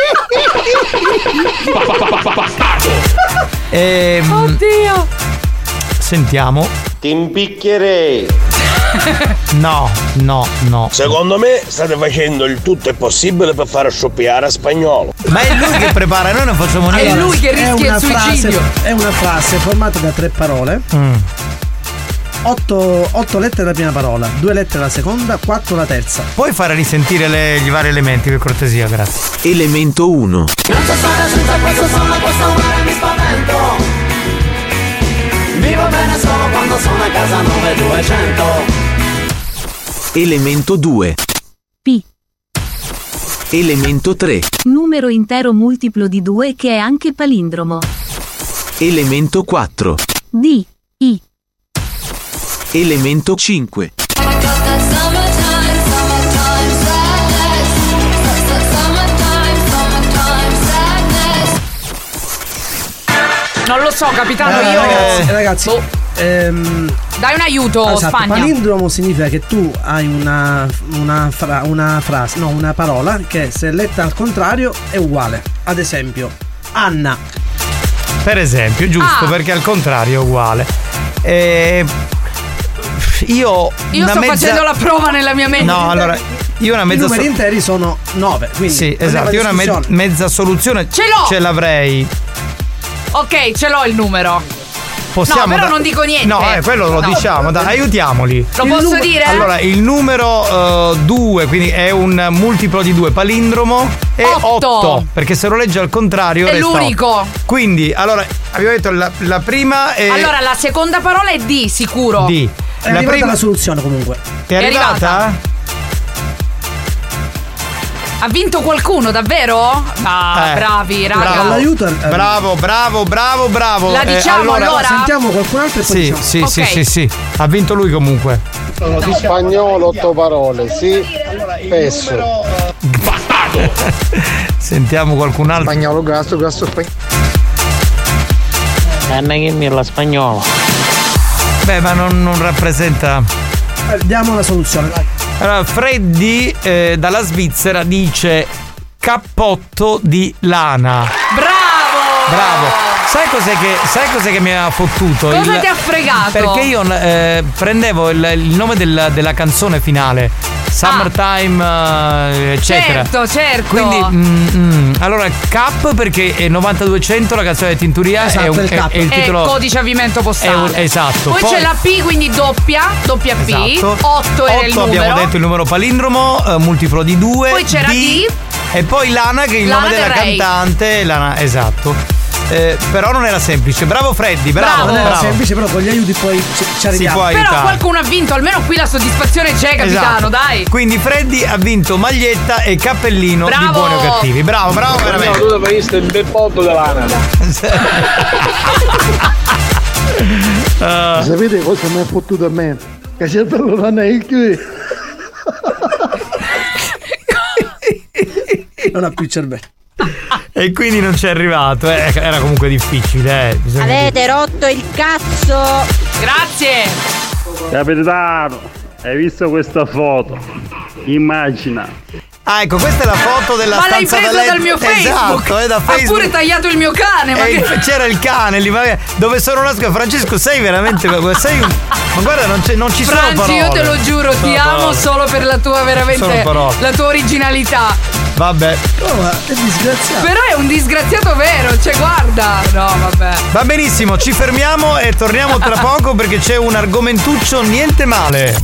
Ehm, Oddio. Sentiamo. Ti impicchierei. No, no, no. Secondo me state facendo il tutto è possibile per fare scoppiare a Spagnolo. Ma è lui che prepara, noi non facciamo niente. Allora, è una frase, è una frase formata da tre parole. Mm. Otto, otto lettere la prima parola, due lettere la seconda, quattro la terza. Puoi fare risentire le, gli vari elementi per cortesia, grazie. Elemento uno. Non so stare senza questo sonno, questo mare mi spavento. Vivo bene solo quando sono a casa nove duecento. Elemento due. P. Elemento tre. Numero intero multiplo di due che è anche palindromo. Elemento quattro. D. I. Elemento cinque. Non lo so, capitano, Eh, io. Ragazzi, ragazzi ehm, Dai un aiuto, esatto, Spagna. palindromo significa che tu hai una, una, fra- una frase, no, una parola che se letta al contrario è uguale. Ad esempio, Anna. Per esempio, giusto, Ah. perché al contrario è uguale. Eh, io Io una sto mezza... facendo la prova nella mia mente. No, allora, io una I mezza numeri so- interi sono nove. Quindi Sì, non è esatto, una io una me- discussione. mezza soluzione Ce l'ho! ce l'avrei. Ok, ce l'ho il numero. Possiamo no, però da- non dico niente. No, eh, quello lo No. diciamo, dai, aiutiamoli. Lo Il posso numero- dire? Allora, il numero due, quindi è un multiplo di due, palindromo, è Otto. otto. Perché se lo legge al contrario È resta l'unico. otto. Quindi, allora, abbiamo detto la, la prima è Allora, la seconda parola è D, sicuro. D. È arrivata la soluzione comunque. È arrivata? Ha vinto qualcuno, davvero? Ah, Eh, bravi, raga. Bravo, bravo, bravo, bravo, bravo. La diciamo, allora? Sentiamo qualcun altro e poi Sì, diciamo. sì, Ok. sì, sì, sì. Ha vinto lui comunque. Di spagnolo otto parole, sì, spesso. Sentiamo qualcun altro. Spagnolo grasso, grasso spagnolo. Anna che mi la spagnolo. Beh, ma non, non rappresenta. Eh, Diamo la soluzione, dai. Allora, Freddy eh, dalla Svizzera dice cappotto di lana. Bravo! Bravo. Sai cos'è che, sai cos'è che mi ha fottuto? Cosa ti ha fregato? Perché io eh, prendevo il, il nome del- della canzone finale, Summertime, eh, eccetera. Certo, certo. Quindi, mm, mm, allora, Cap perché è novantaduecento, la canzone di Tinturia Esatto, è, un, il è, Cap. è il È titolo. codice avviamento postale. è un- esatto. Poi, c'è la P, quindi doppia, doppia P. Esatto. otto era il otto numero. abbiamo detto il numero palindromo, eh, multiplo di due. Poi c'era D. E poi Lana che è il Lana nome della Del Rey. cantante. Lana, esatto. Eh, però non era semplice. Bravo Freddy, bravo. Non era bravo. semplice, però con gli aiuti poi ci, ci arriviamo. può Però aiutare. qualcuno ha vinto, almeno qui la soddisfazione c'è, capitano, Esatto. dai. Quindi Freddy ha vinto maglietta e cappellino Bravo. di Buoni o Cattivi. Bravo, bravo veramente. tu hai visto il bel potto dell'ana. Ah. Sapete cosa mi ha fottuto a me? Che si è bello non è il qui. Non ha più cervello. E quindi non ci è arrivato, eh. Era comunque difficile, eh. Bisogna dire. Avete rotto il cazzo. Grazie. Capitano, hai visto questa foto? Immagina. Ah, ecco, questa è la foto della Ma l'hai stanza presa da letto. dal mio Facebook? Esatto, è da Ha Facebook. pure tagliato il mio cane, ma E che... il- c'era il cane lì, ma dove sono nascosto? Francesco, sei veramente. Sei un- ma guarda, non, c'è- non ci sono Franci, parole. io te lo giuro, Sono ti amo parole. solo per la tua Sono veramente parole. la tua originalità. Vabbè. Oh, ma è disgraziato. Però è un disgraziato vero, cioè guarda. No, vabbè. Va benissimo, ci fermiamo e torniamo tra poco perché c'è un argomentuccio niente male.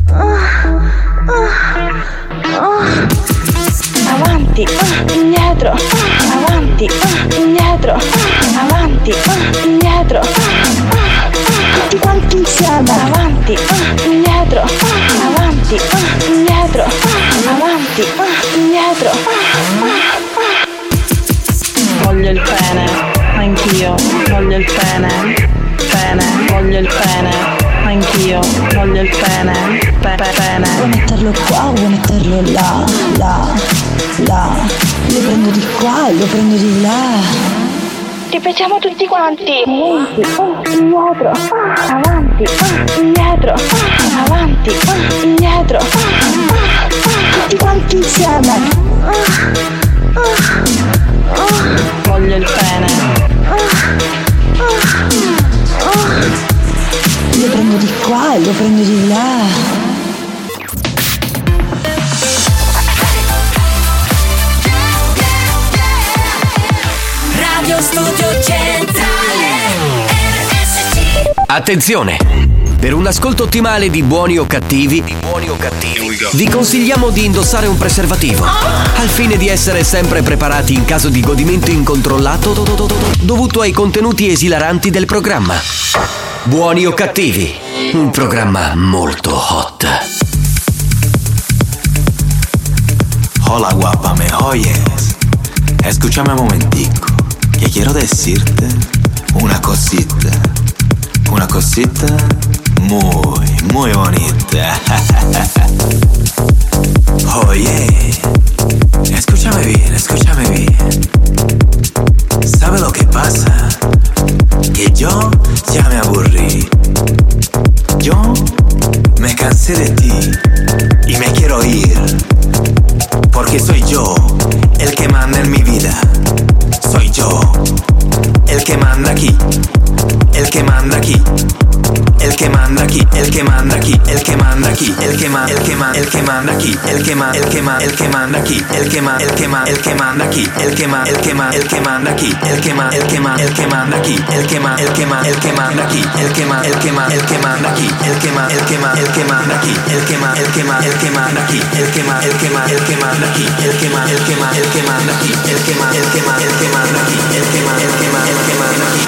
Avanti, ah, indietro, ah, avanti, ah, indietro, ah, avanti, ah, indietro, ah, ah, tutti quanti insieme, avanti, ah, indietro, ah, avanti, ah, indietro, ah, avanti, ah, indietro. ah, ah. Voglio il pene, anch'io, voglio il pene, pene, voglio il pene, anch'io, voglio il pene, pe- pe- pene. Vuoi metterlo qua, vuoi metterlo là, là, là. Lo prendo di qua, lo prendo di là. Ripetiamo tutti quanti. Indietro, avanti, indietro, avanti, indietro. Tutti quanti insieme. Voglio il pene. Lo prendo di qua e lo prendo di là. Radio Studio Centrale R S C. Attenzione! Per un ascolto ottimale di Buoni o Cattivi, di Buoni o Cattivi, vi consigliamo di indossare un preservativo, al fine di essere sempre preparati in caso di godimento incontrollato dovuto ai contenuti esilaranti del programma. Buoni o Cattivi, un programma molto hot. Hola guapa, me oyes. Escúchame un momentico, que quiero decirte una cosita, una cosita muy, muy bonita. Oye, escúchame bien, escúchame bien. ¿Sabe lo que pasa? Que yo ya me aburrí. Yo me cansé de ti y me quiero ir. Porque soy yo el que manda en mi vida. Soy yo el que manda aquí. El que manda aquí. El que manda aquí, el que manda aquí, el que manda aquí, el que manda, el que manda, el que manda aquí, el que manda, el que manda, el que manda aquí, el que manda, el que manda, el que manda aquí, el que manda, el que manda, el que manda aquí, el que manda, el que manda, el que manda aquí, el que manda, el que manda, el que manda aquí, el que manda, el que manda, el que manda aquí, el que manda, el que manda, el que manda aquí, el que manda, el que manda, el que manda aquí, el que manda, el que manda, el que manda aquí, el que manda, el que manda, el que manda aquí, el que manda, el que manda, el que manda aquí, el que manda, el que manda, el que manda aquí.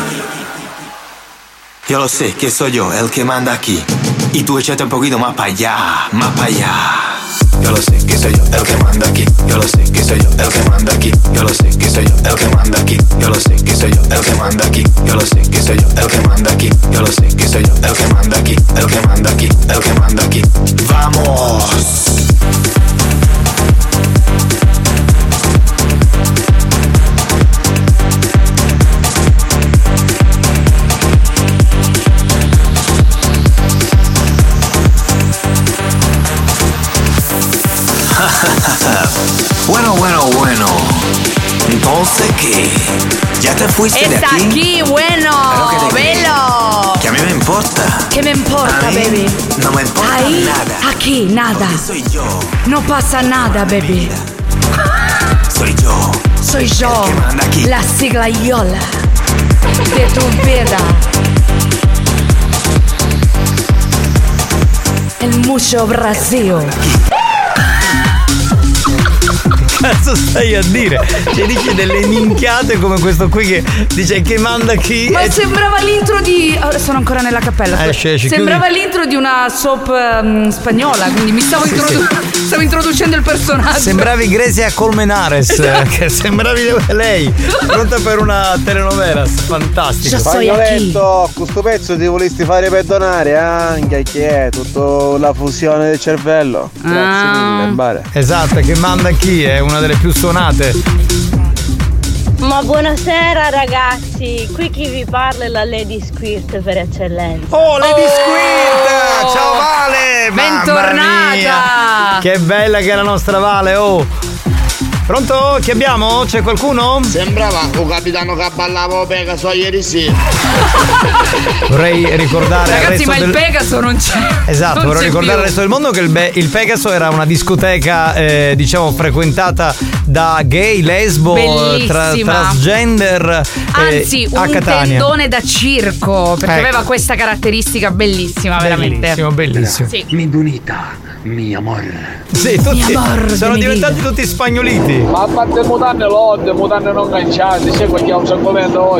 Yo lo sé que soy yo el que manda aquí. Y tú échate un poquito más para allá, más para allá. Yo lo sé que soy yo el que manda aquí. Yo lo sé que soy yo el que manda aquí. Yo lo sé que soy yo el que manda aquí. Yo lo sé que soy yo el que manda aquí. Yo lo sé que soy yo el que manda aquí. Yo lo sé que soy yo el que manda aquí. El que manda aquí, el que manda aquí. ¡Vamos! Bueno, bueno, bueno. Entonces, ¿qué? ¿Ya te fuiste de Está aquí? aquí, bueno, velo. Que a mí me importa. ¿Qué me importa, A mí baby? no me importa Ahí, nada. aquí, nada. Soy yo. No pasa nada, baby. Soy yo. Soy yo, El que manda aquí. la siglayola de tu vida. El mucho Brasil. Cazzo stai a dire? Cioè dici delle minchiate come questo qui che dice che manda chi. Ma e... sembrava l'intro di. Oh, sono ancora nella cappella. Esce, esce, sembrava chiudi. l'intro di una soap um, spagnola, quindi mi stavo, Sì, introdu- sì. stavo introducendo il personaggio. Sembravi Grecia Colmenares, Esatto. che sembravi lei, pronta per una telenovela, fantastica. Spagnoletto, questo pezzo ti volesti fare perdonare anche che è tutta la fusione del cervello. Grazie Ah. mille, Bare. Esatto, che manda chi è una delle più suonate. Ma buonasera ragazzi, qui chi vi parla è la Lady Squirt per eccellenza. Oh, Lady Squirt! Ciao Vale! Mamma Bentornata! mia! Che bella che è la nostra Vale, oh! Pronto? Chi abbiamo? C'è qualcuno? Sembrava un capitano che ballava Pegaso ieri sera. Vorrei ricordare al Ragazzi, resto ma il del... Pegaso non c'è. Esatto, non vorrei c'è ricordare al più. resto del mondo che il, Be- il Pegaso era una discoteca, eh, diciamo, frequentata da gay, lesbo, tra- Bellissima. transgender. eh, Anzi, a un Catania. tendone da circo, perché Ecco. aveva questa caratteristica bellissima, veramente. Bellissimo, bellissimo. Sì. Mi bonita, mi amor. Sì, tutti Mi amor de sono mi diventati tutti spagnoliti. Ma a parte mutande lode, mutande non canciate, c'è quegli altri argomenti oggi.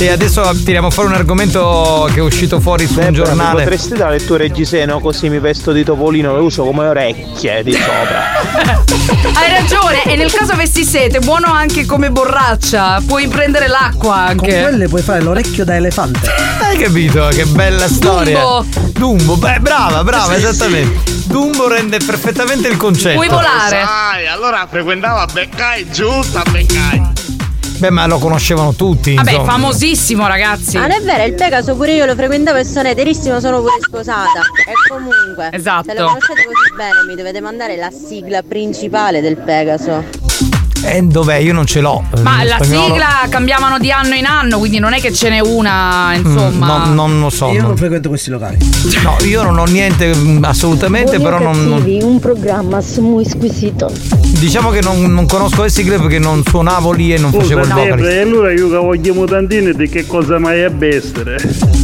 E adesso tiriamo fuori un argomento che è uscito fuori su Beh, un giornale. Potresti dare il tuo reggiseno così mi vesto di topolino, lo uso come orecchie di sopra. Hai ragione, e nel caso avessi sete, buono anche come borraccia. Puoi prendere l'acqua anche. Con quelle puoi fare l'orecchio da elefante. Hai capito? Che bella storia. Dumbo. Dumbo, beh, brava, brava, esattamente. Dumbo rende perfettamente il concetto. Puoi volare. Sai, allora frequentava Beccai, giusto a Beccai. Beh, ma lo conoscevano tutti. Vabbè, insomma. famosissimo, ragazzi. Ah, non è vero, il Pegaso pure io lo frequentavo e sono eterissimo, sono pure sposata. E comunque, esatto. se lo conoscete così bene, mi dovete mandare la sigla principale del Pegaso. E eh, dov'è? Io non ce l'ho. Ma la spagnolo. sigla cambiavano di anno in anno, quindi non è che ce n'è una, insomma. Mm, no, non lo so. Io no. non frequento questi locali. No, io non ho niente mm, assolutamente, Buoni però o non, non. cattivi, un programma muy squisito. Diciamo che non, non conosco le sigle perché non suonavo lì e non facevo il vocalista. E allora io che voglio mutandine di che cosa mai è essere?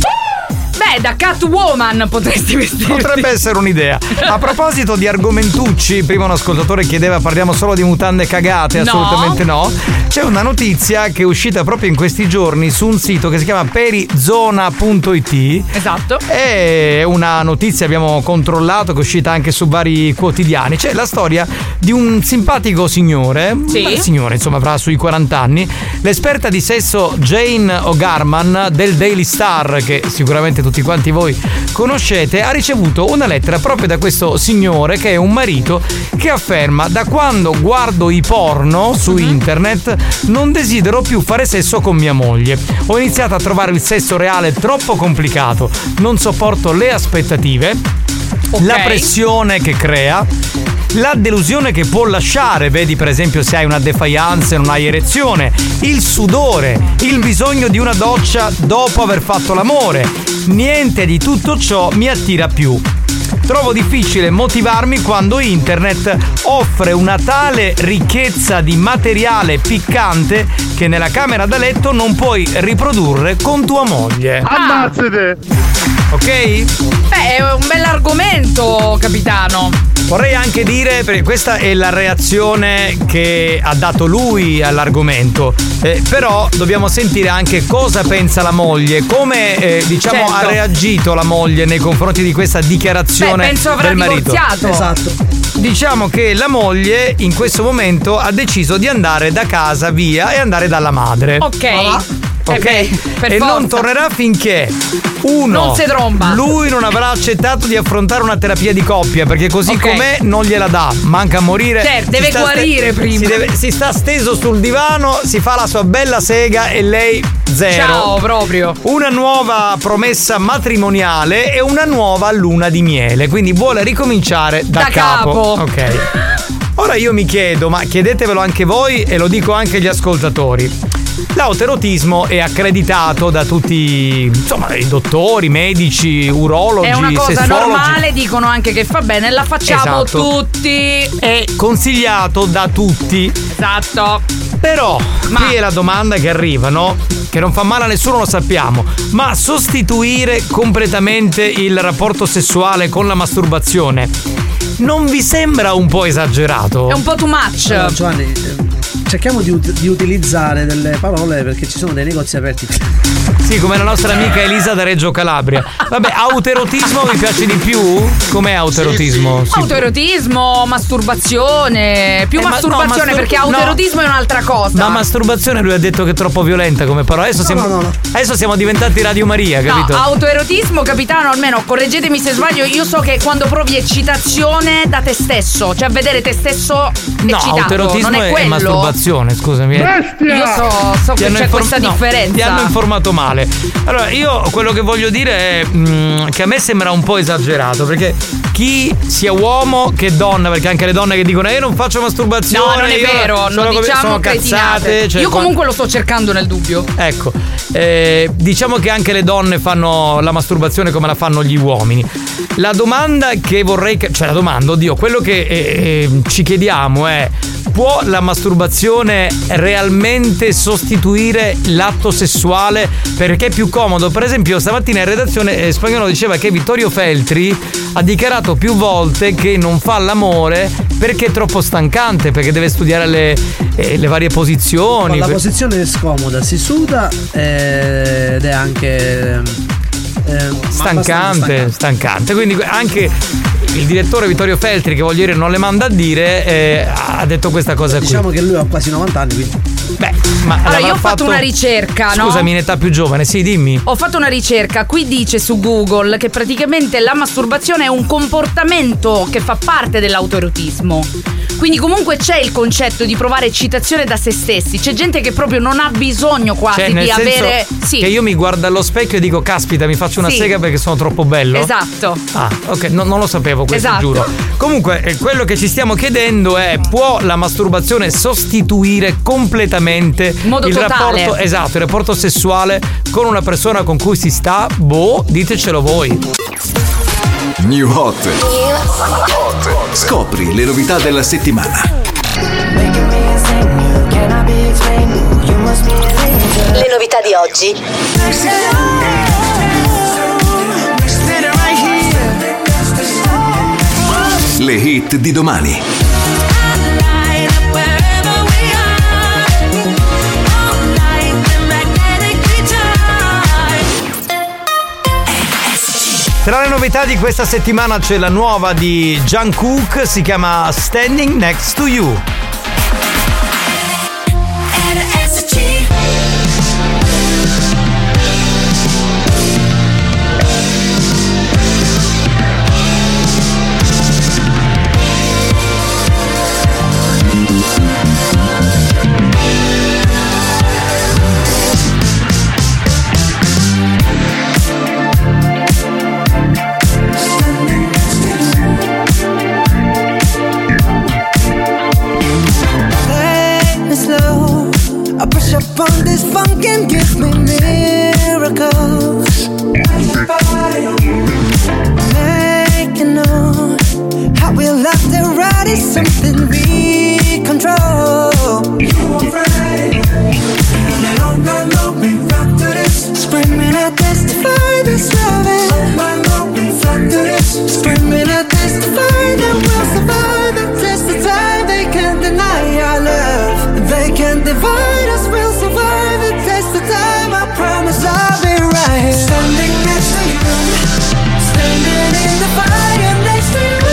Beh, da Catwoman potresti vestirti. Potrebbe essere un'idea. A proposito di argomentucci, prima un ascoltatore chiedeva parliamo solo di mutande cagate, No. assolutamente no. C'è una notizia che è uscita proprio in questi giorni su un sito che si chiama perizona punto it. Esatto. È una notizia, abbiamo controllato, che è uscita anche su vari quotidiani. C'è la storia di un simpatico signore, Sì. un signore insomma avrà sui quaranta anni, l'esperta di sesso Jane O'Garman del Daily Star, che sicuramente tutti quanti voi conoscete, ha ricevuto una lettera proprio da questo signore che è un marito che afferma: da quando guardo i porno su internet non desidero più fare sesso con mia moglie, ho iniziato a trovare il sesso reale troppo complicato, non sopporto le aspettative, Ok. la pressione che crea, la delusione che può lasciare, vedi per esempio se hai una defiance e non hai erezione, il sudore, il bisogno di una doccia dopo aver fatto l'amore. Niente di tutto ciò mi attira più. Trovo difficile motivarmi quando internet offre una tale ricchezza di materiale piccante che nella camera da letto non puoi riprodurre con tua moglie. Ammazzate! Ok? Beh, è un bell'argomento, capitano. Vorrei anche dire, perché questa è la reazione che ha dato lui all'argomento, eh, però dobbiamo sentire anche cosa pensa la moglie, come eh, diciamo Certo. ha reagito la moglie nei confronti di questa dichiarazione Beh, penso avrà del marito. divorziato. Esatto. Diciamo che la moglie in questo momento ha deciso di andare da casa via e andare dalla madre. Ok. Ok? Eh beh, per e forza. non tornerà finché uno Non si tromba. lui non avrà accettato di affrontare una terapia di coppia, perché così Ok. com'è non gliela dà, manca a morire. Certo, Si deve sta guarire prima. Si, deve- si sta steso sul divano, si fa la sua bella sega e lei zero. Ciao, proprio. Una nuova promessa matrimoniale e una nuova luna di miele, quindi vuole ricominciare da, Da capo. Ok. Ora io mi chiedo, ma chiedetevelo anche voi e lo dico anche agli ascoltatori. L'autoerotismo è accreditato da tutti, insomma, i dottori, medici, urologi, È una cosa sessuologi. normale, dicono anche che fa bene, la facciamo Esatto. tutti. È consigliato da tutti. Esatto. Però qui è la domanda che arriva, no? Che non fa male a nessuno, lo sappiamo. Ma sostituire completamente il rapporto sessuale con la masturbazione non vi sembra un po' esagerato? È un po' too much. Allora, Giovanni, eh, cerchiamo di, ut- di utilizzare delle parole perché ci sono dei negozi aperti. Sì, come la nostra amica Elisa da Reggio Calabria. Vabbè, autoerotismo vi piace di più? Com'è autoerotismo? Sì. Autoerotismo, masturbazione. Più Eh, ma- masturbazione, no, mastur- perché no. autoerotismo è un'altra cosa. Ma masturbazione lui ha detto che è troppo violenta come parola. Adesso, siamo, no, no. adesso siamo diventati Radio Maria, capito? No, autoerotismo, capitano, almeno correggetemi se sbaglio, io so che quando provi eccitazione da te stesso, cioè vedere te stesso No, eccitato, autoerotismo non è, è, è quello. masturbazione, scusami. eh. Io so, so Ti che hanno c'è inform- questa no, differenza. Ti hanno informato male. Allora, io quello che voglio dire è mh, che a me sembra un po' esagerato, perché chi sia uomo che donna, perché anche le donne che dicono io non faccio masturbazione. No, non è io vero, sono non come- diciamo sono cretinate. cazzate. Cioè, Io qua- comunque lo sto cercando nel dubbio. Ecco, eh, diciamo che anche le donne fanno la masturbazione come la fanno gli uomini. la domanda che vorrei, cioè la domanda, oddio, quello che eh, eh, ci chiediamo è: può la masturbazione realmente sostituire l'atto sessuale? Perché è più comodo. Per esempio stamattina in redazione eh, Spagnolo diceva che Vittorio Feltri ha dichiarato più volte che non fa l'amore perché è troppo stancante, perché deve studiare le, eh, le varie posizioni. Ma la per... posizione è scomoda, si suda eh, ed è anche eh, stancante, stancante. Quindi anche il direttore Vittorio Feltri, che voglio dire non le manda a dire, eh, ha detto questa cosa diciamo qui. Diciamo che lui ha quasi novanta anni, quindi. Beh, ma allora io ho fatto, fatto una ricerca, no? Scusami, in età più giovane, sì, dimmi. Ho fatto una ricerca, qui dice su Google che praticamente la masturbazione è un comportamento che fa parte dell'autoerotismo. Quindi comunque c'è il concetto di provare eccitazione da se stessi. C'è gente che proprio non ha bisogno quasi cioè, nel di senso avere. Sì. Che io mi guardo allo specchio e dico caspita, mi faccio una Sì. sega perché sono troppo bello. Esatto. Ah, ok, no, non lo sapevo questo, Esatto. giuro. Comunque eh, quello che ci stiamo chiedendo è: può la masturbazione sostituire completamente In modo il totale. rapporto, esatto, il rapporto sessuale con una persona con cui si sta? Boh, ditecelo voi. New Hot. Scopri le novità della settimana. Le novità di oggi. Le hit di domani. Tra le novità di questa settimana c'è la nuova di Jungkook, si chiama Standing Next to You. Up on this funk and give me miracles. Making know how we love to ride is something we control. You already know, no, no, we rock to this. Screaming, I testify this loving. No, no, we rock to this. Screaming, I testify that we'll survive the test of time. They can't deny our love. They can't divide us. We'll survive the test of time. I promise I'll be right. Standing next to you, standing in the fire next to you.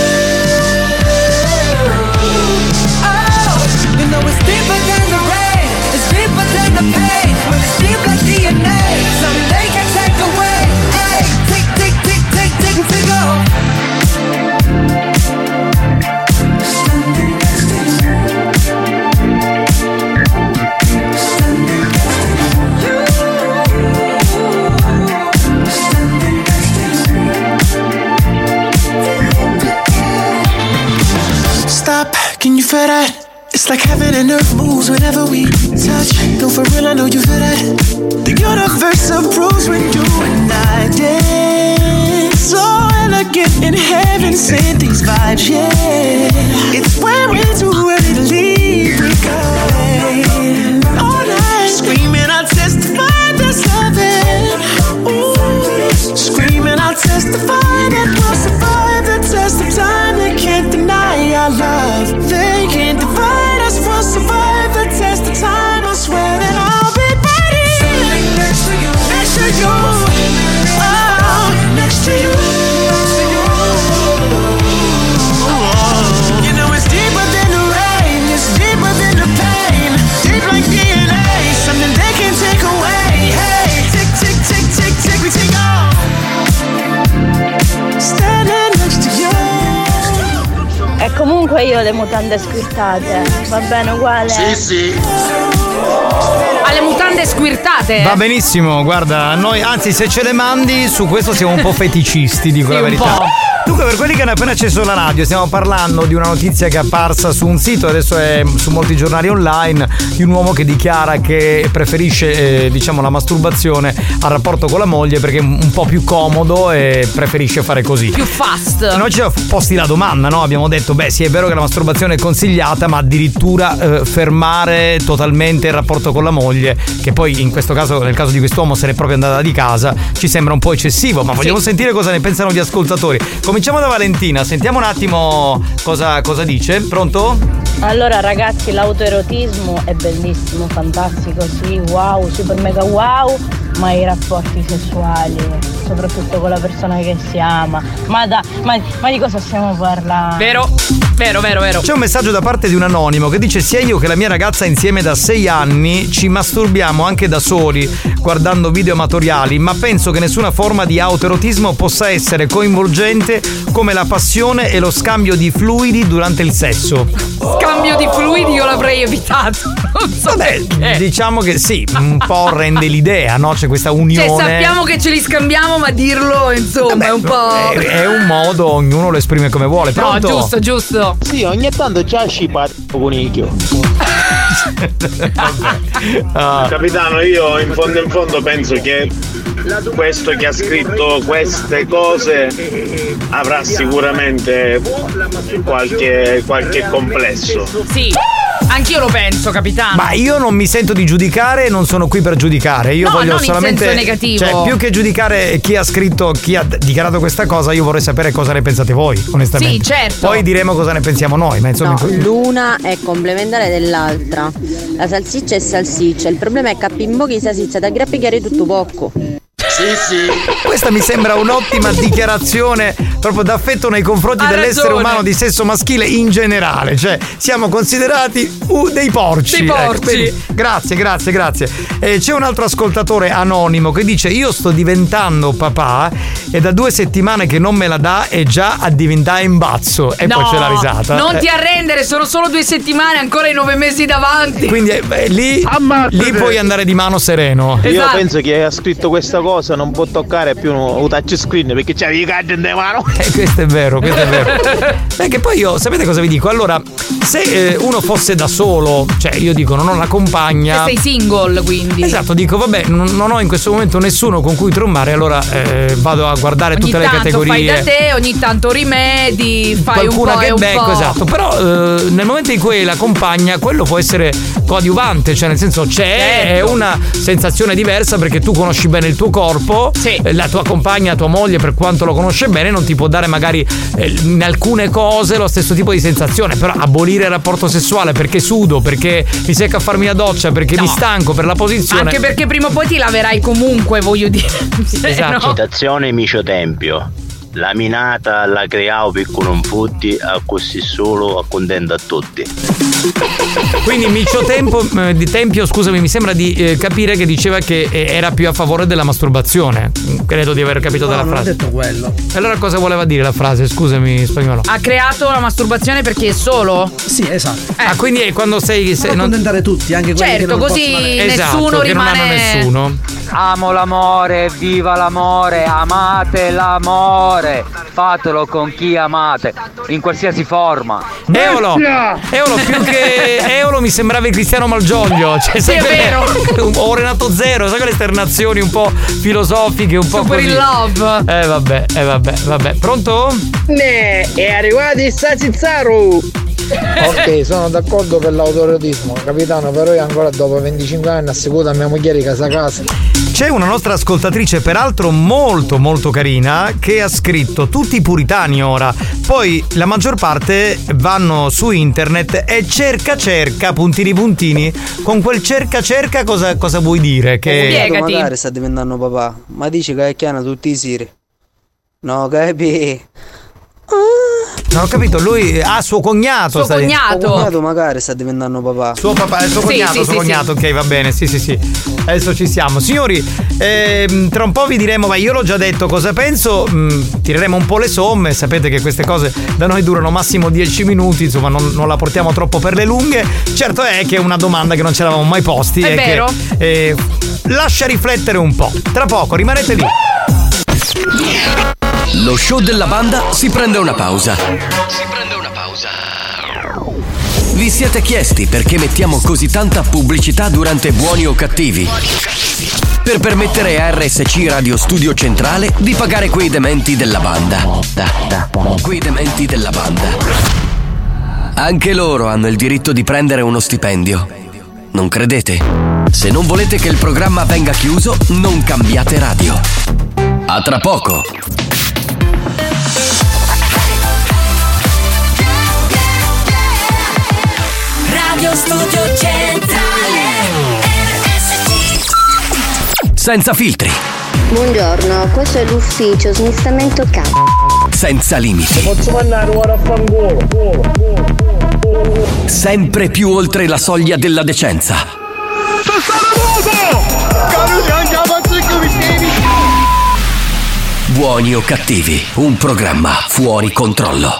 Oh, you know it's deeper than the rain, it's deeper than the pain. When it's deep like D N A, something they can take away. Hey, tick, tick, tick, tick, tick, tick, go. Stop, can you feel that? It's like heaven and earth moves whenever we touch. No, for real, I know you feel that. The universe approves when you and I dance. So elegant in heaven, send these vibes, yeah. It's when we're too early to leave, we go all night. Screaming, I'll testify this loving. Ooh, screaming, I'll testify that we'll survive the test of time. They can't deny our love. They can't divide us. We'll survive the test of time. I swear that I'll be ready. Standing next to you, next to you, oh, next to you. You know it's deeper than the rain, it's deeper than the pain, deep like D N A, something they can't take away. Hey, tick, tick, tick, tick, tick, we take off. Standing next to you. E comunque io ho le mutande squirtate, va bene uguale? Sì, sì. Alle mutande squirtate. Va benissimo, guarda, noi anzi se ce le mandi su questo siamo un po' feticisti, dico Sì, la un verità. po'. Dunque, per quelli che hanno appena acceso la radio, stiamo parlando di una notizia che è apparsa su un sito, adesso è su molti giornali online, di un uomo che dichiara che preferisce eh, diciamo la masturbazione al rapporto con la moglie perché è un po' più comodo e preferisce fare così. Più fast. Noi ci siamo posti la domanda, no? Abbiamo detto, beh sì è vero che la masturbazione è consigliata, ma addirittura eh, fermare totalmente il rapporto con la moglie, che poi in questo caso, nel caso di quest'uomo, se n'è proprio andata di casa, ci sembra un po' eccessivo, ma vogliamo Sì. sentire cosa ne pensano gli ascoltatori. Cominciamo da Valentina, sentiamo un attimo cosa, cosa dice. Pronto? Allora ragazzi, l'autoerotismo è bellissimo, fantastico, sì, wow, super mega wow, ma i rapporti sessuali, soprattutto con la persona che si ama, ma, da, ma, ma di cosa stiamo parlando? Vero, vero, vero, vero. C'è un messaggio da parte di un anonimo che dice: sia io che la mia ragazza insieme da sei anni ci masturbiamo anche da soli guardando video amatoriali, ma penso che nessuna forma di autoerotismo possa essere coinvolgente come la passione e lo scambio di fluidi durante il sesso. Scambio di fluidi io l'avrei evitato. Non so Vabbè, perché. diciamo che sì, un po' rende l'idea, no? C'è questa unione. Cioè sappiamo che ce li scambiamo, ma dirlo insomma Vabbè, è un po'. È, è un modo, ognuno lo esprime come vuole. No, Pronto? giusto, giusto. Sì, ogni tanto c'è scipato conicchio. Ah. Capitano, io in fondo in fondo penso che questo che ha scritto queste cose avrà sicuramente qualche, qualche complesso. Sì, anch'io lo penso, capitano. Ma io non mi sento di giudicare, non sono qui per giudicare. Io No, voglio non in solamente. senso negativo. Cioè, più che giudicare chi ha scritto, chi ha dichiarato questa cosa, io vorrei sapere cosa ne pensate voi, onestamente. Sì, certo. Poi diremo cosa ne pensiamo noi. Ma insomma. No, l'una è complementare dell'altra. La salsiccia è salsiccia. Il problema è che a Pimbochi salsiccia da grappicare tutto poco. Sì, sì. Questa mi sembra un'ottima dichiarazione proprio d'affetto nei confronti Ha dell'essere ragione. umano di sesso maschile in generale. Cioè, siamo considerati uh, dei porci. Dei porci. Ecco, quindi, grazie, grazie, grazie. E c'è un altro ascoltatore anonimo che dice: io sto diventando papà e da due settimane che non me la dà e già a diventare imbazzo. E no, poi c'è la risata. Non Eh, ti arrendere, sono solo due settimane, ancora i nove mesi davanti. Quindi eh, beh, lì, lì puoi andare di mano sereno. Io Esatto. penso che ha scritto questa cosa non può toccare più un touchscreen perché c'è i gadget in mano. Eh, questo è vero, questo è vero. Perché poi io, sapete cosa vi dico? Allora, se eh, uno fosse da solo, cioè io dico non ho una compagna. Se sei single, quindi. Esatto, dico vabbè, non, non ho in questo momento nessuno con cui trombare, allora eh, vado a guardare Ogni tutte le tanto categorie. fai da te, ogni tanto rimedi, fai un Qualcuna po' che e un becco, po'. esatto. Però eh, nel momento in cui la compagna, quello può essere coadiuvante, cioè nel senso c'è Certo. è una sensazione diversa perché tu conosci bene il tuo corpo. Sì. Eh, La tua compagna, tua moglie, per quanto lo conosce bene, non ti può dare magari eh, in alcune cose lo stesso tipo di sensazione. Però abolire il rapporto sessuale perché sudo, perché mi secco a farmi la doccia, perché No. mi stanco per la posizione. Anche perché prima o poi ti laverai comunque, voglio dire. Se Esatto. no- Citazione Micio Tempio. La minata la creavo per non futti, a così solo accontenta a tutti. Quindi Micio Tempo, eh, di Tempio, scusami, mi sembra di eh, capire che diceva che eh, era più a favore della masturbazione. Credo di aver capito No, dalla non ho frase. detto quello. Allora cosa voleva dire la frase? Scusami, spagnolo. Ha creato la masturbazione perché è solo? Sì, esatto. Ah, quindi è quando sei. sei Per accontentare tutti, anche quelli che Certo, non così possono avere. Esatto, nessuno che non rimane. hanno nessuno. Amo l'amore, viva l'amore, amate l'amore, fatelo con chi amate, in qualsiasi forma. Eolo, Eolo più che Eolo mi sembrava il Cristiano Malgioglio. Cioè, sai è quelle- vero. O Renato Zero, sai quelle esternazioni un po' filosofiche, un po' Super così. in love. Eh vabbè, eh vabbè, vabbè. Pronto? Ne, è arrivato il Sazizzaru. Ok, sono d'accordo per l'autoerotismo, capitano, però io ancora dopo venticinque anni assicuro a mia moglie di casa a casa. C'è una nostra ascoltatrice, peraltro molto molto carina, che ha scritto tutti puritani ora. Poi la maggior parte vanno su internet e cerca cerca puntini puntini. Con quel cerca cerca cosa, cosa vuoi dire? Che magari sta diventando papà, ma dici che è chiana tutti i siri. No, capi? non ho capito, lui ha suo cognato. Suo sta- cognato. Suo cognato magari sta diventando papà. Suo papà, il suo Sì, cognato, sì, suo sì, cognato, sì. ok, va bene, sì, sì, sì. Adesso ci siamo. Signori, Eh, tra un po' vi diremo, ma io l'ho già detto cosa penso, mh, tireremo un po' le somme, sapete che queste cose da noi durano massimo dieci minuti, insomma non, non la portiamo troppo per le lunghe. Certo è che è una domanda che non ce l'avevamo mai posti. È e vero. Che, eh, lascia riflettere un po'. Tra poco, rimanete lì. Lo show della banda si prende una pausa. Si prende una pausa. Vi siete chiesti perché mettiamo così tanta pubblicità durante Buoni o Cattivi? Per permettere a R S C Radio Studio Centrale di pagare quei dementi della banda. Quei dementi della banda. Anche loro hanno il diritto di prendere uno stipendio. Non credete? Se non volete che il programma venga chiuso, non cambiate radio. A tra poco. Radio Studio Centrale R S C. Senza filtri. Buongiorno, questo è l'ufficio smistamento c***o. Senza limiti. Posso mandare ora a fangolo. Sempre più oltre la soglia della decenza. Buoni o Cattivi, un programma fuori controllo.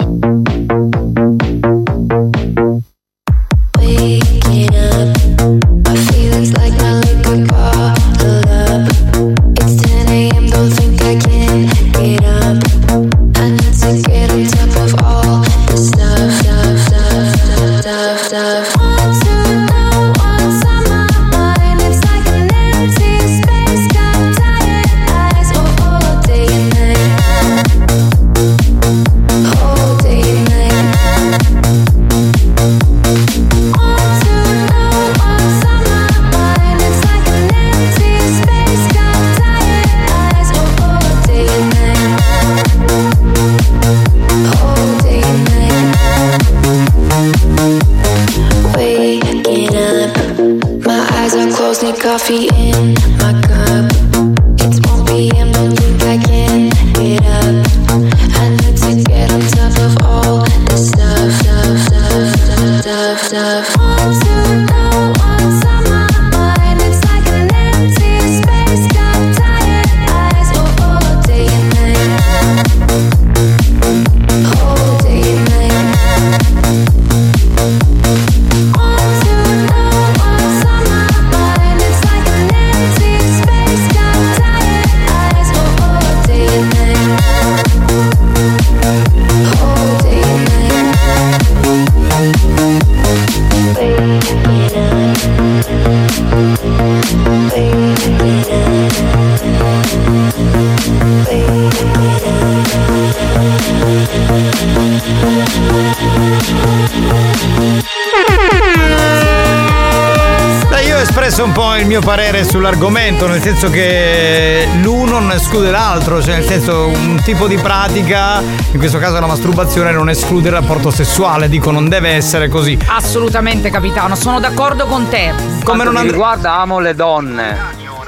Waking up, my feelings like my liquor bottled up. It's ten a.m., don't think I can get up. I need to get on top of all the stuff, stuff, stuff, stuff, stuff. Want to know what's on my mind? It's like an empty space, got tired eyes, oh, all day and night. All day and night. Want to know what's on my mind? It's like an empty space, got tired eyes, oh, all day and night. All day and night. Waking up, my eyes are closed, need coffee in my cup. It's one p.m., don't think I can get up. I need to get on top of all the stuff, stuff, stuff, stuff, stuff. Want to know what's on my mind? It's like an empty space, got tired eyes, oh, all day and night. All day and night. Want to know what's on my mind? It's like an empty space, got tired eyes, oh, all day and night. All day and Beh, io ho espresso un po' il mio parere sull'argomento, nel senso che l'uno non esclude l'altro, cioè nel senso un tipo di pratica, in questo caso la masturbazione, non esclude il rapporto sessuale, dico non deve essere così. Assolutamente, capitano, sono d'accordo con te. Come non and- riguarda, amo le donne,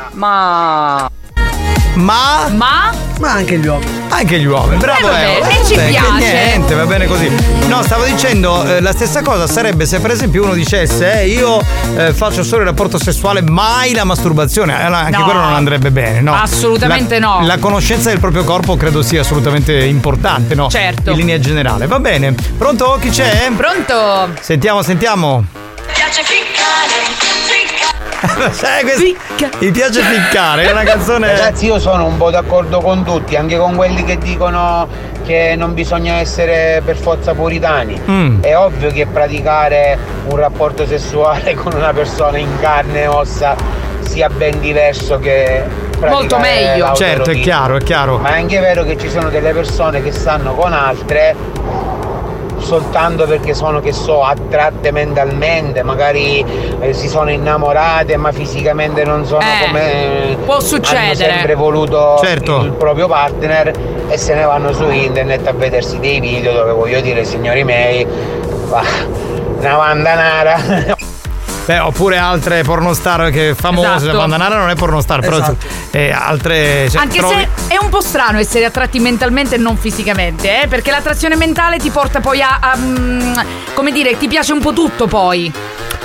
ma Ma Ma Ma anche gli uomini. Anche gli uomini, bravo. Eh, vabbè, Evo. e ci Beh, che piace. niente, va bene così. No, stavo dicendo, eh, la stessa cosa sarebbe se per esempio uno dicesse eh, io eh, faccio solo il rapporto sessuale, mai la masturbazione. Allora, anche No. quello non andrebbe bene, no? Assolutamente La- no. La conoscenza del proprio corpo credo sia assolutamente importante, no? Certo. In linea generale. Va bene. Pronto? Chi c'è? Pronto? Sentiamo, sentiamo. piace ficcare, Sai, questo- mi piace ficcare, è una canzone. Ragazzi, io sono un po' d'accordo con tutti, anche con quelli che dicono che non bisogna essere per forza puritani. Mm. È ovvio che praticare un rapporto sessuale con una persona in carne e ossa sia ben diverso che praticare Molto meglio. l'autoerotismo. Certo, è chiaro, è chiaro. Ma è anche vero che ci sono delle persone che stanno con altre soltanto perché sono, che so, attratte mentalmente, magari eh, si sono innamorate ma fisicamente non sono Eh, come può succedere. hanno sempre voluto Certo. il proprio partner, e se ne vanno su internet a vedersi dei video dove, voglio dire, signori miei, va, una vandanara. Beh, oppure altre pornostar che famose. Esatto. La Bandanara non è pornostar, però Esatto. eh, altre. Cioè, Anche trovi- se è un po' strano essere attratti mentalmente e non fisicamente, eh? Perché l'attrazione mentale ti porta poi a, a, mm, come dire, ti piace un po' tutto poi.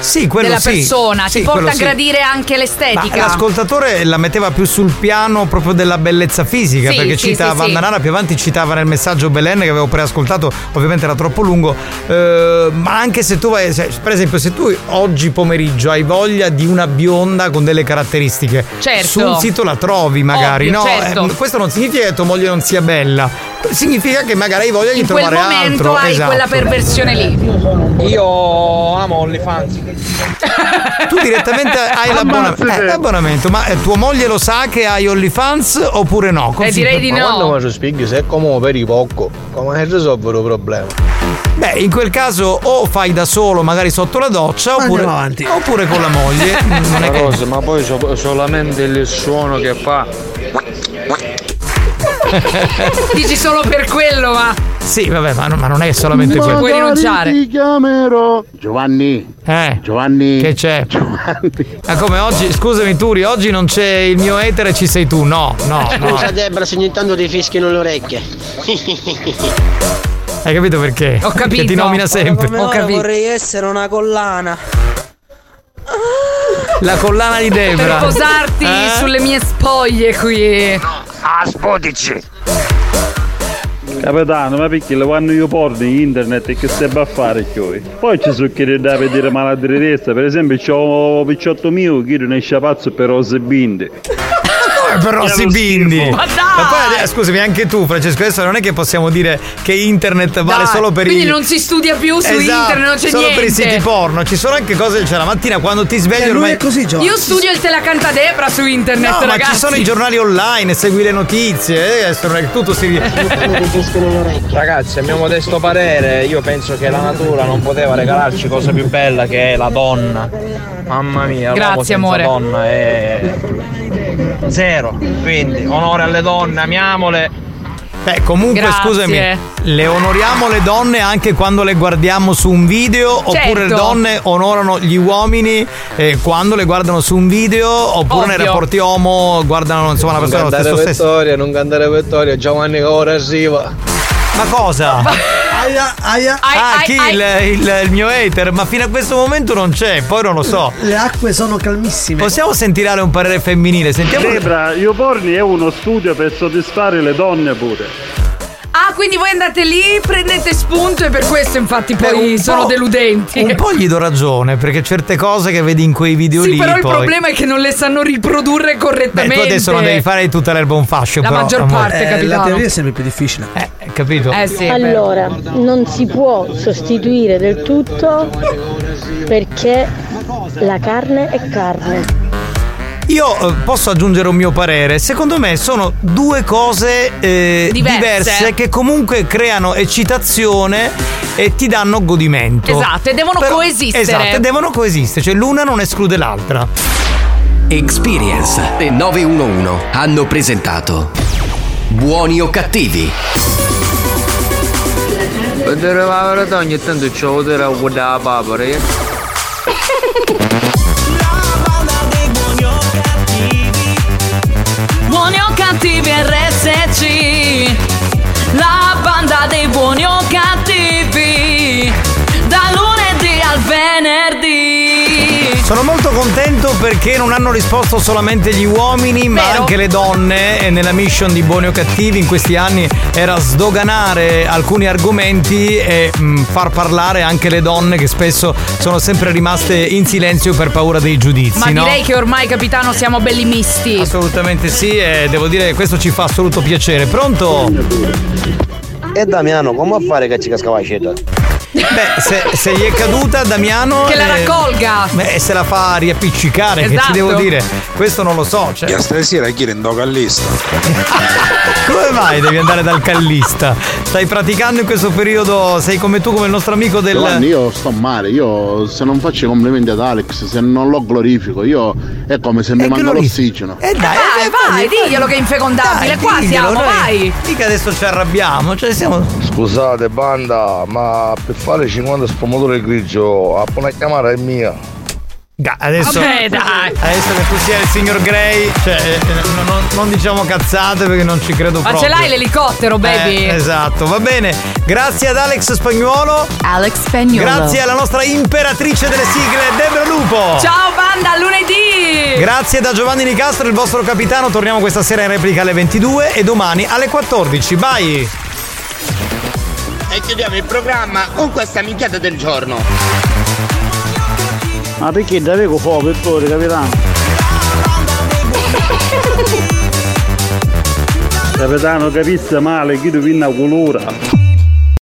Sì, quello della sì. persona, Sì, ti porta quello a sì. gradire anche Ma l'estetica. l'ascoltatore la metteva più sul piano proprio della bellezza fisica, Sì, perché sì, cita sì, Vandanara, più avanti citava nel messaggio Belen che avevo preascoltato, ovviamente era troppo lungo, eh, ma anche se tu vai, se- per esempio se tu oggi pomeriggio hai voglia di una bionda con delle caratteristiche, Certo. sul sito la trovi magari, Ovvio, no? certo. Eh, questo non significa che tua moglie non sia bella, significa che magari hai voglia di In quel trovare momento altro. hai Esatto. quella perversione lì. Io amo OnlyFans. Tu direttamente hai l'abbonamento, eh, l'abbonamento, ma eh, tua moglie lo sa che hai OnlyFans oppure no? Eh, direi di Ma no. quando mi ci spieghi se è come per i poco, come risolvere il problema? Beh, in quel caso o fai da solo, magari sotto la doccia, Ma oppure, andiamo avanti. oppure con la moglie. Non è che... Rosa, ma poi so- solamente il suono che fa. Dici solo per quello, ma Sì, vabbè, ma, no- ma non è solamente quello. puoi rinunciare. Ti chiamerò Giovanni. Eh, Giovanni. che c'è? Giovanni. Ma come oggi, scusami Turi, oggi non c'è il mio etere e ci sei tu. No, no, no. Scusa Debra, se ogni tanto ti fischiano le orecchie. Hai capito perché? Ho capito. Che ti nomina sempre. Come Ho ora capito. vorrei essere una collana. La collana di Debra. Per posarti Eh? sulle mie spoglie qui. Aspodici. Capitano, ma perché le quando io porto in internet e che stai a fare qui? Poi ci sono chi da vedere malattie di testa, per esempio c'ho picciotto mio che non esce pazzo per rose binde. Per Rossi Bindi. Ma dai! Ma poi eh, scusami, anche tu, Francesco, adesso non è che possiamo dire che internet vale Dai, solo per quindi i. non si studia più su Esatto, internet, non c'è solo niente. per i siti porno. Ci sono anche cose, cioè la mattina quando ti svegli E lui ormai. è così, Giovanni. Io studio il Te la canta Debra su internet, No, ma ragazzi. ci sono i giornali online, segui le notizie, eh, adesso non è che tutto si. Ragazzi, a mio modesto parere, io penso che la natura non poteva regalarci cosa più bella che è la donna. Mamma mia, Grazie, l'uomo senza amore. donna è zero. Quindi, onore alle donne, amiamole. Beh, comunque Grazie. scusami, le onoriamo le donne anche quando le guardiamo su un video, oppure le Certo. donne onorano gli uomini eh, quando le guardano su un video, oppure nei Ovvio. rapporti omo guardano insomma una Non persona dello cantare stesso sesso. vittoria, non cantare vittoria, Giovanni che ora arriva. Ma cosa? Aia, aia. Ai, ah, ai, chi ai. Il, il, il mio hater? Ma fino a questo momento non c'è, poi non lo so. Le acque sono calmissime. Possiamo sentire un parere femminile? Sentiamo. Debra, io porni è uno studio per soddisfare le donne pure. Ah, quindi voi andate lì, prendete spunto e per questo infatti Beh, poi un sono po'- deludenti. Un po' gli do ragione, perché certe cose che vedi in quei video Sì, lì però il poi... problema è che non le sanno riprodurre Beh, correttamente. tu adesso non devi fare di tutta l'erba un fascio, La però, maggior amore. parte, Eh, la capitano. teoria è sempre più difficile. Eh, capito? Eh sì. Allora, non si può sostituire del tutto perché la carne è carne. Io eh, posso aggiungere un mio parere. Secondo me sono due cose eh, Diverse. diverse che comunque creano eccitazione e ti danno godimento. Esatto, e devono coesistere. Esatto, e devono coesistere, cioè l'una non esclude l'altra. Experience e nove uno uno hanno presentato Buoni o cattivi? Vedere la verità ogni tanto c'ho vedere a guardare la papera. eh. Buoni o cattivi R S C, la banda dei buoni o cattivi, da lunedì al venerdì. Sono molto contento perché non hanno risposto solamente gli uomini, ma Vero. anche le donne. E nella mission di Buoni o Cattivi in questi anni era sdoganare alcuni argomenti e mh, far parlare anche le donne, che spesso sono sempre rimaste in silenzio per paura dei giudizi. Ma no? direi che ormai, capitano, siamo belli misti. Assolutamente sì, e devo dire che questo ci fa assoluto piacere. Pronto? E Damiano, come a fare che ci casca la sceta? Beh, se, se gli è caduta Damiano Che la eh, raccolga. beh, se la fa riappiccicare, che Esatto. ci devo dire? Questo non lo so, cioè. E stasera chi rendo callista? Come mai devi andare dal callista? Stai praticando in questo periodo? Sei come tu, come il nostro amico del. Giovanni, io sto male, io se non faccio i complimenti ad Alex, se non lo glorifico, io è come se mi manca glorifichi. l'ossigeno. Eh dai, Dai, eh, vai, fagli, diglielo che è infecondabile. Dai, Qua diglielo, siamo, noi- vai. Mica adesso ci arrabbiamo, cioè siamo. Scusate banda, ma per fare cinquanta sfumature grigio, a una chiamata è mia. Ga- adesso, Vabbè, dai. adesso che tu sia il signor Grey, cioè, eh, non, non- non diciamo cazzate perché non ci credo Ma proprio. ce l'hai l'elicottero, baby? Eh, esatto, va bene. Grazie ad Alex Spagnuolo. Alex Spagnuolo. Grazie alla nostra imperatrice delle sigle, Debra Lupo. Ciao banda, a lunedì. Grazie da Giovanni Nicastro, il vostro capitano. Torniamo questa sera in replica alle ventidue e domani alle quattordici. Bye. E chiudiamo il programma con questa minchiata del giorno. Ma perché Daveco fa per capitano? Capitano, capisse male, chi tu vinna colora.